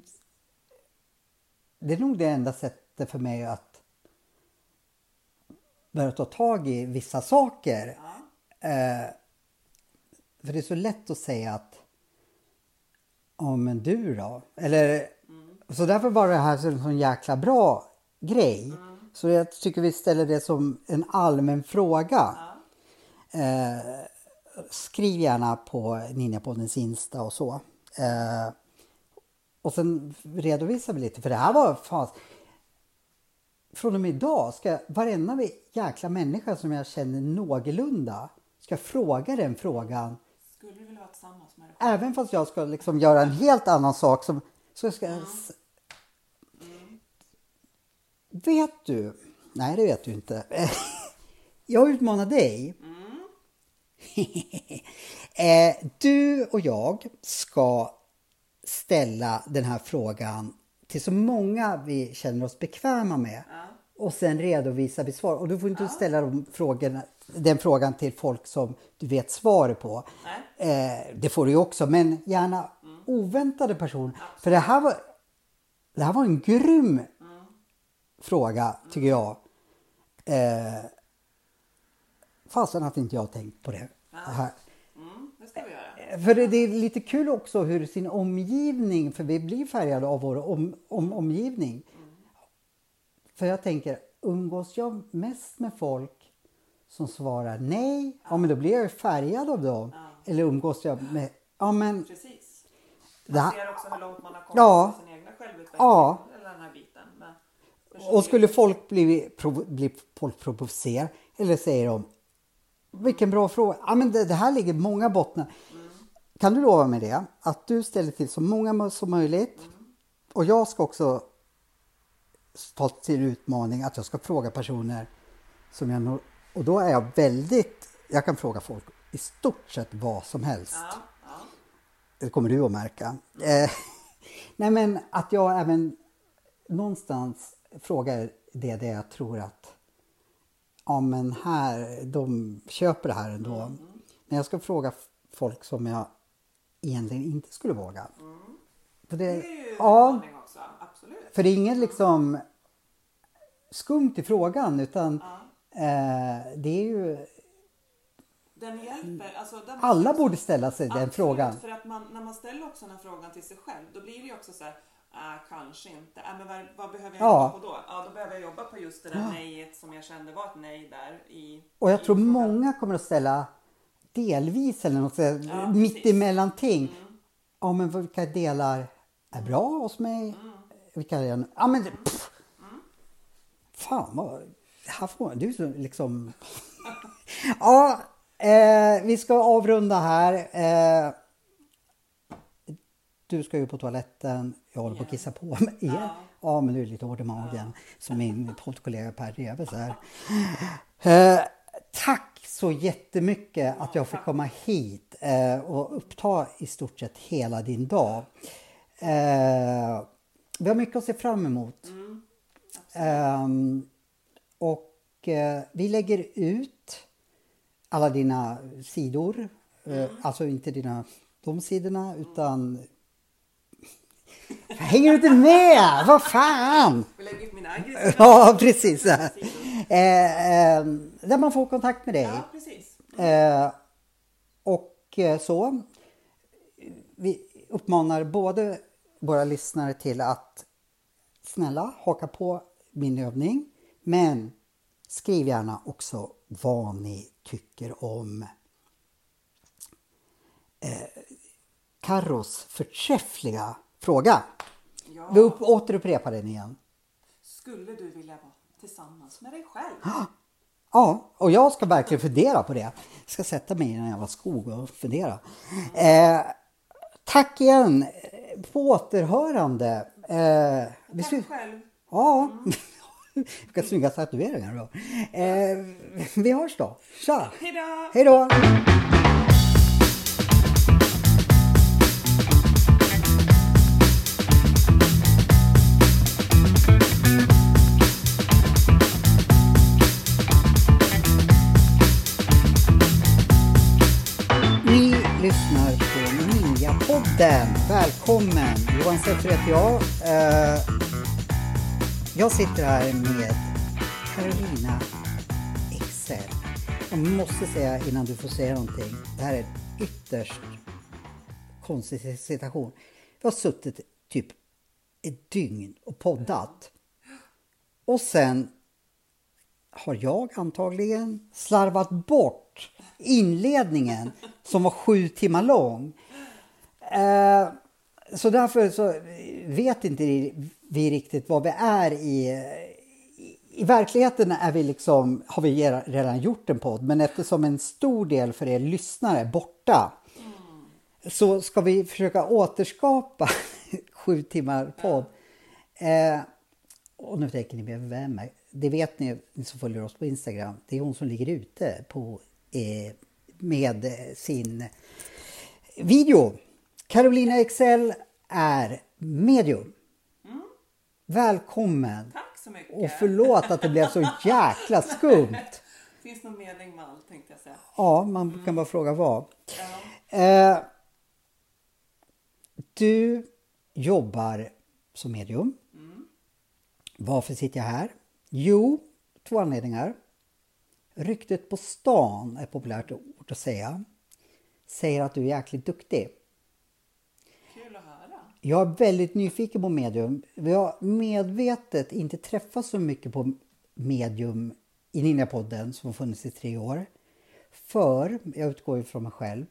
Det är nog det enda sättet för mig att börja ta tag i vissa saker. Ja. Eh, för det är så lätt att säga att ja men du då? Eller, mm. Så därför var det här en sån jäkla bra grej. Mm. Så jag tycker vi ställer det som en allmän fråga. Ja. Eh, skriv gärna på Ninjapoddens Insta och så. Eh, och sen redovisar vi lite. För det här var fan... Från och med idag ska varenda jäkla människa som jag känner någorlunda ska fråga den frågan. Skulle du vilja vara tillsammans med dig? Även fast jag ska liksom göra en helt annan sak som... Så ska jag... Mm. Vet du? Nej, det vet du inte. Jag utmanar dig. Mm. eh, du och jag ska ställa den här frågan till så många vi känner oss bekväma med. Ja. Och sen redovisar vi svar. Och du får inte ja. ställa de frågorna, den frågan till folk som du vet svaret på. Eh, det får du ju också. Men gärna mm. oväntade personer. Absolut. För det här var, det här var en grym mm. fråga tycker jag. Eh, Fasen att inte jag har tänkt på det. Ja. det här. Mm, det ska vi göra. För det, det är lite kul också hur sin omgivning, för vi blir färgade av vår om, om, omgivning. Mm. För jag tänker, umgås jag mest med folk som svarar nej, ja, ja men då blir jag färgad av dem. Ja. Eller umgås jag med, ja men... Precis. Man här, ser också hur långt man har kommit ja, med sin egna självutveckling. Ja. Eller den här biten. Men och skulle folk bli, bli folk provocerade eller säger de vilken bra fråga. Ja, men det, det här ligger många bottnar. Mm. Kan du lova mig det? Att du ställer till så många som möjligt. Mm. Och jag ska också ta till utmaning att jag ska fråga personer som jag når. Och då är jag väldigt... Jag kan fråga folk i stort sett vad som helst. Ja, ja. Det kommer du att märka. Eh, nej men att jag även någonstans frågar det där jag tror att ja men här, de köper det här ändå. Mm. Men jag ska fråga folk som jag egentligen inte skulle våga. Mm. För det, det är ju ja, också, absolut. För det är inget liksom skumt i frågan utan ja. eh, det är ju... Den hjälper. Alltså, den alla borde ställa sig den frågan. För att man, när man ställer också den här frågan till sig själv, då blir det ju också så här, äh, kanske inte. Äh, men vad, vad behöver jag ja. jobba på då? Ja, då behöver jag jobba på just det där ja. nejet som jag kände var ett nej där. I, och jag i tror frågan. Många kommer att ställa delvis eller något sådär, ja, mitt emellan ting. Mm. Ja, men vilka delar är bra hos mig? Mm. Vilka är... Ja, men... Pff. Mm. Fan, vad... Här får du så liksom... ja, eh, vi ska avrunda här. Eh, du ska ju på toaletten. Jag håller på att kissa på mig. Ja. ja, men du är lite hård i magen. Ja. Som min poddkollega Per Reves här. Eh, tack så jättemycket att jag fick komma hit eh, och uppta i stort sett hela din dag. Eh, vi har mycket att se fram emot. Mm. Eh, och eh, vi lägger ut alla dina sidor. Mm. Eh, alltså inte dina de sidorna utan... Hänger du inte med? Vad fan? Vi lägger ut mina aggressiva. Ja, precis. Eh, eh, där man får kontakt med dig. Ja, precis. Mm. Eh, och så. Vi uppmanar både våra lyssnare till att snälla haka på min övning. Men skriv gärna också vad ni tycker om eh, Carros förträffliga fråga. Ja. Vi upp, återupprepar den igen. Skulle du vilja vara tillsammans med dig själv? Ja, och jag ska verkligen fundera på det. Jag ska sätta mig i en jävla skog och fundera. Mm. Eh, tack igen. På återhörande. Eh, tack vi... själv. Ja. Mm. Vilka snygga tatueringar då. Eh, vi hörs då. Tja. Hejdå. Hejdå. Lyssnar på Ninjapodden. Välkommen! Johan Seffer heter jag. Uh, jag sitter här med Carolina Excel. Jag måste säga innan du får säga någonting. Det här är en ytterst konstig situation. Jag har suttit typ ett dygn och poddat. Och sen har jag antagligen slarvat bort inledningen som var sju timmar lång. Eh, så därför så vet inte vi riktigt vad vi är i. I, i verkligheten är vi liksom, har vi redan gjort en podd, men eftersom en stor del för er lyssnare är borta mm. så ska vi försöka återskapa sju timmar podd. Eh, och nu tänker ni, vem är? Det vet ni, ni som följer oss på Instagram. Det är hon som ligger ute på, eh, med sin video. Carolina Excel är medium. Mm. Välkommen. Tack så mycket. Och förlåt att det blev så jäkla skumt. Finns någon mening med allt, tänkte jag säga. Ja, man mm. kan bara fråga vad. Ja. Eh, du jobbar som medium. Mm. Varför sitter jag här? Jo, två anledningar. Ryktet på stan är populärt ord att säga. Säger att du är jäkligt duktig. Kul att höra. Jag är väldigt nyfiken på medium. Vi har medvetet inte träffat så mycket på medium i Ninja-podden som har funnits i tre år. För, jag utgår ifrån mig själv.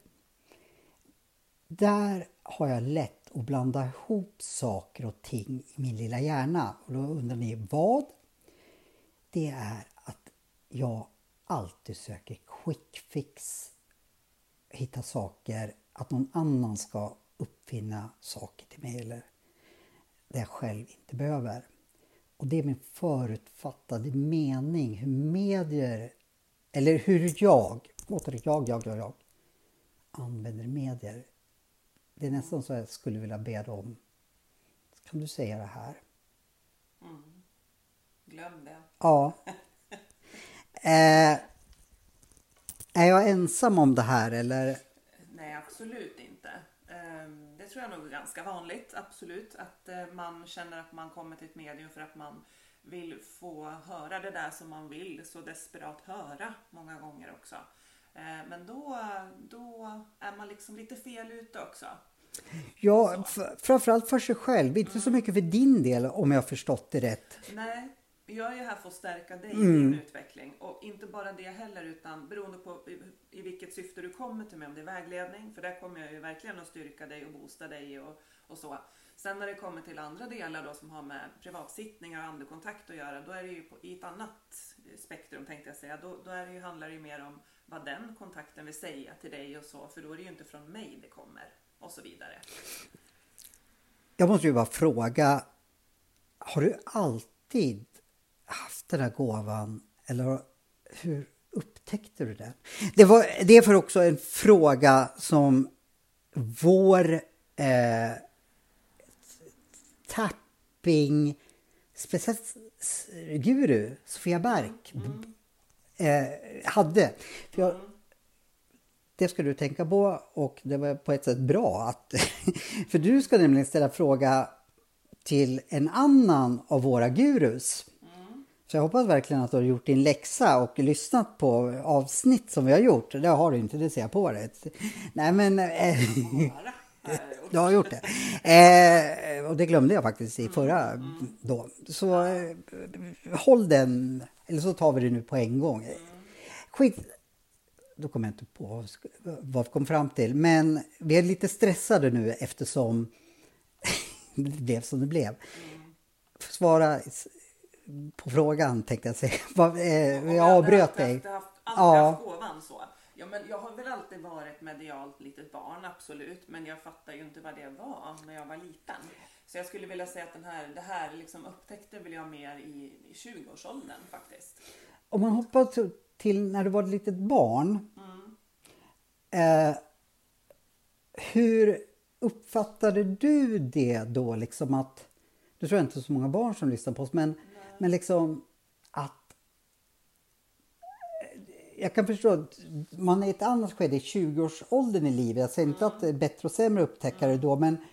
Där har jag lätt att blanda ihop saker och ting i min lilla hjärna. Och då undrar ni vad? Det är att jag alltid söker quick fix. Hitta saker, att någon annan ska uppfinna saker till mig eller det jag själv inte behöver. Och det är min förutfattade mening hur medier, eller hur jag, åter jag, jag, jag, jag använder medier. Det är nästan så jag skulle vilja be dig om. Kan du säga det här? Mm. Glöm det. Ja. eh, är jag ensam om det här eller? Nej, absolut inte. Det tror jag nog är ganska vanligt, absolut. Att man känner att man kommer till ett medium för att man vill få höra det där som man vill så desperat höra många gånger också. Men då, då är man liksom lite fel ute också. Ja, f- framförallt för sig själv. Inte mm. så mycket för din del om jag har förstått det rätt. Nej, jag är ju här för att stärka dig mm. i din utveckling. Och inte bara det heller utan beroende på i, i vilket syfte du kommer till mig. Om det är vägledning, för där kommer jag ju verkligen att styrka dig och boosta dig och, och så. Sen när det kommer till andra delar då som har med privatsittningar och andekontakt att göra. Då är det ju på, i ett annat spektrum tänkte jag säga. Då, då är det ju, handlar det ju mer om vad den kontakten vill säga till dig och så. För då är det ju inte från mig det kommer. Och så vidare. Jag måste ju bara fråga. Har du alltid haft den här gåvan? Eller hur upptäckte du det? Det, var, det är för också en fråga som vår eh, tapping specialistguru Sofia Berk mm. eh, hade. För jag, det ska du tänka på och det var på ett sätt bra att för du ska nämligen ställa fråga till en annan av våra gurus. Mm. Så jag hoppas verkligen att du har gjort din läxa och lyssnat på avsnitt som vi har gjort. Det har du inte, det ser jag på det. Nej men eh, jag har gjort det. Eh, och det glömde jag faktiskt i förra mm. då. Så eh, håll den, eller så tar vi det nu på en gång. Skit. Då kommer jag inte på vad vi kom fram till. Men vi är lite stressade nu eftersom det blev som det blev. Mm. Svara på frågan tänkte jag säga. Jag avbröt dig. Jag har alltid haft gåvan så. Ja, men jag har väl alltid varit medialt litet barn, absolut. Men jag fattar ju inte vad det var när jag var liten. Så jag skulle vilja säga att den här, det här liksom upptäckte väl jag mer i, i tjugoårsåldern faktiskt. Om man hoppar till när du var ett litet barn. Mm. Eh, hur uppfattade du det då? Liksom att, du tror inte så många barn som lyssnar på oss. Men, men liksom att jag kan förstå att man är i ett annat skede i tjugoårsåldern i livet. Jag säger mm. inte att det är bättre och sämre upptäckare mm. då. Men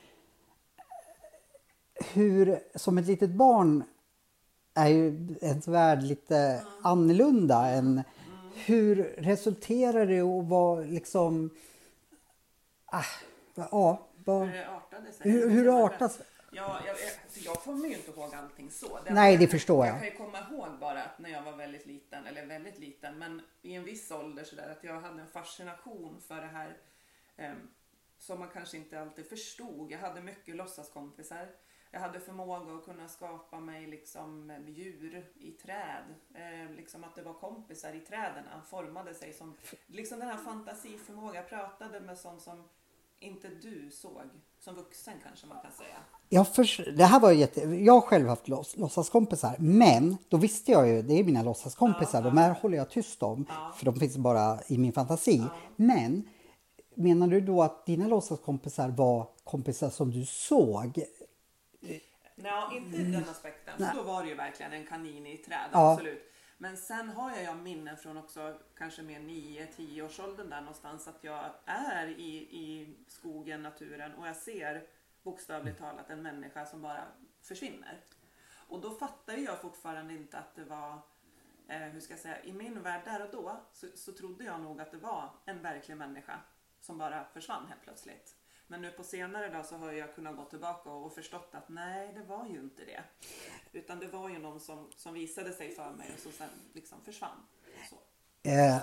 hur, som ett litet barn är ju ens värld lite mm. annorlunda än mm. hur resulterar det och vad liksom ah, ja, vad, hur det artade sig. Hur, hur det artas? Ja, jag, jag, jag kommer ju inte ihåg allting så. Det Nej, det jag, förstår jag. Jag kan ju komma ihåg bara att när jag var väldigt liten, eller väldigt liten, men i en viss ålder sådär, att jag hade en fascination för det här eh, som man kanske inte alltid förstod. Jag hade mycket låtsaskompisar. Jag hade förmåga att kunna skapa mig liksom djur i träd. Eh, liksom att det var kompisar i träden. Formade sig som liksom den här fantasiförmågan. Jag pratade med sånt som inte du såg. Som vuxen kanske man kan säga. Jag, för, det här var jätte, jag har själv haft låts, låtsaskompisar. Men då visste jag ju, det är mina låtsaskompisar. Ja, de här håller jag tyst om. Ja. För de finns bara i min fantasi. Ja. Men menar du då att dina låtsaskompisar var kompisar som du såg? Nej, inte i den aspekten. För då var det ju verkligen en kanin i träd, Ja. absolut. Men sen har jag ju minnen från också kanske mer nio tio års åldern där någonstans. Att jag är i, i skogen, naturen och jag ser bokstavligt talat en människa som bara försvinner. Och då fattar jag fortfarande inte att det var, eh, hur ska jag säga, i min värld där och då så, så trodde jag nog att det var en verklig människa som bara försvann helt plötsligt. Men nu på senare dag så har jag kunnat gå tillbaka och förstått att nej, det var ju inte det. Utan det var ju någon som, som visade sig för mig och så sen liksom försvann. Så. Eh,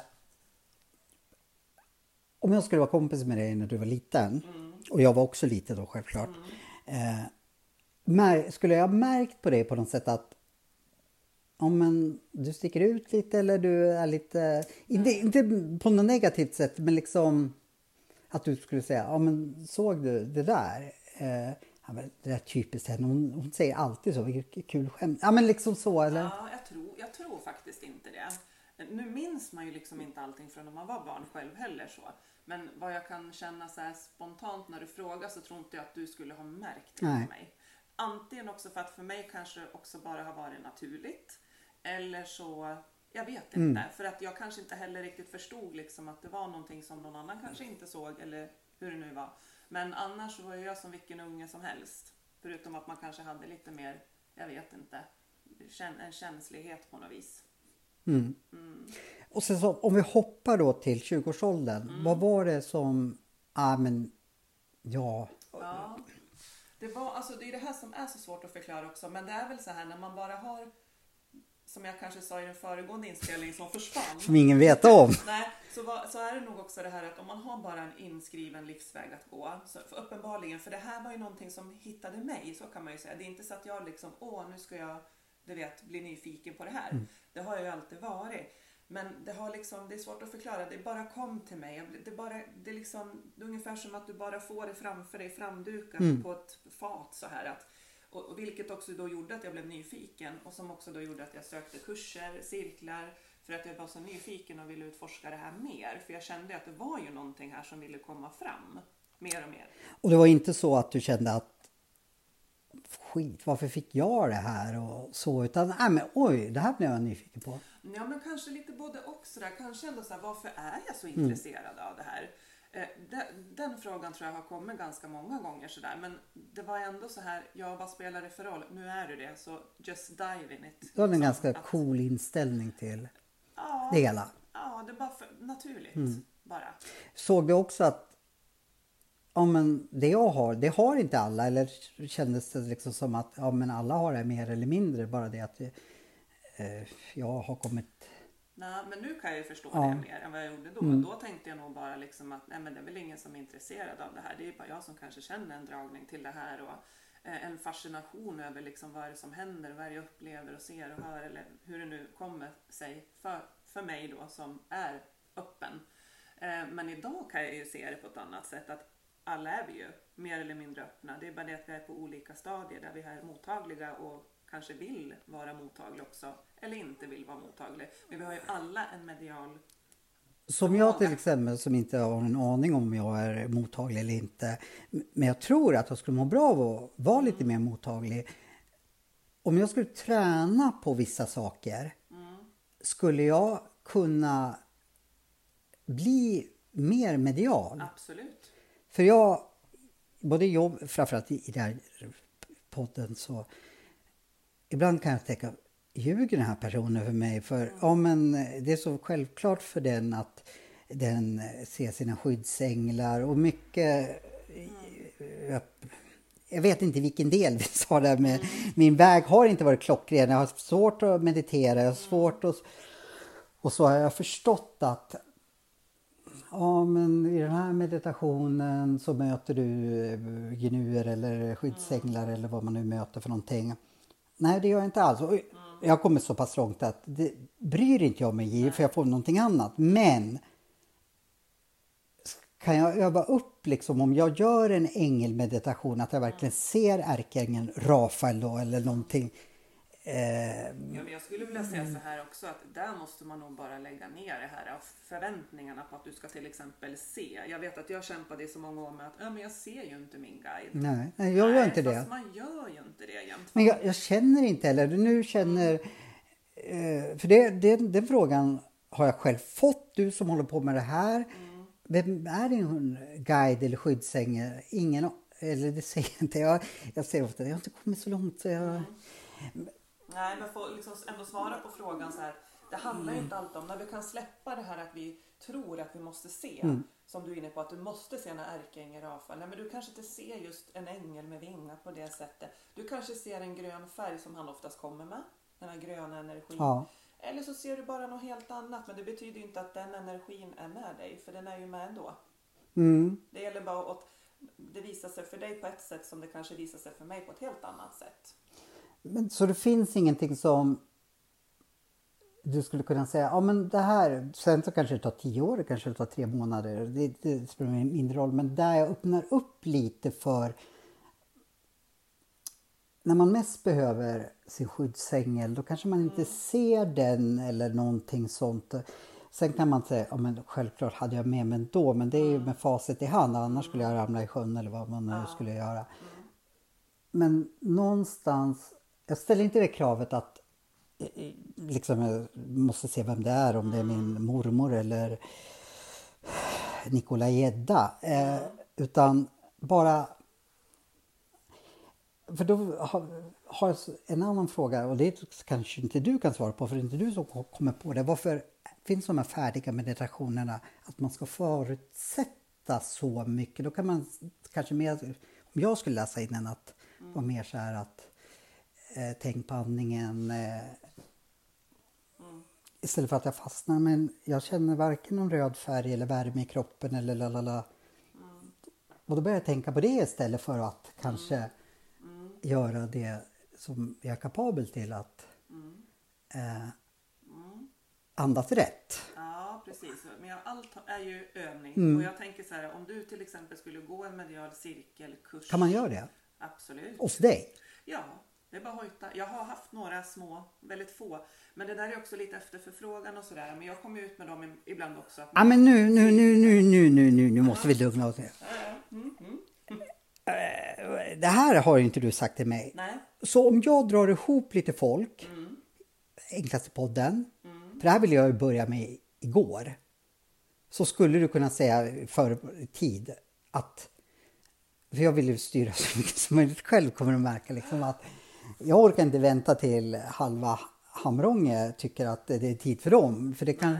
om jag skulle vara kompis med dig när du var liten, Mm. och jag var också liten då självklart. Mm. Eh, mär, skulle jag ha märkt på det på något sätt att om men, du sticker ut lite eller du är lite, inte, inte på något negativt sätt men liksom att du skulle säga, ja men såg du det där? Eh, ja, men det är typiskt henne, hon, hon säger alltid så, vilket kul skämt. Ja men liksom så eller? Ja, jag tror, jag tror faktiskt inte det. Nu minns man ju liksom inte allting från när man var barn själv heller så. Men vad jag kan känna så här spontant när du frågar så tror inte jag att du skulle ha märkt det Nej. på mig. Antingen också för att för mig kanske också bara har varit naturligt. Eller så, jag vet inte. Mm. För att jag kanske inte heller riktigt förstod liksom att det var någonting som någon annan kanske inte såg. Eller hur det nu var. Men annars så var jag som vilken unge som helst. Förutom att man kanske hade lite mer, jag vet inte, en känslighet på något vis. Mm. Mm. Och sen så, om vi hoppar då till tjugoårsåldern, Mm. vad var det som, ja men, ja. Ja, det var, alltså det är det här som är så svårt att förklara också. Men det är väl så här när man bara har, som jag kanske sa i den föregående inspelningen som försvann. Som ingen vet om. Nej, så, var, så är det nog också det här att om man har bara en inskriven livsväg att gå. Så för uppenbarligen, för det här var ju någonting som hittade mig, så kan man ju säga. Det är inte så att jag liksom, åh nu ska jag, du vet, bli nyfiken på det här. Mm. Det har jag ju alltid varit. Men det har liksom, det är svårt att förklara. Det bara kom till mig. Det, bara, det, är liksom, det är ungefär som att du bara får det framför dig, framdukat Mm. på ett fat så här. Att, och, och vilket också då gjorde att jag blev nyfiken. Och som också då gjorde att jag sökte kurser, cirklar. För att jag var så nyfiken och ville utforska det här mer. För jag kände att det var ju någonting här som ville komma fram. Mer och mer. Och det var inte så att du kände att skit, varför fick jag det här och så, utan nej men oj, det här blev jag nyfiken på. Ja, men kanske lite både och sådär. Kanske ändå så här, varför är jag så intresserad av det här? Eh, den, den frågan tror jag har kommit ganska många gånger sådär. Men det var ändå så här, ja vad spelar det för roll? Nu är du det, så just dive in it. Du hade en Liksom, ganska att- cool inställning till Ja, det hela. ja, det är bara för, naturligt bara. Såg du också att ja, men det jag har, det har inte alla, eller kändes det liksom som att ja, men alla har det mer eller mindre, bara det att eh, jag har kommit. Nej, men nu kan jag ju förstå Ja. det mer än vad jag gjorde då. Mm. Då tänkte jag nog bara liksom att nej, men det är väl ingen som är intresserad av det här. Det är bara jag som kanske känner en dragning till det här och eh, en fascination över liksom vad är det som händer, vad är det jag upplever och ser och hör eller hur det nu kommer sig för, för mig då som är öppen. Eh, men idag kan jag ju se det på ett annat sätt att alla är vi ju mer eller mindre öppna. Det är bara det att vi är på olika stadier där vi är mottagliga och kanske vill vara mottagliga också. Eller inte vill vara mottagliga. Men vi har ju alla en medial. Som jag till exempel som inte har en aning om jag är mottaglig eller inte. Men jag tror att jag skulle må bra av att vara lite mer mottaglig. Om jag skulle träna på vissa saker Mm. skulle jag kunna bli mer medial. Absolut. För jag, både jobb, framförallt i, i den här podden så ibland kan jag tänka, ljuger den här personen för mig? För mm. ja, men det är så självklart för den att den ser sina skyddsänglar och mycket mm. jag, jag vet inte vilken del vi sa där med, mm. min väg har inte varit klockren. Jag har svårt att meditera, jag har svårt att, och så har jag förstått att ja, men i den här meditationen så möter du gnuer eller skyddsänglar mm. eller vad man nu möter för någonting. Nej, det gör jag inte alls. Och jag har kommit så pass långt att det bryr inte jag mig i, för jag får någonting annat. Men kan jag öva upp liksom, om jag gör en ängelmeditation, att jag verkligen ser ärkeängeln Rafael då, eller någonting. Eh, ja, men jag skulle vilja säga så här också, att där måste man nog bara lägga ner det här av förväntningarna på att du ska till exempel se. Jag vet att jag kämpade i så många år med att ja, men jag ser ju inte min guide. Nej, nej jag gör nej, inte det. Man gör ju inte det egentligen. Men jag, jag känner inte heller, nu känner, eh, för det, det, den frågan har jag själv fått, du som håller på med det här. Mm. Vem är din guide eller skyddsängel? Ingen, eller det säger jag inte. Jag, jag säger ofta, jag har inte kommit så långt så jag... Mm. Nej, men får liksom ändå svara på frågan så här. Det handlar ju inte alltid om när vi kan släppa det här att vi tror att vi måste se. Mm. Som du är inne på, att du måste se när ärkeängeln Rafael. Nej, men du kanske inte ser just en ängel med vingar på det sättet. Du kanske ser en grön färg som han oftast kommer med. Den här gröna energin. Ja. Eller så ser du bara något helt annat. Men det betyder ju inte att den energin är med dig. För den är ju med ändå. Mm. Det gäller bara att det visar sig för dig på ett sätt som det kanske visar sig för mig på ett helt annat sätt. Men, så det finns ingenting som du skulle kunna säga, ja men det här, sen så kanske det tar tio år, det kanske det tar tre månader, det, det spelar mindre roll, men där jag öppnar upp lite för när man mest behöver sin skyddsängel, då kanske man inte mm. ser den eller någonting sånt. Sen kan man säga, ja men självklart hade jag med mig då, men det är ju med facit i hand, annars skulle jag ramla i sjön eller vad man nu mm. skulle göra. Mm. Men någonstans, jag ställer inte det kravet att liksom jag måste se vem det är, om det är min mormor eller Nikola Gedda, eh, utan bara, för då har, har jag en annan fråga, och det kanske inte du kan svara på, för det är inte du som kommer på det. Varför finns de här färdiga meditationerna att man ska förutsätta så mycket? Då kan man kanske mer, om jag skulle läsa in en, att mm. vara mer så här att eh, tänk på andningen eh, mm. istället för att jag fastnar, men jag känner varken någon röd färg eller värme i kroppen eller lalala. Mm. Och då börjar jag tänka på det istället för att kanske mm. Mm. göra det som jag är kapabel till, att mm. eh, mm. andas rätt. Ja, precis. Men allt är ju övning. Mm. Och jag tänker så här, om du till exempel skulle gå en medial cirkelkurs. Kan man göra det? Absolut. Hos dig? Ja, det är bara att hojta. Jag har haft några små, väldigt få. Men det där är också lite efter förfrågan och sådär. Men jag kommer ut med dem ibland också. Ja, men nu, nu, nu, nu, nu, nu, nu, nu måste vi lugna oss. Mm, mm, mm. Det här har ju inte du sagt till mig. Nej. Så om jag drar ihop lite folk, mm. enklaste podden, mm. för det här vill jag ju börja med igår, så skulle du kunna säga för tid att, för jag vill ju styra så mycket som möjligt själv, kommer att märka liksom att jag orkar inte vänta till halva Hamrånge tycker att det är tid för dem, för det kan,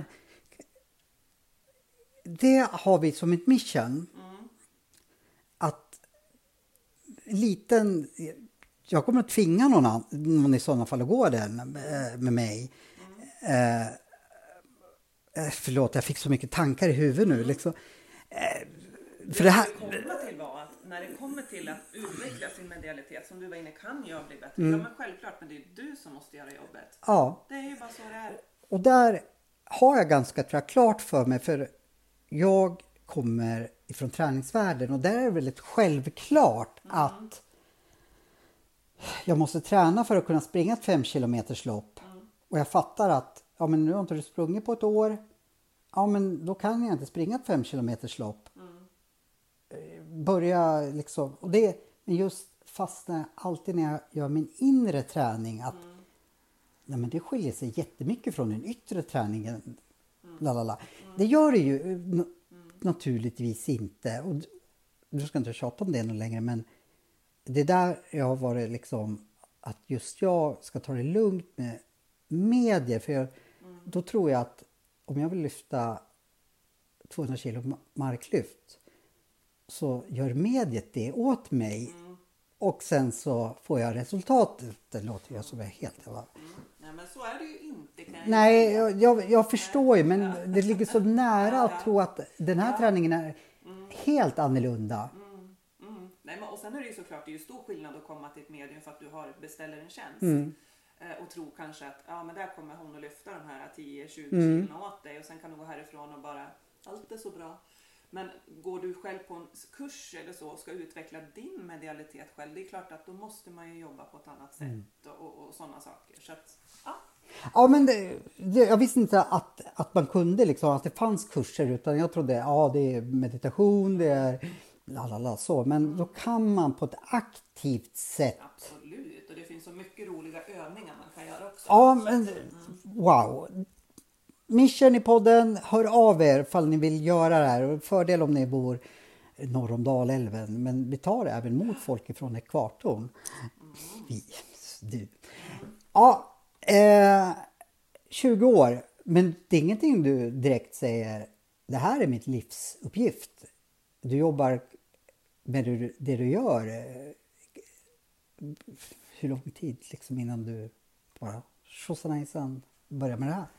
det har vi som ett mission, mm. att liten, jag kommer att tvinga någon, annan, någon i sådana fall att gå den med mig. Mm. Eh, förlåt, jag fick så mycket tankar i huvudet nu. Liksom. Eh, för det här... Till var att när det kommer till att utveckla sin medialitet, som du var inne, kan jag bli bättre. Mm. Ja, men självklart, men det är du som måste göra jobbet. Ja. Det är ju bara så det är. Och där har jag ganska tror jag, klart för mig, för jag kommer ifrån träningsvärlden, och där är det väldigt självklart mm. att jag måste träna för att kunna springa ett fem kilometers lopp. Mm. Och jag fattar att ja, men nu har inte du sprungit på ett år. Ja, men då kan jag inte springa ett fem kilometers lopp. Mm. Börja liksom, och det just fastnar alltid när jag gör min inre träning att mm. nej, men det skiljer sig jättemycket från den yttre träningen. Mm. Lalala. Mm. Det gör det ju mm. naturligtvis inte. Och du ska inte tjata om det någon längre, men det där jag har varit liksom att just jag ska ta det lugnt med medier, för jag, mm. då tror jag att om jag vill lyfta tvåhundra kilo marklyft så gör mediet det åt mig. Mm. och sen så får jag resultatet. Det låter ju som är helt jävla... Mm. Nej, men så är det ju inte. Kan jag Nej, jag, jag, jag förstår ju, men ja. Det ligger så nära ja, ja. Att tro att den här ja. Träningen är mm. helt annorlunda. Mm. Mm. Nej, men, och sen är det ju såklart, det är ju stor skillnad att komma till ett medium för att du har beställer en tjänst. Mm. Och tro kanske att ja, men där kommer hon att lyfta de här tio tjugo mm. kilona åt dig och sen kan du gå härifrån och bara allt är så bra. Men går du själv på en kurs eller så och ska utveckla din medialitet själv, det är klart att då måste man ju jobba på ett annat sätt mm. och, och sådana saker. Så att, ja. Ja, men det, det, jag visste inte att, att man kunde liksom, att det fanns kurser, utan jag trodde ja det är meditation, det är lalala så, men då kan man på ett aktivt sätt. Absolut, och det finns så mycket roliga övningar man kan göra också. Ja, men wow. Mission i podden, hör av er ifall ni vill göra det här. Fördel om ni bor norr om Dalälven, men vi tar det även mot folk från ekvatorn. Vi, du. Ja, eh, tjugo år, men det är ingenting du direkt säger, det här är mitt livsuppgift. Du jobbar med det, det du gör. Hur lång tid liksom innan du bara tjosanajsan börjar med det här?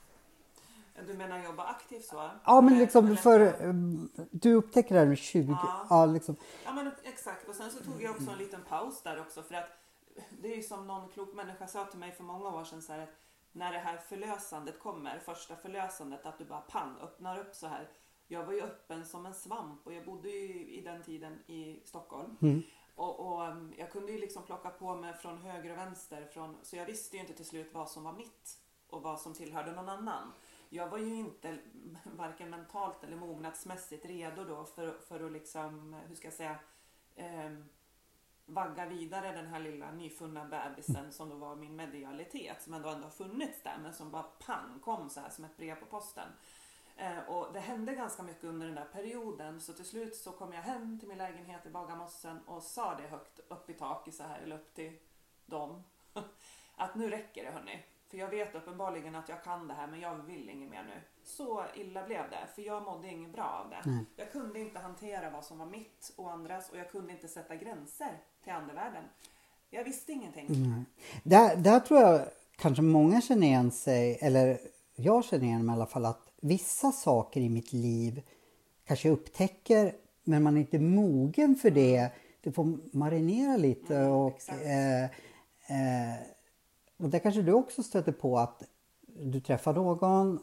Du menar jobba aktivt så? Ja, men liksom för du upptäcker det här med tjugo. Ja. Ja, liksom. Ja, men exakt. Och sen så tog jag också en liten paus där också, för att det är ju som någon klok människa sa till mig för många år sedan så här, att när det här förlösandet kommer, första förlösandet, att du bara pang öppnar upp så här. Jag var ju öppen som en svamp och jag bodde ju i den tiden i Stockholm. Mm. Och, och jag kunde ju liksom plocka på mig från höger och vänster. Från, så jag visste ju inte till slut vad som var mitt och vad som tillhörde någon annan. Jag var ju inte varken mentalt eller mognadsmässigt redo då för, för att liksom, hur ska jag säga, eh, vagga vidare den här lilla nyfunna bebisen som då var min medialitet, som ändå ändå har funnits där, men som bara pang kom så här som ett brev på posten. Eh, och det hände ganska mycket under den där perioden, så till slut så kom jag hem till min lägenhet i Bagarmossen och sa det högt upp i taket så här, eller upp till dem, att nu räcker det hörni. För jag vet uppenbarligen att jag kan det här, men jag vill inget mer nu. Så illa blev det, för jag mådde inget bra av det. Mm. Jag kunde inte hantera vad som var mitt och andras, och jag kunde inte sätta gränser till andevärlden. Jag visste ingenting. Mm. Där, där tror jag kanske många känner igen sig, eller jag känner igen mig i alla fall, att vissa saker i mitt liv kanske jag upptäcker, men man är inte mogen för det. Du får marinera lite. Mm, och eh, eh, Och där kanske du också stöter på att du träffar någon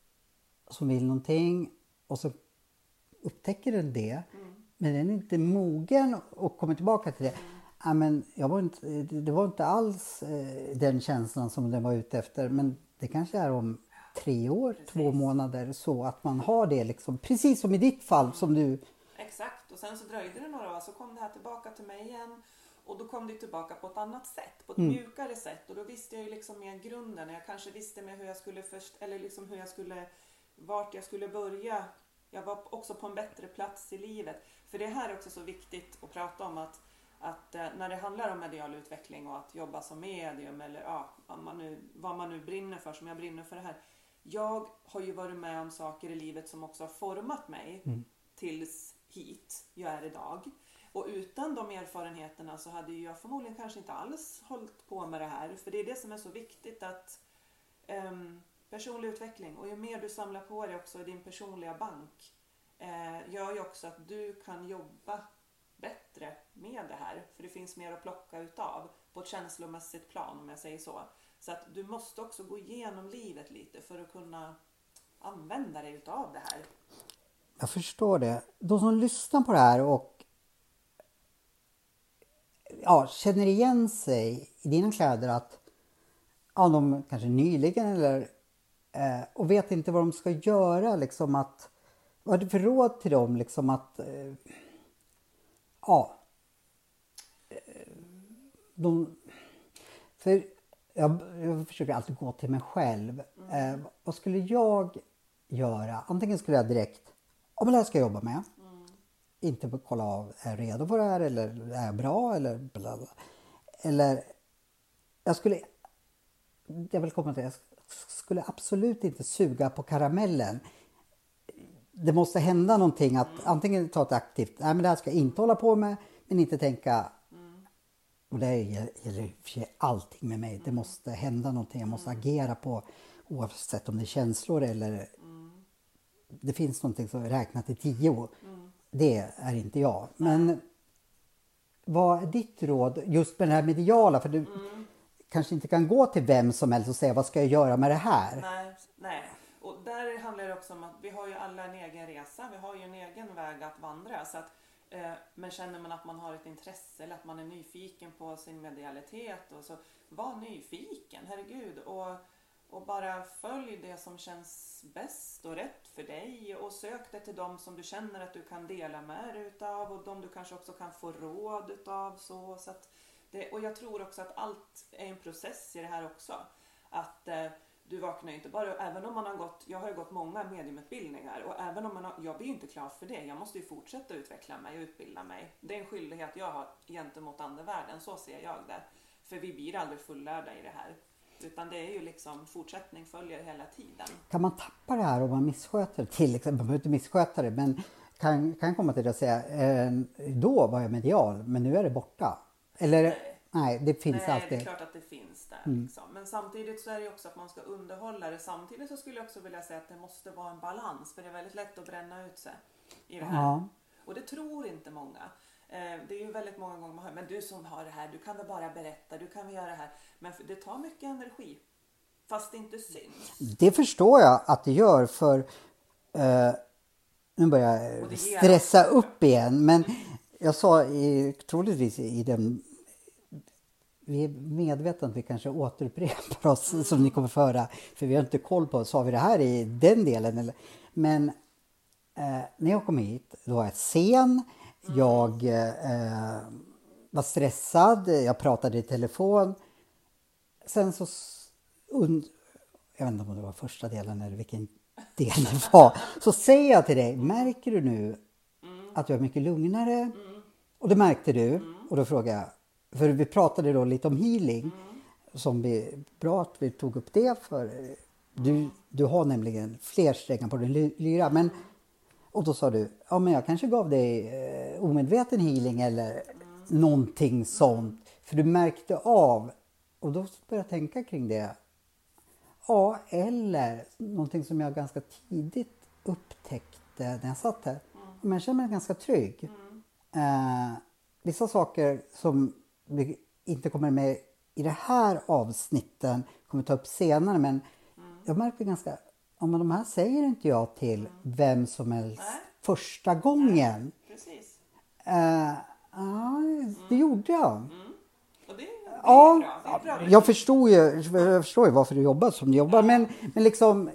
som vill någonting och så upptäcker den det. Mm. Men den är inte mogen och kommer tillbaka till det. Mm. Ja, men jag var inte, det var inte alls eh, den känslan som den var ute efter. Men det kanske är om tre år, precis. Två månader, så att man har det liksom. Precis som i ditt fall som du... Exakt, och sen så dröjde det några år, så kom det här tillbaka till mig igen. Och då kom det tillbaka på ett annat sätt, på ett mm. mjukare sätt. Och då visste jag ju liksom mer grunden. Jag kanske visste mer hur jag skulle först, eller liksom hur jag skulle, vart jag skulle börja. Jag var också på en bättre plats i livet. För det här är också så viktigt att prata om, att, att när det handlar om medial utveckling och att jobba som medium, eller ja, vad man nu, vad man nu brinner för, som jag brinner för det här. Jag har ju varit med om saker i livet som också har format mig mm. tills hit jag är idag. Och utan de erfarenheterna så hade jag förmodligen kanske inte alls hållit på med det här. För det är det som är så viktigt, att um, personlig utveckling, och ju mer du samlar på dig också i din personliga bank, eh, gör ju också att du kan jobba bättre med det här. För det finns mer att plocka utav på ett känslomässigt plan, om jag säger så. Så att du måste också gå igenom livet lite för att kunna använda dig utav det här. Jag förstår det. De som lyssnar på det här och ja, känner igen sig i dina kläder, att ja, de kanske nyligen eller eh, och vet inte vad de ska göra, liksom, att vad är det för råd till dem, liksom, att eh, ja eh, de, för jag, jag försöker alltid gå till mig själv. Eh, vad skulle jag göra? Antingen skulle jag direkt, ja men det här ska jag jobba med. Inte kolla av, är jag redo för det här, eller är jag bra, eller bla bla. Eller jag skulle, jag vill komma till, jag skulle absolut inte suga på karamellen. Det måste hända någonting, att antingen ta ett aktivt, nej men det här ska jag inte hålla på med, men inte tänka, Och det gäller ju för sig allting med mig. Det måste hända någonting. Jag måste agera på, oavsett om det är känslor eller... Mm. Det finns någonting som räknar till tio. Mm. Det är inte jag. Men vad är ditt råd just med det här mediala? För du mm. kanske inte kan gå till vem som helst och säga vad ska jag göra med det här? Nej, nej. Och där handlar det också om att vi har ju alla en egen resa. Vi har ju en egen väg att vandra. Så att, eh, men känner man att man har ett intresse eller att man är nyfiken på sin medialitet. Och så, var nyfiken, herregud. Och, och bara följ det som känns bäst och rätt för dig. Och sök det till dem som du känner att du kan dela med dig utav. Och de du kanske också kan få råd utav. Så, så att det, och jag tror också att allt är en process i det här också. Att... Eh, Du vaknar inte bara, även om man har gått, jag har ju gått många mediumutbildningar och även om man har, jag blir inte klar för det. Jag måste ju fortsätta utveckla mig och utbilda mig. Det är en skyldighet jag har gentemot andevärlden, så ser jag det. För vi blir aldrig fullärda i det här. Utan det är ju liksom, fortsättning följer hela tiden. Kan man tappa det här om man missköter det? Till exempel, man behöver inte missköta det, men kan, kan komma till det och säga, eh, då var jag medial, men nu är det borta. Eller... Nej. Nej, det finns Nej, alltid. det är klart att det finns där. Mm. Liksom. Men samtidigt så är det också att man ska underhålla det. Samtidigt så skulle jag också vilja säga att det måste vara en balans. För det är väldigt lätt att bränna ut sig i det här. Ja. Och det tror inte många. Eh, det är ju väldigt många gånger man hör, men du som har det här, du kan väl bara berätta, du kan väl göra det här. Men det tar mycket energi. Fast det inte syns. Det förstår jag att det gör, för eh, nu börjar jag stressa upp igen. Men jag sa i, troligtvis i den... Vi är medvetna att vi kanske återupprepar oss mm. som ni kommer föra. För vi har inte koll på, sa vi det här i den delen? Eller? Men eh, när jag kom hit, då var jag sen. Mm. Jag eh, var stressad. Jag pratade i telefon. Sen så... Und, jag vet inte om det var första delen eller vilken del det var. Så säger jag till dig, märker du nu mm. att du är mycket lugnare? Mm. Och det märkte du. Mm. Och då frågade jag. För vi pratade då lite om healing. Mm. Som vi, bra att vi tog upp det. För du, du har nämligen fler strängar på din lyra. Men, och då sa du, ja men jag kanske gav dig eh, omedveten healing. Eller mm. någonting sånt. För du märkte av. Och då började jag tänka kring det. Ja, eller någonting som jag ganska tidigt upptäckte när jag satt här. Mm. Men jag känner mig ganska trygg. Mm. Eh, vissa saker som... vi inte kommer med i det här avsnitten, kommer ta upp senare, men mm. jag märker ganska, om de här säger inte jag till mm. vem som helst Nej. första gången. Nej, precis. Uh, ja, det mm. gjorde jag. Mm. Och det, det ja, är bra. Det är bra. Jag förstår ju, jag förstår ju varför du jobbar som du jobbar, ja. men, men liksom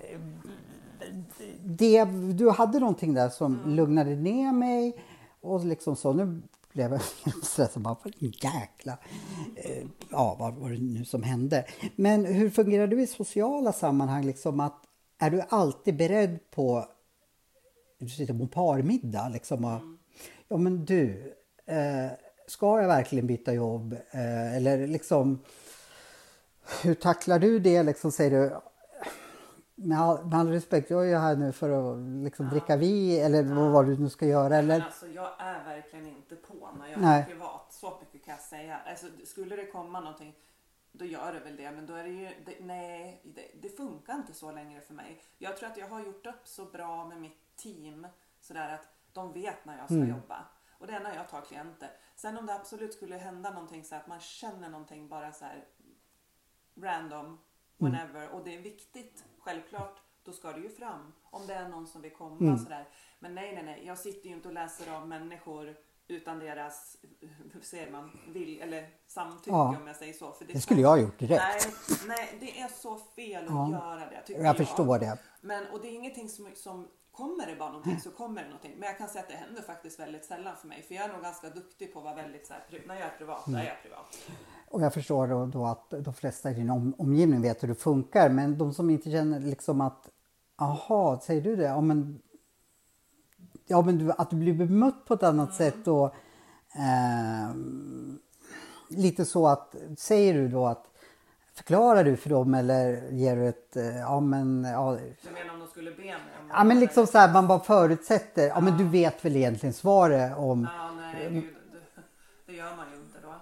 det, du hade någonting där som mm. lugnade ner mig och liksom så, nu blev jag stressad, bara för jäkla eh, ja, vad var det nu som hände. Men hur fungerar du i sociala sammanhang, liksom, att är du alltid beredd på, du sitter på parmiddag liksom, och, mm. ja men du eh, ska jag verkligen byta jobb eh, eller liksom, hur tacklar du det liksom, säger du med all, med all respekt, jag är ju här nu för att liksom ja. dricka vi eller ja. vad du nu ska göra. Eller? Men alltså, jag är verkligen inte på när jag Nej. är privat. Så mycket kan jag säga. Alltså, skulle det komma någonting, då gör det väl det. Men då är det ju, det, nej, det, det funkar inte så längre för mig. Jag tror att jag har gjort upp så bra med mitt team. Sådär att de vet när jag ska mm. jobba. Och det är när jag tar klienter. Sen om det absolut skulle hända någonting så att man känner någonting bara så här random, whenever. Mm. Och det är viktigt. Självklart, då ska det ju fram om det är någon som vill komma mm. sådär. Men nej, nej, nej. Jag sitter ju inte och läser av människor utan deras, hur ser man, vill, eller samtycke ja. om jag säger så. För det, det skulle jag ha gjort direkt. Nej, nej, det är så fel att ja. göra det. Jag, jag förstår det. Men, och det är ingenting som, som kommer det bara någonting så kommer det någonting. Men jag kan säga att det händer faktiskt väldigt sällan för mig. För jag är nog ganska duktig på att vara väldigt så här, när jag är privat, mm. där är jag privat. Och jag förstår då, då att de flesta i din om, omgivning vet hur det funkar. Men de som inte känner liksom att, aha, säger du det? Ja, men, ja, men du, att du blir bemött på ett annat mm. sätt. Och, eh, lite så att, säger du då att, förklarar du för dem eller ger du ett, ja men... Ja, du menar om de skulle be mig? Ja, men liksom så här, man bara förutsätter, ja, ja men du vet väl egentligen svaret om... Ja, nej, gud, det, det gör man ju inte då.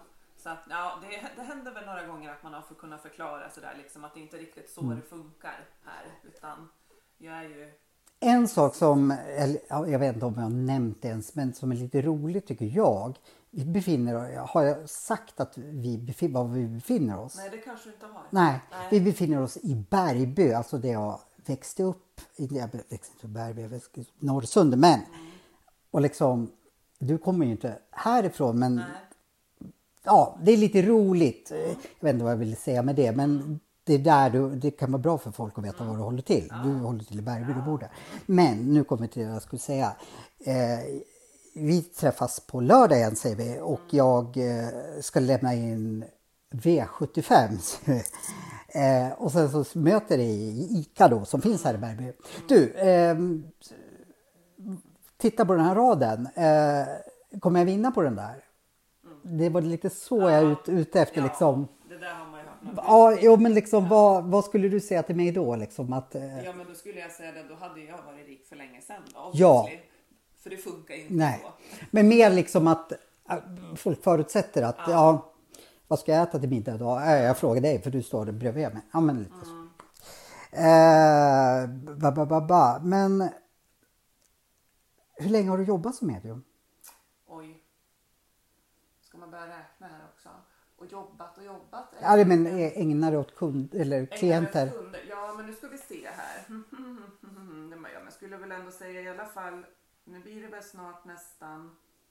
Så att, ja, det, det händer väl några gånger att man har fått kunna förklara sådär liksom att det inte är riktigt så mm. det funkar här, utan jag är ju... En sak som, eller, jag vet inte om jag har nämnt det ens, men som är lite roligt tycker jag, vi befinner har jag sagt att vi befinner, var vi befinner oss? Nej, det kanske inte har. Nej, Nej. vi befinner oss i Bergby, alltså där jag växte upp, jag växte upp i Bergby, jag växte upp i Norrsund, men mm. och liksom, du kommer ju inte härifrån, men Nej. ja, det är lite roligt, mm. jag vet inte vad jag vill säga med det, men mm. det är där du, det kan vara bra för folk att veta mm. var du håller till. Ja. Du håller till i Bergby, ja. Du bor där. Men nu kommer vi till det jag skulle säga. Eh, vi träffas på lördag igen, säger vi. Och mm. jag eh, ska lämna in V sjuttiofem. eh, och sen så möter det i ICA då, som finns här i Bergby. Mm. Du, eh, titta på den här raden. Eh, kommer jag vinna på den där? Mm. Det var lite så ja. jag är ute ut efter ja. liksom. Det där har man ju hört. Ja, jo, men liksom ja. vad, vad skulle du säga till mig då? Liksom, att, eh... Ja, men då skulle jag säga det, då hade jag varit rik för länge sedan då, ja. För det funkar ju inte Nej. så. Men mer liksom att äh, folk förutsätter att, ja. ja, vad ska jag äta till middag då? Äh, jag frågar dig för du står där bredvid mig. Ja, men lite mm. så. Eh, ba, ba, ba, ba. Men hur länge har du jobbat som medium? Oj. Ska man börja räkna här också? Och jobbat och jobbat. Ja, men ägnar du åt kund eller klienter? Kunder. Ja, men nu ska vi se här. Ja, men skulle väl ändå säga i alla fall, nu blir det väl snart nästan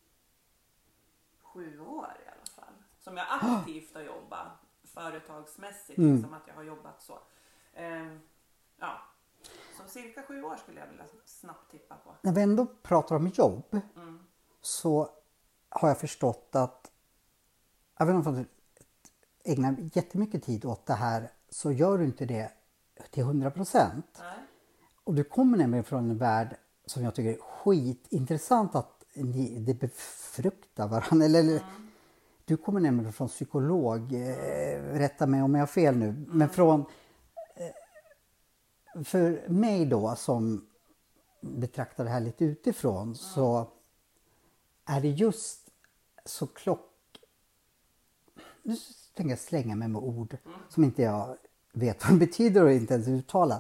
sju år i alla fall. Som jag aktivt har jobbat företagsmässigt, mm. liksom att jag har jobbat så. Eh, ja, som cirka sju år skulle jag vilja snabbt tippa på. När vi ändå pratar om jobb mm. så har jag förstått att även om du ägnar jättemycket tid åt det här så gör du inte det till hundra procent. Och du kommer nämligen från en värld som jag tycker är skitintressant att ni, det befruktar varandra. Eller, mm. Du kommer nämligen från psykolog, eh, rätta mig om jag har fel nu, mm. men från eh, för mig då som betraktar det här lite utifrån mm. så är det just så klock nu tänker jag slänga mig med ord mm. som inte jag vet vad det betyder och inte ens uttala.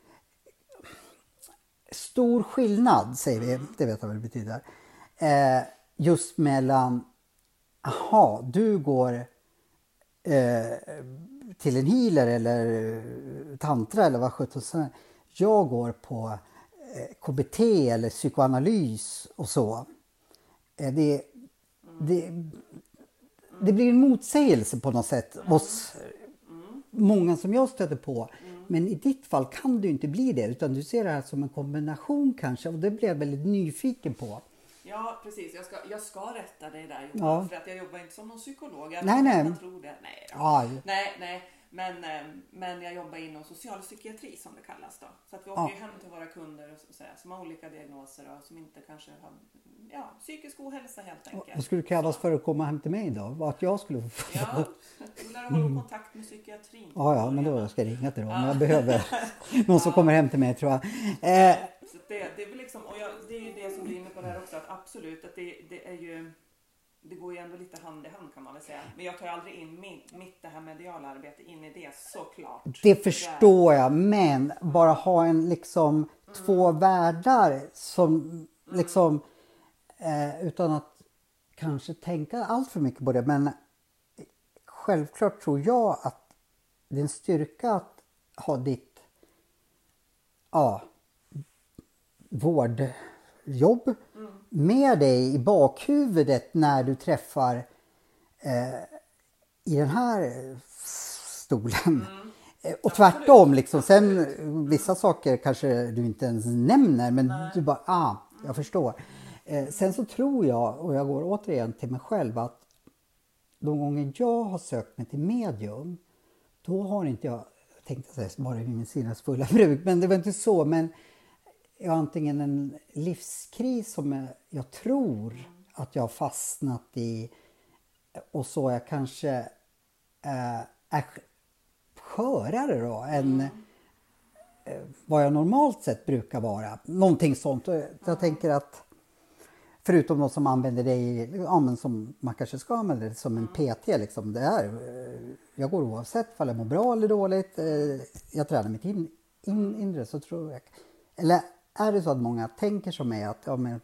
Stor skillnad säger vi, det vet jag vad det betyder. Eh, just mellan, aha, du går eh, till en healer eller tantra eller vad sjutton. Jag går på eh, K B T eller psykoanalys och så. Eh, det, det Det blir en motsägelse på något sätt mm. hos mm. många som jag stöter på. Mm. Men i ditt fall kan du inte bli det, utan du ser det här som en kombination kanske. Och det blir jag väldigt nyfiken på. Ja, precis. Jag ska, jag ska rätta dig där, Johan, ja. För att jag jobbar inte som någon psykolog. Jag nej, nej. Jag tror det. Nej, ja. nej, nej. Men, men jag jobbar inom socialpsykiatri som det kallas då. Så att vi åker ja. hem till våra kunder och så, som har olika diagnoser och som inte kanske har ja, psykisk ohälsa helt enkelt. Vad skulle det krävas för att komma hem till mig då? Vad att jag skulle få... Ja, du lär hålla kontakt med psykiatrin. Ja, ja, men då ska jag ringa till dem. Ja. Jag behöver någon som ja. kommer hem till mig tror jag. Eh. Så det, det är väl liksom, och jag, det är ju det som blir inne på det här också, att absolut, att det, det är ju... Det går ju ändå lite hand i hand kan man väl säga. Men jag tar aldrig in min, mitt det här mediala arbete in i det såklart. Det förstår jag. Men bara ha en liksom mm. två världar som mm. liksom eh, utan att kanske tänka allt för mycket på det. Men självklart tror jag att det är en styrka att ha ditt ja, vårdjobb mm. med dig i bakhuvudet när du träffar eh, i den här stolen. Mm. Och tvärtom liksom. Sen vissa saker kanske du inte ens nämner, men Nej. du bara, ah, jag förstår. Eh, sen så tror jag, och jag går återigen till mig själv, att de gånger jag har sökt mig till medium, då har inte jag, jag tänkte säga, bara i min sinnesfulla bruk, men det var inte så, men jag har antingen en livskris som jag, jag tror att jag har fastnat i, och så jag kanske äh, är skörare då än mm. äh, vad jag normalt sett brukar vara. Någonting sånt. Jag, jag tänker att Förutom de som använder det i, ja, men som man kanske ska använda det som en P T. Liksom. Det är, eh, jag går oavsett om jag mår bra eller dåligt. Eh, jag tränar mitt in, in, inre, så tror jag. Eller är det så att många tänker som mig att ja, men,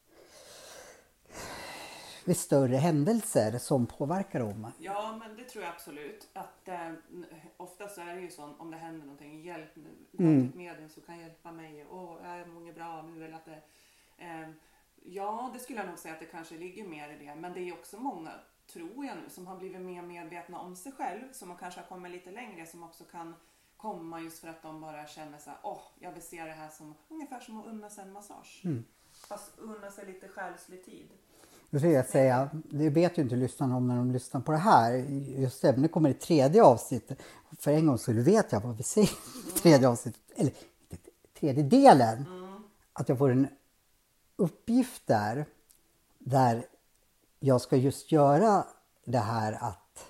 vid större händelser som påverkar dem? Ja, men det tror jag absolut. Att eh, ofta så är det ju så, om det händer någonting, hjälp nu, mm. ett medium som kan hjälpa mig, och jag mår bra nu, eller att det, eh, ja, det skulle jag nog säga att det kanske ligger mer i det, men det är också många, tror jag nu, som har blivit mer medvetna om sig själv, som kanske har kommit lite längre, som också kan komma just för att de bara känner så här, åh, oh, jag vill se det här som ungefär som att unna sig en massage. Mm. Fast unna sig lite själslig tid. Nu vill jag säga, det vet ju inte lyssnarna om när de lyssnar på det här. Just det, men nu kommer det tredje avsnittet. För en gång så vet jag vad vi säger. Mm. Tredje avsnittet, eller tredje delen. Mm. Att jag får en uppgift där. Där jag ska just göra det här att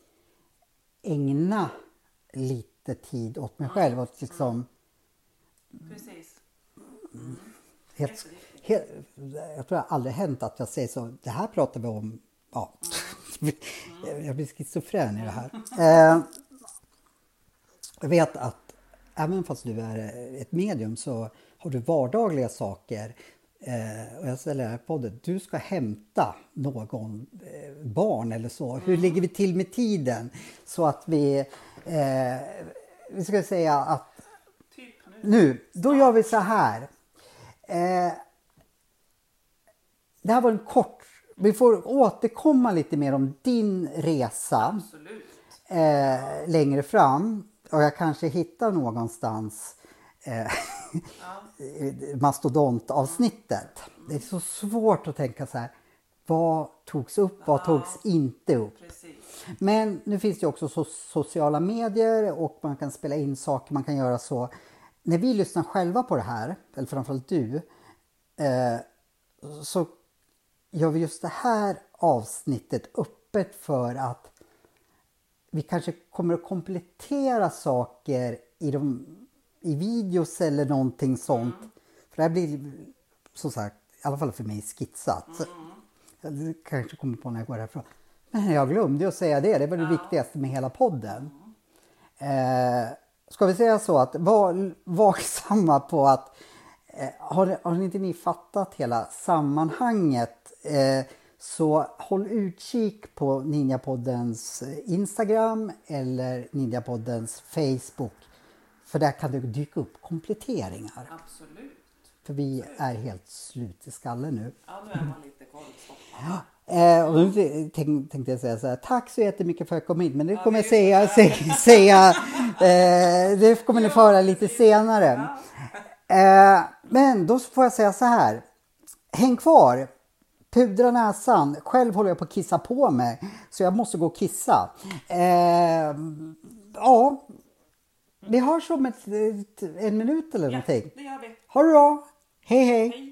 ägna lite tid åt mig själv. Och liksom, precis. Mm. Helt, helt, jag tror det har aldrig hänt att jag säger så. Det här pratar vi om. Ja. Mm. Jag blir schizofren i det här. Eh, jag vet att även fast du är ett medium så har du vardagliga saker. Eh, och jag ställer här på det. Du ska hämta någon eh, barn eller så. Mm. Hur ligger vi till med tiden? Så att vi, eh, vi ska säga att typ nu, då gör vi så här. Eh, det här var en kort, vi får återkomma lite mer om din resa eh, längre fram, och jag kanske hittar någonstans eh, ja. mastodontavsnittet. Det är så svårt att tänka så här, vad togs upp, vad ja. togs inte upp. Precis. Men nu finns det också så sociala medier och man kan spela in saker, man kan göra så. När vi lyssnar själva på det här, eller framförallt du, eh, så gör vi just det här avsnittet öppet för att vi kanske kommer att komplettera saker i, de, i videos eller någonting sånt. Mm. För det här blir, som sagt, i alla fall för mig skitsat. Mm. Jag kanske kommer på när jag går härifrån. Men jag glömde att säga det, det var det ja. viktigaste med hela podden. Mm. Eh, Ska vi säga så att var vaksamma på att eh, har, har inte ni fattat hela sammanhanget, eh, så håll utkik på Ninjapoddens Instagram eller Ninjapoddens Facebook, för där kan det dyka upp kompletteringar. Absolut. För vi Absolut. är helt slut i skallen nu. Ja, nu är man lite korvstoppad. Ja. Eh, och nu tänkte jag säga så här, tack så jättemycket för att jag kom hit, men det kommer jag säga, säga, säga eh, det kommer ni få höra lite senare. Eh, men då får jag säga så här, häng kvar, pudra näsan, själv håller jag på att kissa på mig, så jag måste gå och kissa. Eh, ja, vi hörs om ett, ett, en minut eller någonting. Ja, det gör vi. Ha det bra, hej hej. hej.